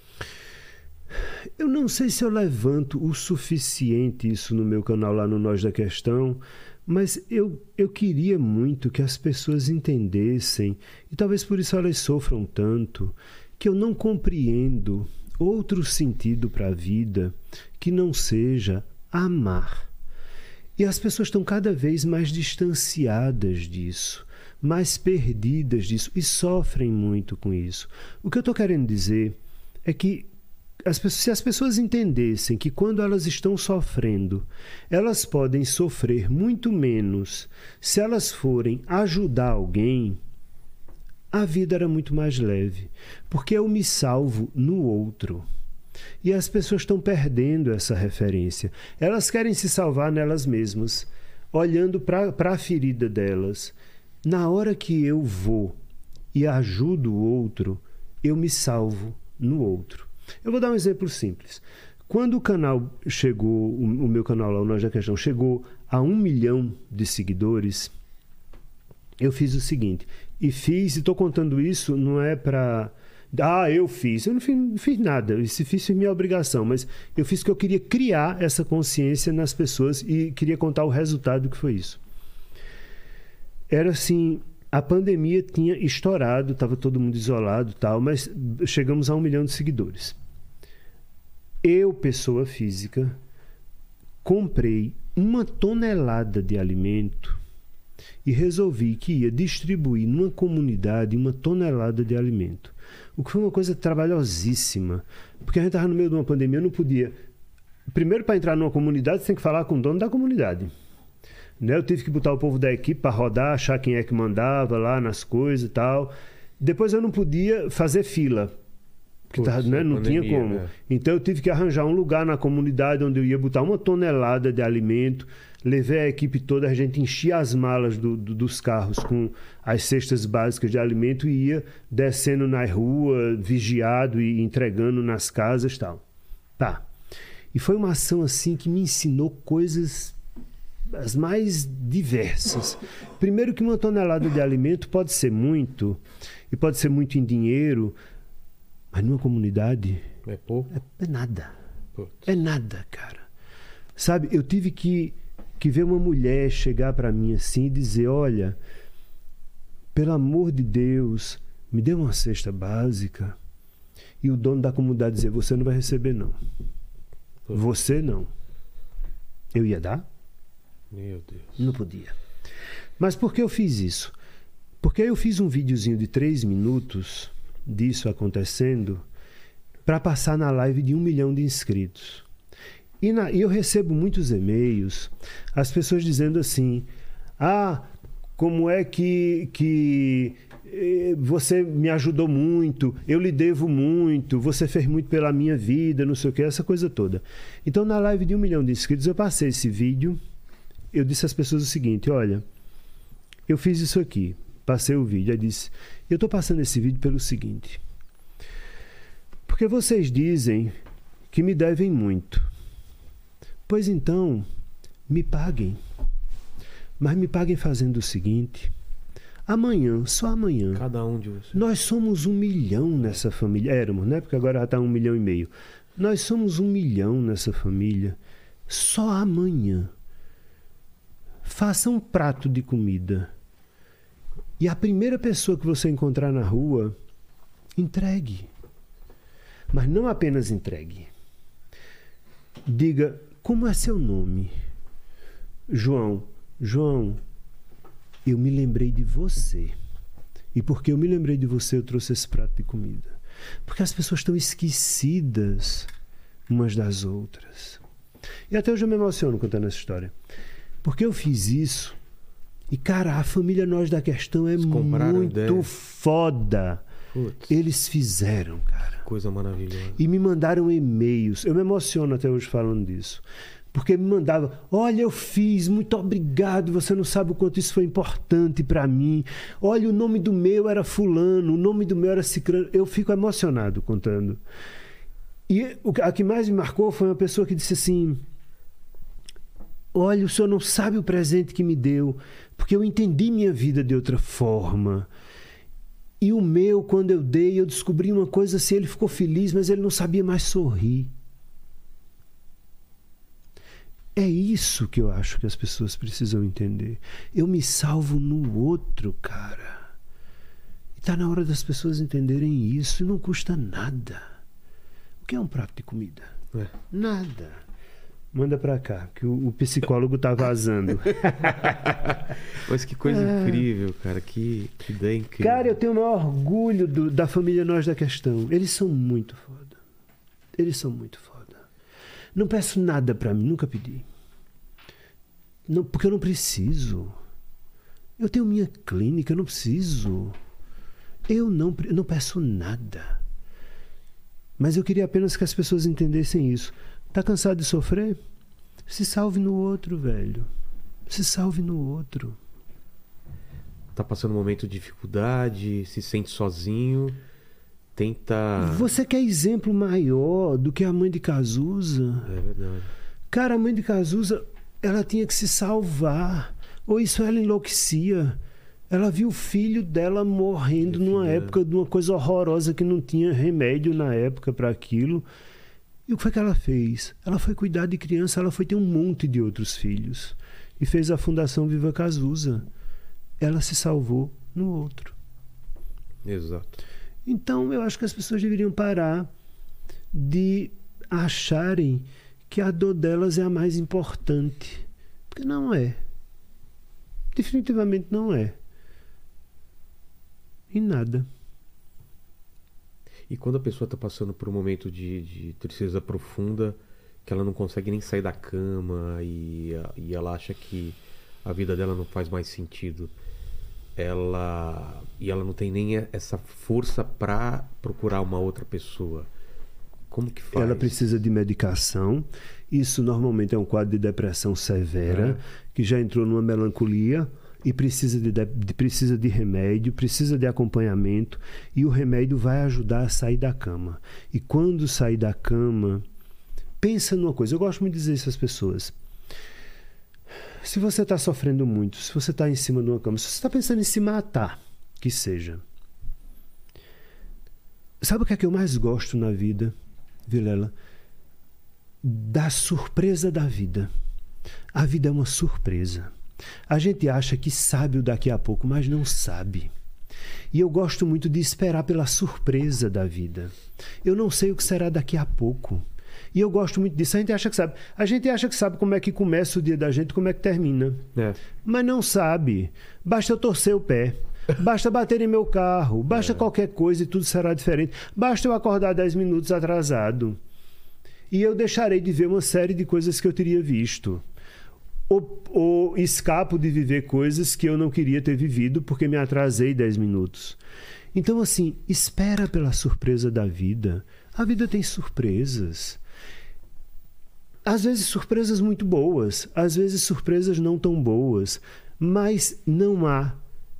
Eu não sei se eu levanto o suficiente isso no meu canal lá no Nós da Questão, mas eu queria muito que as pessoas entendessem, e talvez por isso elas sofram tanto, que eu não compreendo outro sentido para a vida que não seja amar. E as pessoas estão cada vez mais distanciadas disso, mais perdidas disso, e sofrem muito com isso. O que eu estou querendo dizer é que se as pessoas entendessem que quando elas estão sofrendo, elas podem sofrer muito menos se elas forem ajudar alguém, a vida era muito mais leve. Porque eu me salvo no outro. E as pessoas estão perdendo essa referência. Elas querem se salvar nelas mesmas, olhando para a ferida delas. Na hora que eu vou e ajudo o outro, eu me salvo no outro. Eu vou dar um exemplo simples. Quando o canal chegou, o meu canal lá, o Nós da Questão, chegou a 1 milhão de seguidores, eu fiz o seguinte, e estou contando isso, não é para... eu fiz. Eu não fiz nada, se fiz minha obrigação, mas eu fiz porque eu queria criar essa consciência nas pessoas e queria contar o resultado que foi isso. Era assim... A pandemia tinha estourado, estava todo mundo isolado e tal, mas chegamos a 1 milhão de seguidores. Eu, pessoa física, comprei 1 tonelada de alimento e resolvi que ia distribuir numa comunidade 1 tonelada de alimento. O que foi uma coisa trabalhosíssima, porque a gente estava no meio de uma pandemia, eu não podia... Primeiro, para entrar numa comunidade, você tem que falar com o dono da comunidade. Eu tive que botar o povo da equipe para rodar, achar quem é que mandava lá nas coisas e tal. Depois eu não podia fazer fila. Porque né, não pandemia, tinha como. né? Então eu tive que arranjar um lugar na comunidade onde eu ia botar 1 tonelada de alimento. Levei a equipe toda, a gente enchia as malas dos carros com as cestas básicas de alimento e ia descendo na rua, vigiado e entregando nas casas e tal. Tá. E foi uma ação assim que me ensinou coisas as mais diversas. Primeiro que 1 tonelada de alimento pode ser muito, e pode ser muito em dinheiro, mas numa comunidade É pouco? é nada. Putz. É nada, cara. Sabe, eu tive que ver uma mulher chegar para mim assim e dizer, olha, pelo amor de Deus, me dê uma cesta básica. E o dono da comunidade dizer, você não vai receber não. Você não. Eu ia dar? Meu Deus. Não podia. Mas por que eu fiz isso? Porque eu fiz um videozinho de 3 minutos disso acontecendo para passar na live de 1 milhão de inscritos. E eu recebo muitos e-mails, as pessoas dizendo assim, como é que você me ajudou muito, eu lhe devo muito, você fez muito pela minha vida, não sei o que, essa coisa toda. Então na live de 1 milhão de inscritos eu passei esse vídeo, eu disse às pessoas o seguinte, olha, eu fiz isso aqui, passei o vídeo, aí disse, eu estou passando esse vídeo pelo seguinte, porque vocês dizem que me devem muito. Pois então, me paguem. Mas me paguem fazendo o seguinte, amanhã, só amanhã, Cada um de vocês. nós somos 1 milhão nessa família, éramos, né? Porque agora já está 1,5 milhão. Nós somos 1 milhão nessa família, só amanhã. Faça um prato de comida. E a primeira pessoa que você encontrar na rua, entregue. Mas não apenas entregue. Diga, como é seu nome? João. João, eu me lembrei de você. E porque eu me lembrei de você, eu trouxe esse prato de comida. Porque as pessoas estão esquecidas umas das outras. E até hoje eu me emociono contando essa história. Porque eu fiz isso. E, cara, a família Nós da Questão é muito ideia. foda. Putz, Eles fizeram, cara. coisa maravilhosa. E me mandaram e-mails. Eu me emociono até hoje falando disso. Porque me mandavam, olha, eu fiz, muito obrigado, você não sabe o quanto isso foi importante para mim. Olha, o nome do meu era fulano, o nome do meu era ciclano. Eu fico emocionado contando. E a que mais me marcou foi uma pessoa que disse assim, olha, o senhor não sabe o presente que me deu, porque eu entendi minha vida de outra forma. E o meu, quando eu dei, eu descobri uma coisa assim, ele ficou feliz, mas ele não sabia mais sorrir. É isso que eu acho que as pessoas precisam entender. Eu me salvo no outro, cara. E está na hora das pessoas entenderem isso. E não custa nada. O que é um prato de comida? Nada. Manda pra cá, que o psicólogo tá vazando. Mas que coisa incrível, cara. Que ideia incrível. Cara, eu tenho o maior orgulho da família Nós da Questão. Eles são muito foda. Eles são muito foda. Não peço nada pra mim, nunca pedi. Não, porque eu não preciso. Eu tenho minha clínica, eu não preciso. Eu não peço nada. Mas eu queria apenas que as pessoas entendessem isso. Tá cansado de sofrer? Se salve no outro, velho. Se salve no outro. Tá passando um momento de dificuldade, se sente sozinho, tenta... Você quer exemplo maior do que a mãe de Cazuza? É verdade. Cara, a mãe de Cazuza, ela tinha que se salvar. Ou isso ela enlouquecia. Ela viu o filho dela morrendo numa época de uma coisa horrorosa que não tinha remédio na época para aquilo. E o que foi que ela fez? Ela foi cuidar de criança, ela foi ter um monte de outros filhos. E fez a Fundação Viva Cazuza. Ela se salvou no outro. Exato. Então, eu acho que as pessoas deveriam parar de acharem que a dor delas é a mais importante. Porque não é. Definitivamente não é. Em nada. E quando a pessoa está passando por um momento de tristeza profunda, que ela não consegue nem sair da cama e ela acha que a vida dela não faz mais sentido, ela não tem nem essa força para procurar uma outra pessoa. Como que faz? Ela precisa de medicação. Isso normalmente é um quadro de depressão severa, que já entrou numa melancolia e precisa de remédio, precisa de acompanhamento, e o remédio vai ajudar a sair da cama. E quando sair da cama, pensa numa coisa. Eu gosto muito de dizer isso às pessoas. Se você está sofrendo muito, se você está em cima de uma cama, se você está pensando em se matar, que seja. Sabe o que é que eu mais gosto na vida, Vilela? Da surpresa da vida. A vida é uma surpresa. A gente acha que sabe o daqui a pouco, mas não sabe. E eu gosto muito de esperar pela surpresa da vida. Eu não sei o que será daqui a pouco. E eu gosto muito disso. A gente acha que sabe. A gente acha que sabe como é que começa o dia da gente, como é que termina. Mas não sabe. Basta eu torcer o pé. Basta bater em meu carro. Basta qualquer coisa e tudo será diferente. Basta eu acordar 10 minutos atrasado. E eu deixarei de ver uma série de coisas que eu teria visto. Ou escapo de viver coisas que eu não queria ter vivido porque me atrasei 10 minutos. Então, assim, espera pela surpresa da vida. A vida tem surpresas. Às vezes surpresas muito boas, às vezes surpresas não tão boas, mas não há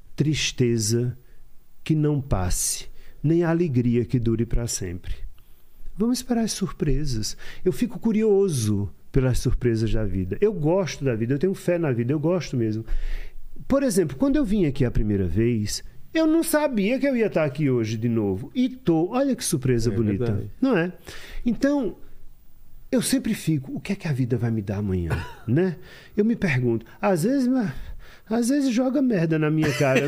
tristeza que não passe, nem alegria que dure para sempre. Vamos esperar as surpresas. Eu fico curioso pelas surpresas da vida. Eu gosto da vida, eu tenho fé na vida, eu gosto mesmo. Por exemplo, quando eu vim aqui a primeira vez, eu não sabia que eu ia estar aqui hoje de novo. E tô, olha que surpresa bonita, verdade. Não é? Então, eu sempre fico, o que é que a vida vai me dar amanhã, né? Eu me pergunto, às vezes joga merda na minha cara,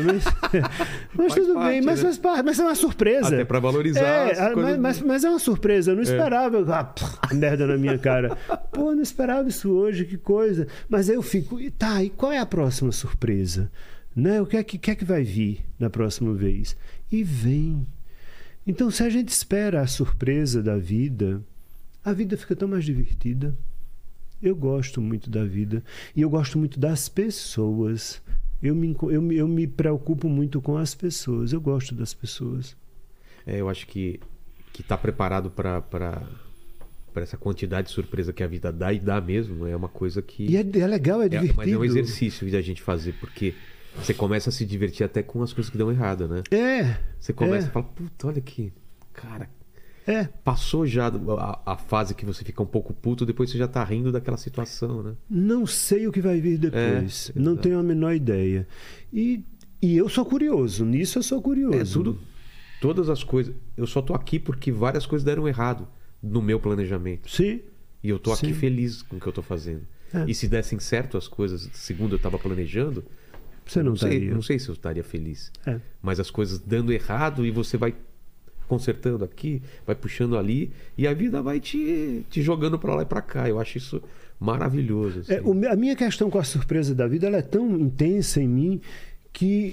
mas tudo parte, bem, mas, né? Mas é uma surpresa. Até para valorizar as coisas. Mas é uma surpresa, eu não esperava merda na minha cara. Pô, não esperava isso hoje, que coisa. Mas aí eu fico, tá, e qual é a próxima surpresa? Né? O que é que vai vir na próxima vez? E vem. Então, se a gente espera a surpresa da vida, a vida fica tão mais divertida. Eu gosto muito da vida e eu gosto muito das pessoas. Eu me preocupo muito com as pessoas. Eu gosto das pessoas. Eu acho que tá preparado para essa quantidade de surpresa que a vida dá, e dá mesmo. É uma coisa que... E é legal, é divertido. Mas é um exercício da gente fazer, porque você começa a se divertir até com as coisas que dão errado, né? Você começa a falar, puta, olha aqui, cara... Passou já a fase que você fica um pouco puto, depois você já tá rindo daquela situação, né? Não sei o que vai vir depois. Não tenho a menor ideia. E eu sou curioso. Nisso eu sou curioso. Todas as coisas... Eu só tô aqui porque várias coisas deram errado no meu planejamento. Sim. E eu tô aqui feliz com o que eu tô fazendo. E se dessem certo as coisas segundo eu tava planejando... Você não estaria. Não sei se eu estaria feliz. Mas as coisas dando errado e você vai consertando aqui, vai puxando ali, e a vida vai te jogando para lá e para cá. Eu acho isso maravilhoso. Assim. A minha questão com a surpresa da vida, ela é tão intensa em mim que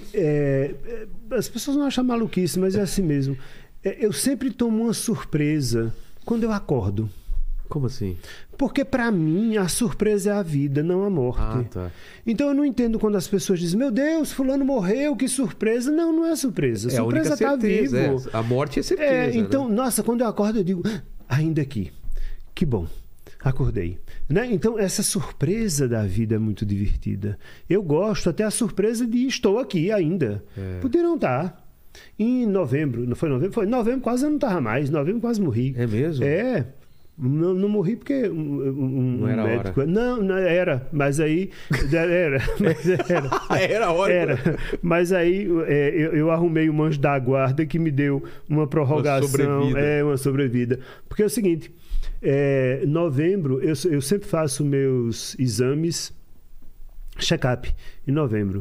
as pessoas não acham maluquice, mas é assim mesmo. Eu sempre tomo uma surpresa quando eu acordo. Como assim? Porque para mim a surpresa é a vida, não a morte. Tá. Então eu não entendo quando as pessoas dizem, meu Deus, fulano morreu, que surpresa. Não, não é surpresa. Surpresa está vivo. A morte é certeza. Então, né? Nossa, quando eu acordo eu digo, ainda aqui. Que bom. Acordei. Né? Então essa surpresa da vida é muito divertida. Eu gosto até a surpresa de estou aqui ainda. Podia não estar. Em novembro, não foi novembro? Foi novembro, quase eu não estava mais. Novembro quase morri. É mesmo? Não morri porque não era médico... hora. Não era. Mas aí... Era. Era a hora. Era. Mas aí eu arrumei um anjo da guarda que me deu uma prorrogação. Uma sobrevida. Porque é o seguinte... novembro, eu sempre faço meus exames check-up em novembro.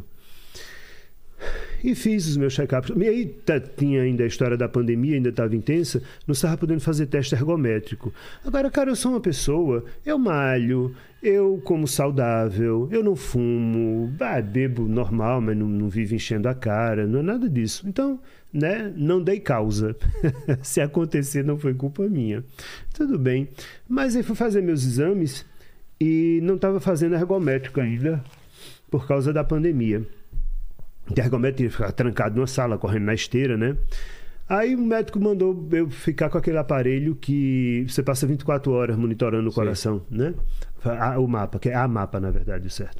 E fiz os meus check-ups. E aí tinha ainda a história da pandemia, ainda estava intensa, não estava podendo fazer teste ergométrico. Agora, cara, eu sou uma pessoa, eu malho, eu como saudável, eu não fumo, bebo normal, mas não vivo enchendo a cara, não é nada disso. Então, né, não dei causa. Se acontecer, não foi culpa minha. Tudo bem. Mas aí fui fazer meus exames e não estava fazendo ergométrico ainda, por causa da pandemia. de ergometria, ficar trancado numa sala, correndo na esteira, né? Aí o médico mandou eu ficar com aquele aparelho que você passa 24 horas monitorando o coração, né? O mapa, que é a mapa, na verdade, certo?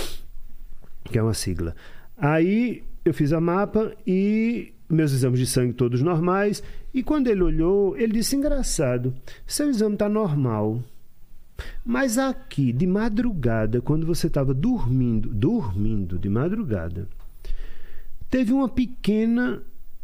Que é uma sigla. Aí eu fiz a mapa e meus exames de sangue todos normais. E quando ele olhou, ele disse, engraçado, seu exame está normal. Mas aqui, de madrugada, quando você estava dormindo de madrugada, teve uma pequena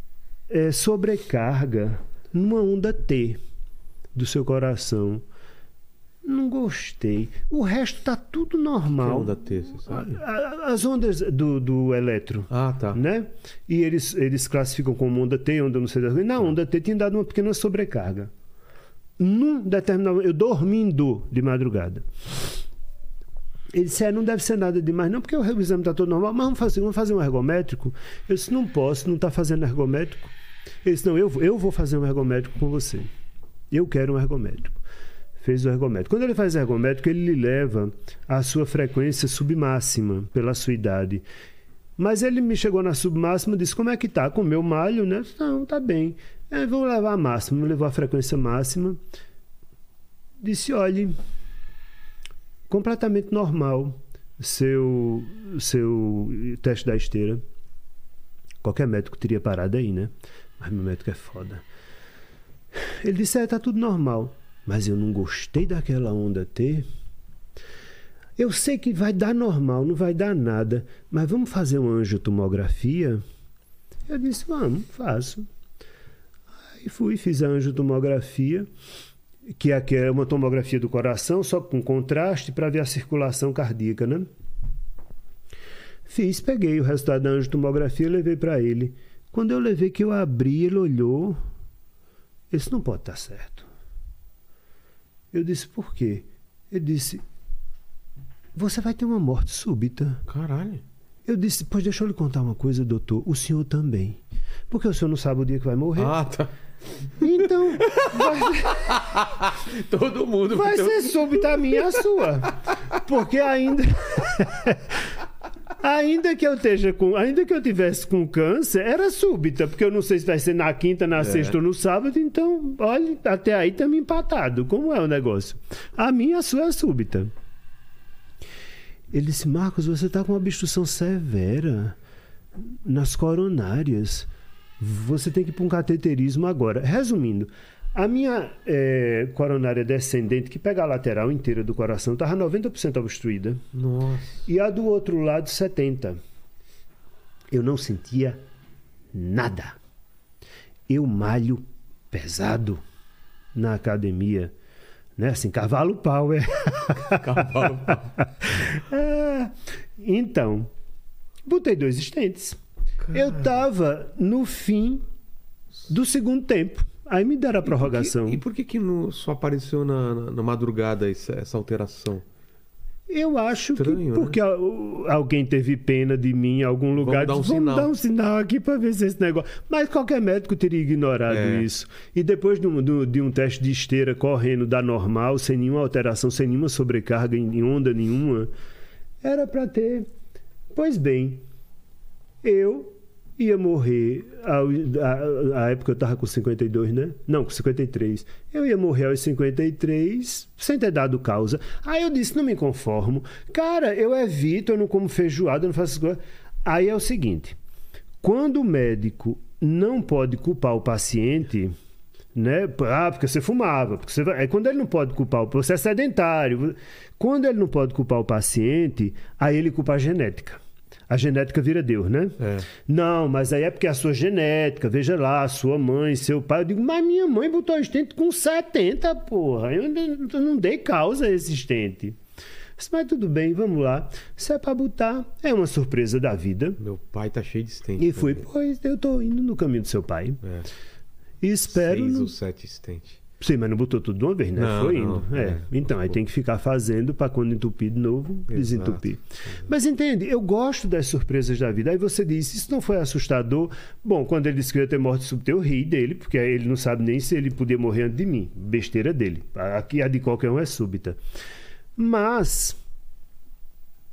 sobrecarga numa onda T do seu coração. Não gostei. O resto tá tudo normal. Que onda T, você sabe? As ondas do eletro. Ah, tá. Né? E eles classificam como onda T, onda não sei das coisas. Na onda T tinha dado uma pequena sobrecarga. Num determinado... Eu dormindo de madrugada. Ele disse, não deve ser nada demais, não, porque o exame está todo normal, mas vamos fazer um ergométrico? Eu disse, não posso, não está fazendo ergométrico. Ele disse, não, eu vou fazer um ergométrico com você. Eu quero um ergométrico. Fez o ergométrico. Quando ele faz ergométrico, ele lhe leva a sua frequência submáxima pela sua idade. Mas ele me chegou na submáxima e disse, como é que tá? Com o meu malho, né? Eu disse, não, tá bem. Vamos levar a máxima. Me levou a frequência máxima. Disse, olhe, completamente normal seu teste da esteira. Qualquer médico teria parado aí, né? Mas meu médico é foda. Ele disse, tá tudo normal. Mas eu não gostei daquela onda T. Eu sei que vai dar normal, não vai dar nada. Mas vamos fazer uma angiotomografia? Eu disse, vamos, faço. Aí fiz a angiotomografia, que é uma tomografia do coração, só com contraste para ver a circulação cardíaca, né? Peguei o resultado da angiotomografia e levei para ele. Quando eu levei, que eu abri, ele olhou. Isso não pode estar certo. Eu disse, por quê? Ele disse, você vai ter uma morte súbita. Caralho. Eu disse, pois deixa eu lhe contar uma coisa, doutor. O senhor também. Porque o senhor não sabe o dia que vai morrer. Ah, tá. Então, todo mundo vai ser súbita a minha e a sua. Porque ainda que eu tivesse com câncer, era súbita, porque eu não sei se vai ser na quinta, na sexta ou no sábado, então, olha, até aí estamos empatados. Como é o negócio? A minha e a sua é súbita. Ele disse, Marcos, você está com uma obstrução severa nas coronárias. Você tem que ir para um cateterismo agora. Resumindo, a minha coronária descendente, que pega a lateral inteira do coração, estava 90% obstruída. Nossa. E a do outro lado, 70%. Eu não sentia nada. Eu malho pesado na academia. Né? Assim, cavalo power. Cavalo power. Então, botei 2 stents. Eu estava no fim do segundo tempo. Aí me deram a prorrogação. E por que só apareceu na madrugada essa alteração? Eu acho estranho, que porque alguém teve pena de mim em algum lugar. Vamos dar um sinal aqui para ver se esse negócio... Mas qualquer médico teria ignorado isso. E depois de um teste de esteira correndo da normal, sem nenhuma alteração, sem nenhuma sobrecarga em onda nenhuma, era para ter... Pois bem, eu ia morrer... A época eu estava com 52, né? Não, com 53. Eu ia morrer aos 53 sem ter dado causa. Aí eu disse, não me conformo. Cara, eu evito, eu não como feijoada, eu não faço essas coisas. Aí é o seguinte, quando o médico não pode culpar o paciente, né? Porque você fumava. Quando ele não pode culpar, você é sedentário. Quando ele não pode culpar o paciente, aí ele culpa a genética. A genética vira Deus, né? Não, mas aí é porque a sua genética, veja lá, sua mãe, seu pai. Eu digo, mas minha mãe botou stent com 70, porra. Eu não dei causa a esse stent. Mas tudo bem, vamos lá. Se é pra botar, é uma surpresa da vida. Meu pai tá cheio de stent. E fui, pois eu tô indo no caminho do seu pai. E espero... 6 ou 7 stent. Sim, mas não botou tudo de uma vez, né? Foi indo. Então, aí tem que ficar fazendo para quando entupir de novo, desentupir. Mas entende, eu gosto das surpresas da vida. Aí você diz, isso não foi assustador? Bom, quando ele disse que eu ia ter morte súbita, eu ri dele, porque ele não sabe nem se ele podia morrer antes de mim. Besteira dele. Aqui a de qualquer um é súbita. Mas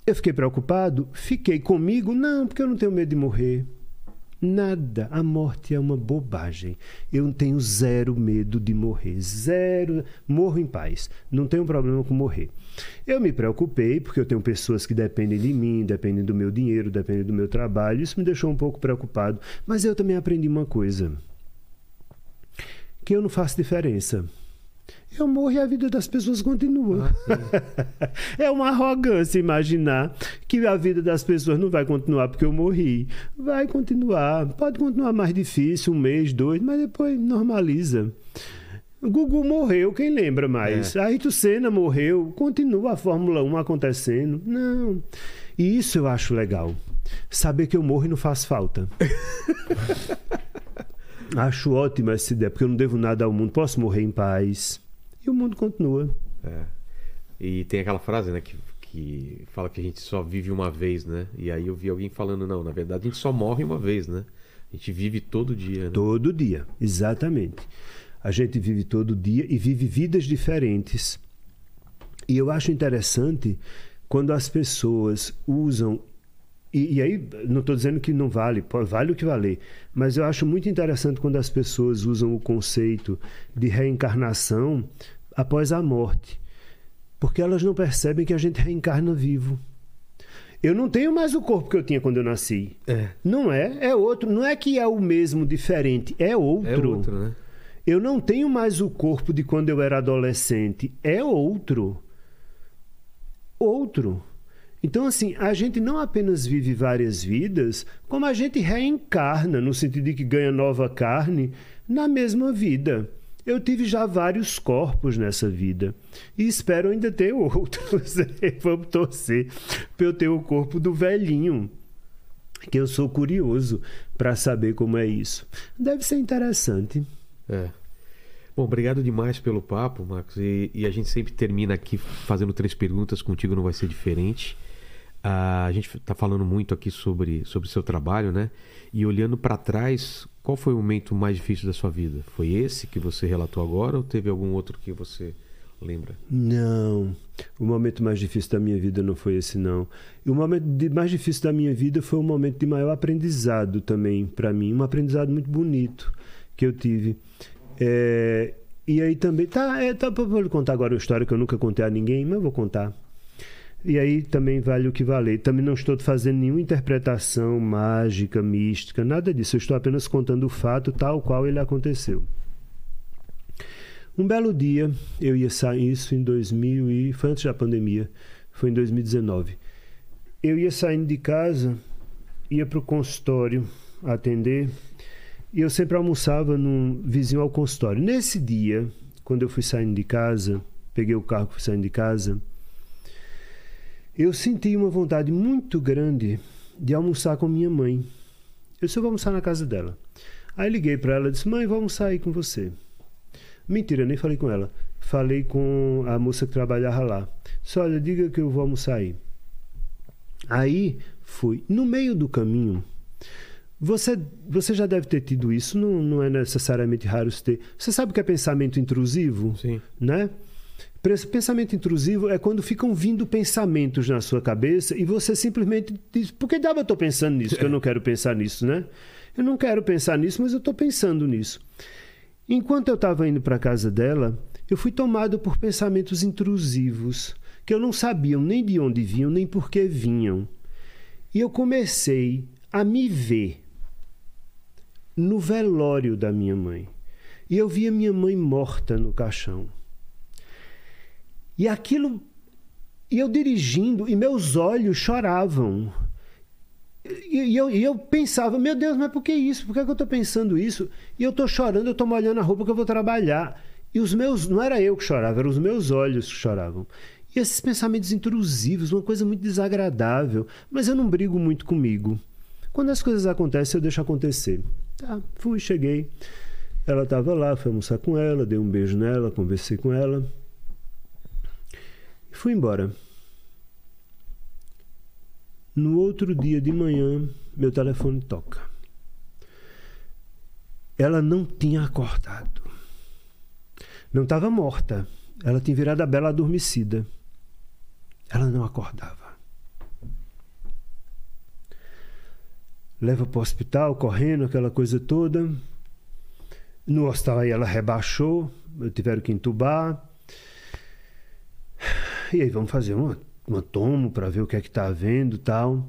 Eu fiquei preocupado? Fiquei. Comigo? Não, porque eu não tenho medo de morrer. Nada. A morte é uma bobagem. Eu tenho zero medo de morrer. Zero. Morro em paz. Não tenho problema com morrer. Eu me preocupei porque eu tenho pessoas que dependem de mim, dependem do meu dinheiro, dependem do meu trabalho. Isso me deixou um pouco preocupado. Mas eu também aprendi uma coisa. Que eu não faço diferença. Eu morro e a vida das pessoas continua. É uma arrogância imaginar que a vida das pessoas não vai continuar porque eu morri. Vai continuar. Pode continuar mais difícil, 1 mês, 2, mas depois normaliza. Gugu morreu, quem lembra mais? Ayrton Senna morreu, continua a Fórmula 1 acontecendo. Não. E isso eu acho legal. Saber que eu morro e não faz falta. Acho ótima essa ideia, porque eu não devo nada ao mundo. Posso morrer em paz. E o mundo continua. E tem aquela frase, né, que fala que a gente só vive uma vez, né? E aí eu vi alguém falando, não, na verdade a gente só morre uma vez, né? A gente vive todo dia, né? Todo dia, exatamente. A gente vive todo dia e vive vidas diferentes. E eu acho interessante quando as pessoas usam... E aí, não estou dizendo que não vale, vale o que valer, mas eu acho muito interessante quando as pessoas usam o conceito de reencarnação após a morte, porque elas não percebem que a gente reencarna vivo. Eu não tenho mais o corpo que eu tinha quando eu nasci. Não é outro. Não é que é o mesmo, diferente, é outro. É outro, né? Eu não tenho mais o corpo de quando eu era adolescente, é outro. Outro. Então, assim, a gente não apenas vive várias vidas, como a gente reencarna, no sentido de que ganha nova carne na mesma vida. Eu tive já vários corpos nessa vida e espero ainda ter outros. Vamos torcer para eu ter o corpo do velhinho, que eu sou curioso para saber como é isso. Deve ser interessante. Bom, obrigado demais pelo papo, Marcos. E a gente sempre termina aqui fazendo 3 perguntas, contigo não vai ser diferente. A gente está falando muito aqui sobre o seu trabalho, né? E olhando para trás, qual foi o momento mais difícil da sua vida? Foi esse que você relatou agora ou teve algum outro que você lembra? Não, o momento mais difícil da minha vida não foi esse, não. E o momento mais difícil da minha vida foi um momento de maior aprendizado também para mim. Um aprendizado muito bonito que eu tive. E aí também... Vou lhe contar agora uma história que eu nunca contei a ninguém, mas eu vou contar. E aí também vale o que valer. Também não estou fazendo nenhuma interpretação mágica, mística, nada disso. Eu estou apenas contando o fato tal qual ele aconteceu. Um belo dia, eu ia sair, isso em 2000 e... Foi antes da pandemia, foi em 2019. Eu ia saindo de casa, ia para o consultório atender, e eu sempre almoçava num vizinho ao consultório. Nesse dia, quando eu fui saindo de casa, peguei o carro e fui saindo de casa, eu senti uma vontade muito grande de almoçar com minha mãe. Eu só vou almoçar na casa dela. Aí liguei para ela e disse, mãe, vou almoçar aí com você. Mentira, eu nem falei com ela. Falei com a moça que trabalhava lá. Disse, olha, diga que eu vou almoçar aí. Aí fui. No meio do caminho, você já deve ter tido isso, não é necessariamente raro você ter. Você sabe o que é pensamento intrusivo? Sim. Né? Pensamento intrusivo é quando ficam vindo pensamentos na sua cabeça e você simplesmente diz, por que eu estou pensando nisso? Que eu não quero pensar nisso, né? Eu não quero pensar nisso, mas eu estou pensando nisso. Enquanto eu estava indo para a casa dela, eu fui tomado por pensamentos intrusivos, que eu não sabia nem de onde vinham, nem por que vinham. E eu comecei a me ver no velório da minha mãe. E eu via minha mãe morta no caixão. E aquilo... E eu dirigindo, e meus olhos choravam. E eu pensava, meu Deus, mas por que isso? Por que eu estou pensando isso? E eu estou chorando, eu estou molhando a roupa que eu vou trabalhar. E os meus... Não era eu que chorava, eram os meus olhos que choravam. E esses pensamentos intrusivos, uma coisa muito desagradável. Mas eu não brigo muito comigo. Quando as coisas acontecem, eu deixo acontecer. Tá, fui, cheguei. Ela estava lá, fui almoçar com ela, dei um beijo nela, conversei com ela. E fui embora. No outro dia de manhã, meu telefone toca. Ela não tinha acordado. Não estava morta. Ela tinha virado a bela adormecida. Ela não acordava. Leva para o hospital, correndo, aquela coisa toda. No hospital aí ela rebaixou, tiveram que entubar. E aí vamos fazer uma tomo para ver o que é que está havendo e tal.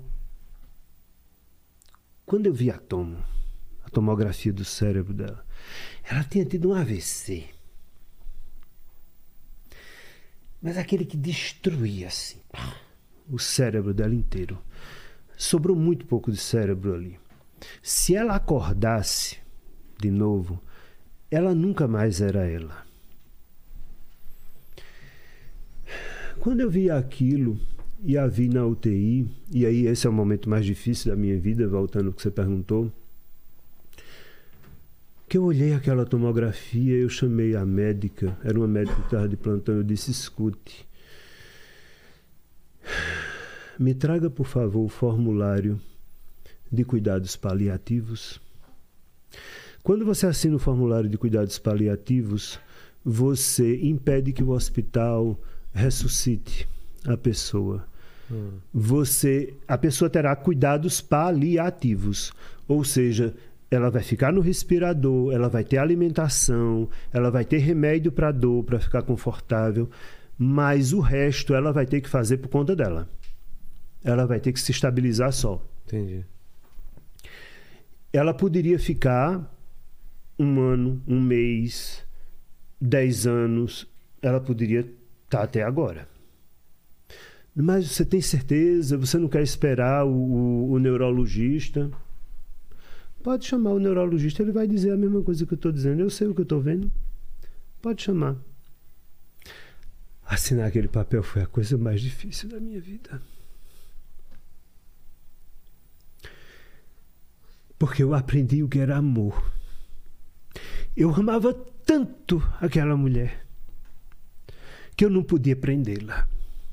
Quando eu vi a tomografia do cérebro dela, ela tinha tido um AVC. Mas aquele que destruía assim, o cérebro dela inteiro. Sobrou muito pouco de cérebro ali. Se ela acordasse de novo, ela nunca mais era ela. Quando eu vi aquilo e a vi na UTI, e aí esse é o momento mais difícil da minha vida, voltando ao que você perguntou, que eu olhei aquela tomografia, eu chamei a médica, era uma médica que estava de plantão, eu disse, escute, me traga, por favor, o formulário de cuidados paliativos. Quando você assina o formulário de cuidados paliativos, você impede que o hospital ressuscite a pessoa. A pessoa terá cuidados paliativos, ou seja, ela vai ficar no respirador, ela vai ter alimentação, ela vai ter remédio para dor, para ficar confortável, mas o resto ela vai ter que fazer por conta dela. Ela vai ter que se estabilizar só. Entendi. Ela poderia ficar 1 ano, 1 mês, 10 anos, ela poderia estar até agora. Mas você tem certeza? Você não quer esperar o neurologista? Pode chamar o neurologista, ele vai dizer a mesma coisa que eu estou dizendo. Eu sei o que eu estou vendo. Pode chamar. Assinar aquele papel foi a coisa mais difícil da minha vida. Porque eu aprendi o que era amor. Eu amava tanto aquela mulher que eu não podia prendê-la.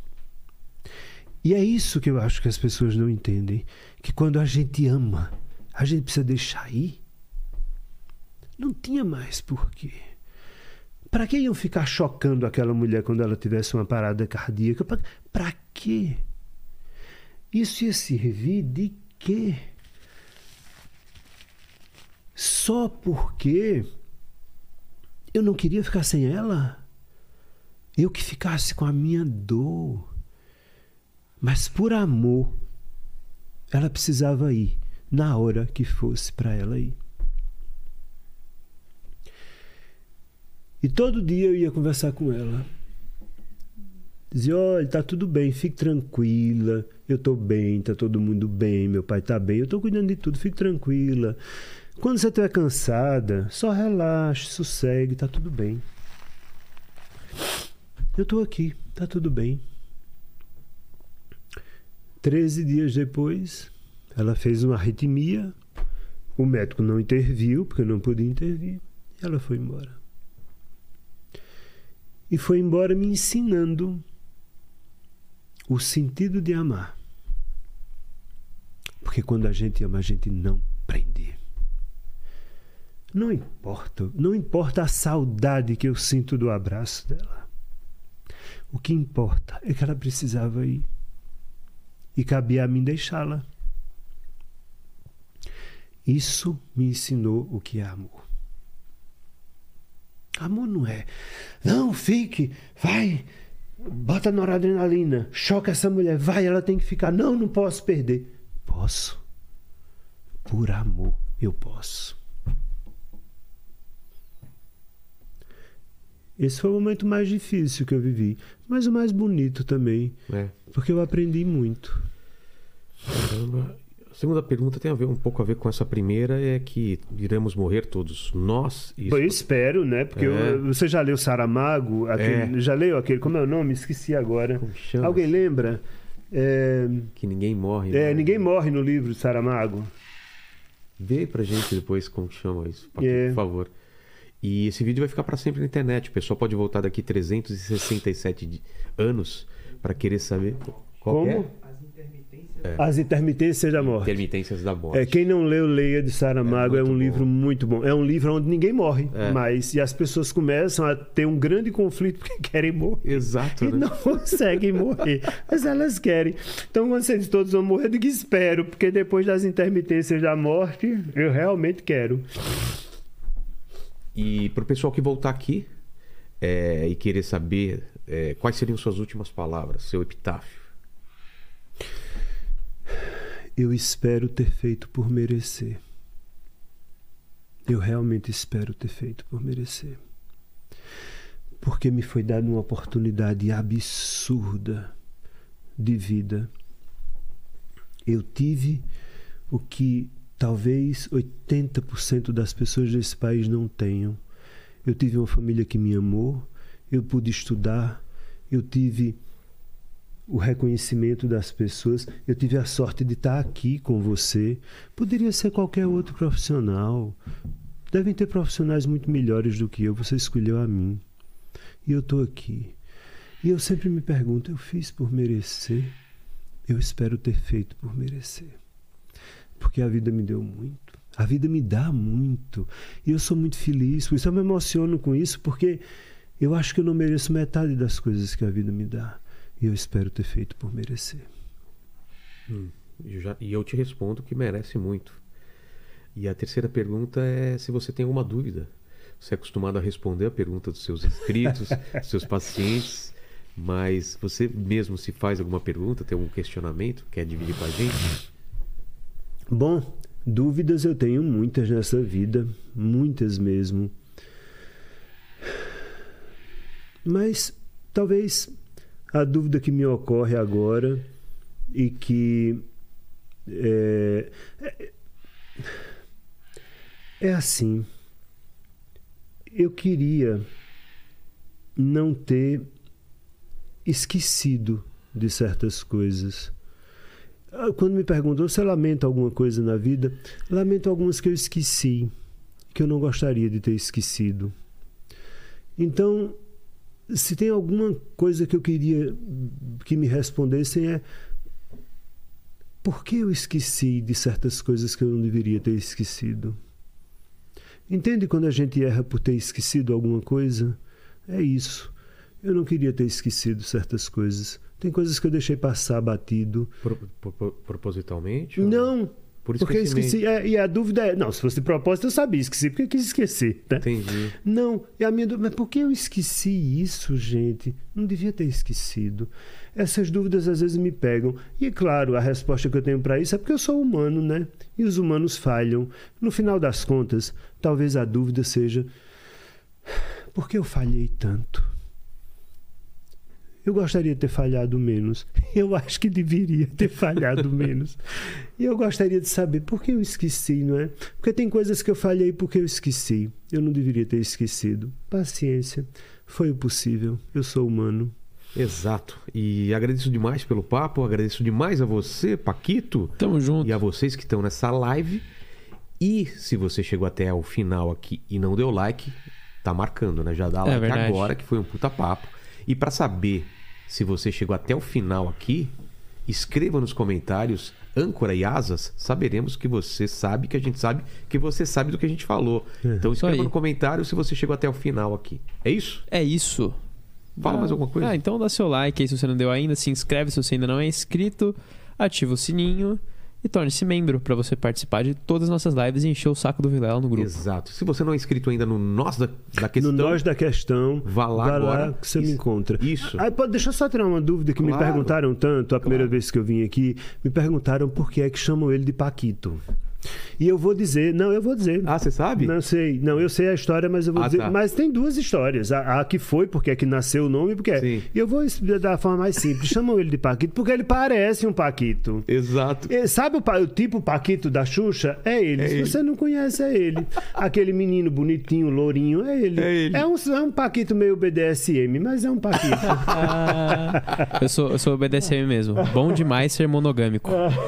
E é isso que eu acho que as pessoas não entendem. Que quando a gente ama, a gente precisa deixar ir. Não tinha mais porquê. Para que iam ficar chocando aquela mulher quando ela tivesse uma parada cardíaca? Para quê? Isso ia servir de quê? Só porque eu não queria ficar sem ela? Eu que ficasse com a minha dor. Mas por amor, ela precisava ir na hora que fosse para ela ir. E todo dia eu ia conversar com ela. Dizia, olha, tá tudo bem, fique tranquila, eu tô bem, tá todo mundo bem, meu pai tá bem, eu tô cuidando de tudo, fique tranquila. Quando você estiver cansada, só relaxe, sossegue, tá tudo bem. Eu tô aqui, tá tudo bem. 13 dias depois, ela fez uma arritmia, o médico não interviu, porque não podia intervir, e ela foi embora. E foi embora me ensinando o sentido de amar. Porque quando a gente ama, a gente não prende. Não importa a saudade que eu sinto do abraço dela. O que importa é que ela precisava ir. E cabia a mim deixá-la. Isso me ensinou o que é amor. Amor não é, não, fique, vai, bota noradrenalina, choca essa mulher, vai, ela tem que ficar, não posso perder. Posso. Por amor, eu posso. Esse foi o momento mais difícil que eu vivi, mas o mais bonito também, porque eu aprendi muito. Caramba. A segunda pergunta tem um pouco a ver com essa primeira, é que iremos morrer todos nós. Eu espero, né? Porque você já leu Saramago? Já leu aquele, como é o nome? Esqueci agora. Como chama? Alguém lembra? Que ninguém morre. Ninguém morre no livro de Saramago. Vê pra gente depois como chama isso, por favor. E esse vídeo vai ficar para sempre na internet. O pessoal pode voltar daqui 367 anos para querer saber como as intermitências As Intermitências da Morte. Intermitências da Morte. Quem não leu, leia, de Saramago. É um livro muito bom. É um livro onde ninguém morre mais. E as pessoas começam a ter um grande conflito porque querem morrer. Exato, E não conseguem morrer. Mas elas querem. Então, quando você diz todos vão morrer, eu digo espero. Porque depois das Intermitências da Morte, eu realmente quero. E pro pessoal que voltar aqui e querer saber quais seriam suas últimas palavras, seu epitáfio. Eu espero ter feito por merecer. Eu realmente espero ter feito por merecer. Porque me foi dada uma oportunidade absurda de vida. Eu tive o que talvez 80% das pessoas desse país não tenham. Eu tive uma família que me amou, eu pude estudar, eu tive o reconhecimento das pessoas, eu tive a sorte de estar aqui com você. Poderia ser qualquer outro profissional. Devem ter profissionais muito melhores do que eu. Você escolheu a mim. E eu estou aqui. E eu sempre me pergunto, eu fiz por merecer? Eu espero ter feito por merecer. Porque a vida me deu muito. A vida me dá muito. E eu sou muito feliz com isso. Eu me emociono com isso porque eu acho que eu não mereço metade das coisas que a vida me dá. E eu espero ter feito por merecer. E eu te respondo que merece muito. E a terceira pergunta é se você tem alguma dúvida. Você é acostumado a responder a pergunta dos seus inscritos, dos seus pacientes, mas você mesmo se faz alguma pergunta, tem algum questionamento, quer dividir com a gente? Bom, dúvidas eu tenho muitas nessa vida, muitas mesmo. Mas talvez a dúvida que me ocorre agora e que é assim. Eu queria não ter esquecido de certas coisas. Quando me perguntam se eu lamento alguma coisa na vida, lamento algumas que eu esqueci, que eu não gostaria de ter esquecido. Então, se tem alguma coisa que eu queria que me respondessem por que eu esqueci de certas coisas que eu não deveria ter esquecido? Entende quando a gente erra por ter esquecido alguma coisa? É isso. Eu não queria ter esquecido certas coisas. Tem coisas que eu deixei passar batido. Propositalmente? Não. Por porque eu esqueci. E a dúvida é... Não, se fosse de propósito eu sabia. Esqueci porque eu quis esquecer. Né? Entendi. Não. E a minha dúvida... Mas por que eu esqueci isso, gente? Não devia ter esquecido. Essas dúvidas às vezes me pegam. E, claro, a resposta que eu tenho para isso é porque eu sou humano, né? E os humanos falham. No final das contas, talvez a dúvida seja... Por que eu falhei tanto? Eu gostaria de ter falhado menos. Eu acho que deveria ter falhado menos. E eu gostaria de saber por que eu esqueci, não é? Porque tem coisas que eu falhei porque eu esqueci. Eu não deveria ter esquecido. Paciência. Foi o possível. Eu sou humano. Exato. E agradeço demais pelo papo. Agradeço demais a você, Paquito. Tamo junto. E a vocês que estão nessa live. E se você chegou até o final aqui e não deu like, tá marcando, né? Já dá like verdade. Agora, que foi um puta papo. E para saber se você chegou até o final aqui, escreva nos comentários âncora e asas, saberemos que você sabe, que a gente sabe, que você sabe do que a gente falou. Então escreva no comentário se você chegou até o final aqui. É isso? É isso. Fala mais alguma coisa? Então dá seu like aí se você não deu ainda, se inscreve se você ainda não é inscrito, ativa o sininho e torne-se membro para você participar de todas as nossas lives e encher o saco do Vilela no grupo. Exato. Se você não é inscrito ainda no Nós da Questão... No Nós da Questão, vá lá agora. Que você me encontra. Isso. Deixa eu só tirar uma dúvida que me perguntaram tanto, a primeira vez que eu vim aqui, me perguntaram por que é que chamam ele de Paquito. E eu vou dizer... Não, eu vou dizer. Ah, você sabe? Não sei. Não, eu sei a história, mas eu vou dizer... Tá. Mas tem duas histórias. A que foi, porque é que nasceu o nome, porque Sim. E eu vou explicar da forma mais simples. Chamam ele de Paquito porque ele parece um Paquito. Exato. Sabe o tipo Paquito da Xuxa? É ele. Se você não conhece, é ele. Aquele menino bonitinho, lourinho, é ele. É ele. É um Paquito meio BDSM, mas é um Paquito. Eu sou BDSM mesmo. Bom demais ser monogâmico.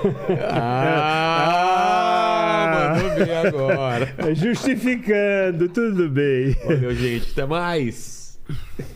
Mandou bem agora. Justificando, tudo bem. Valeu, gente. Até mais.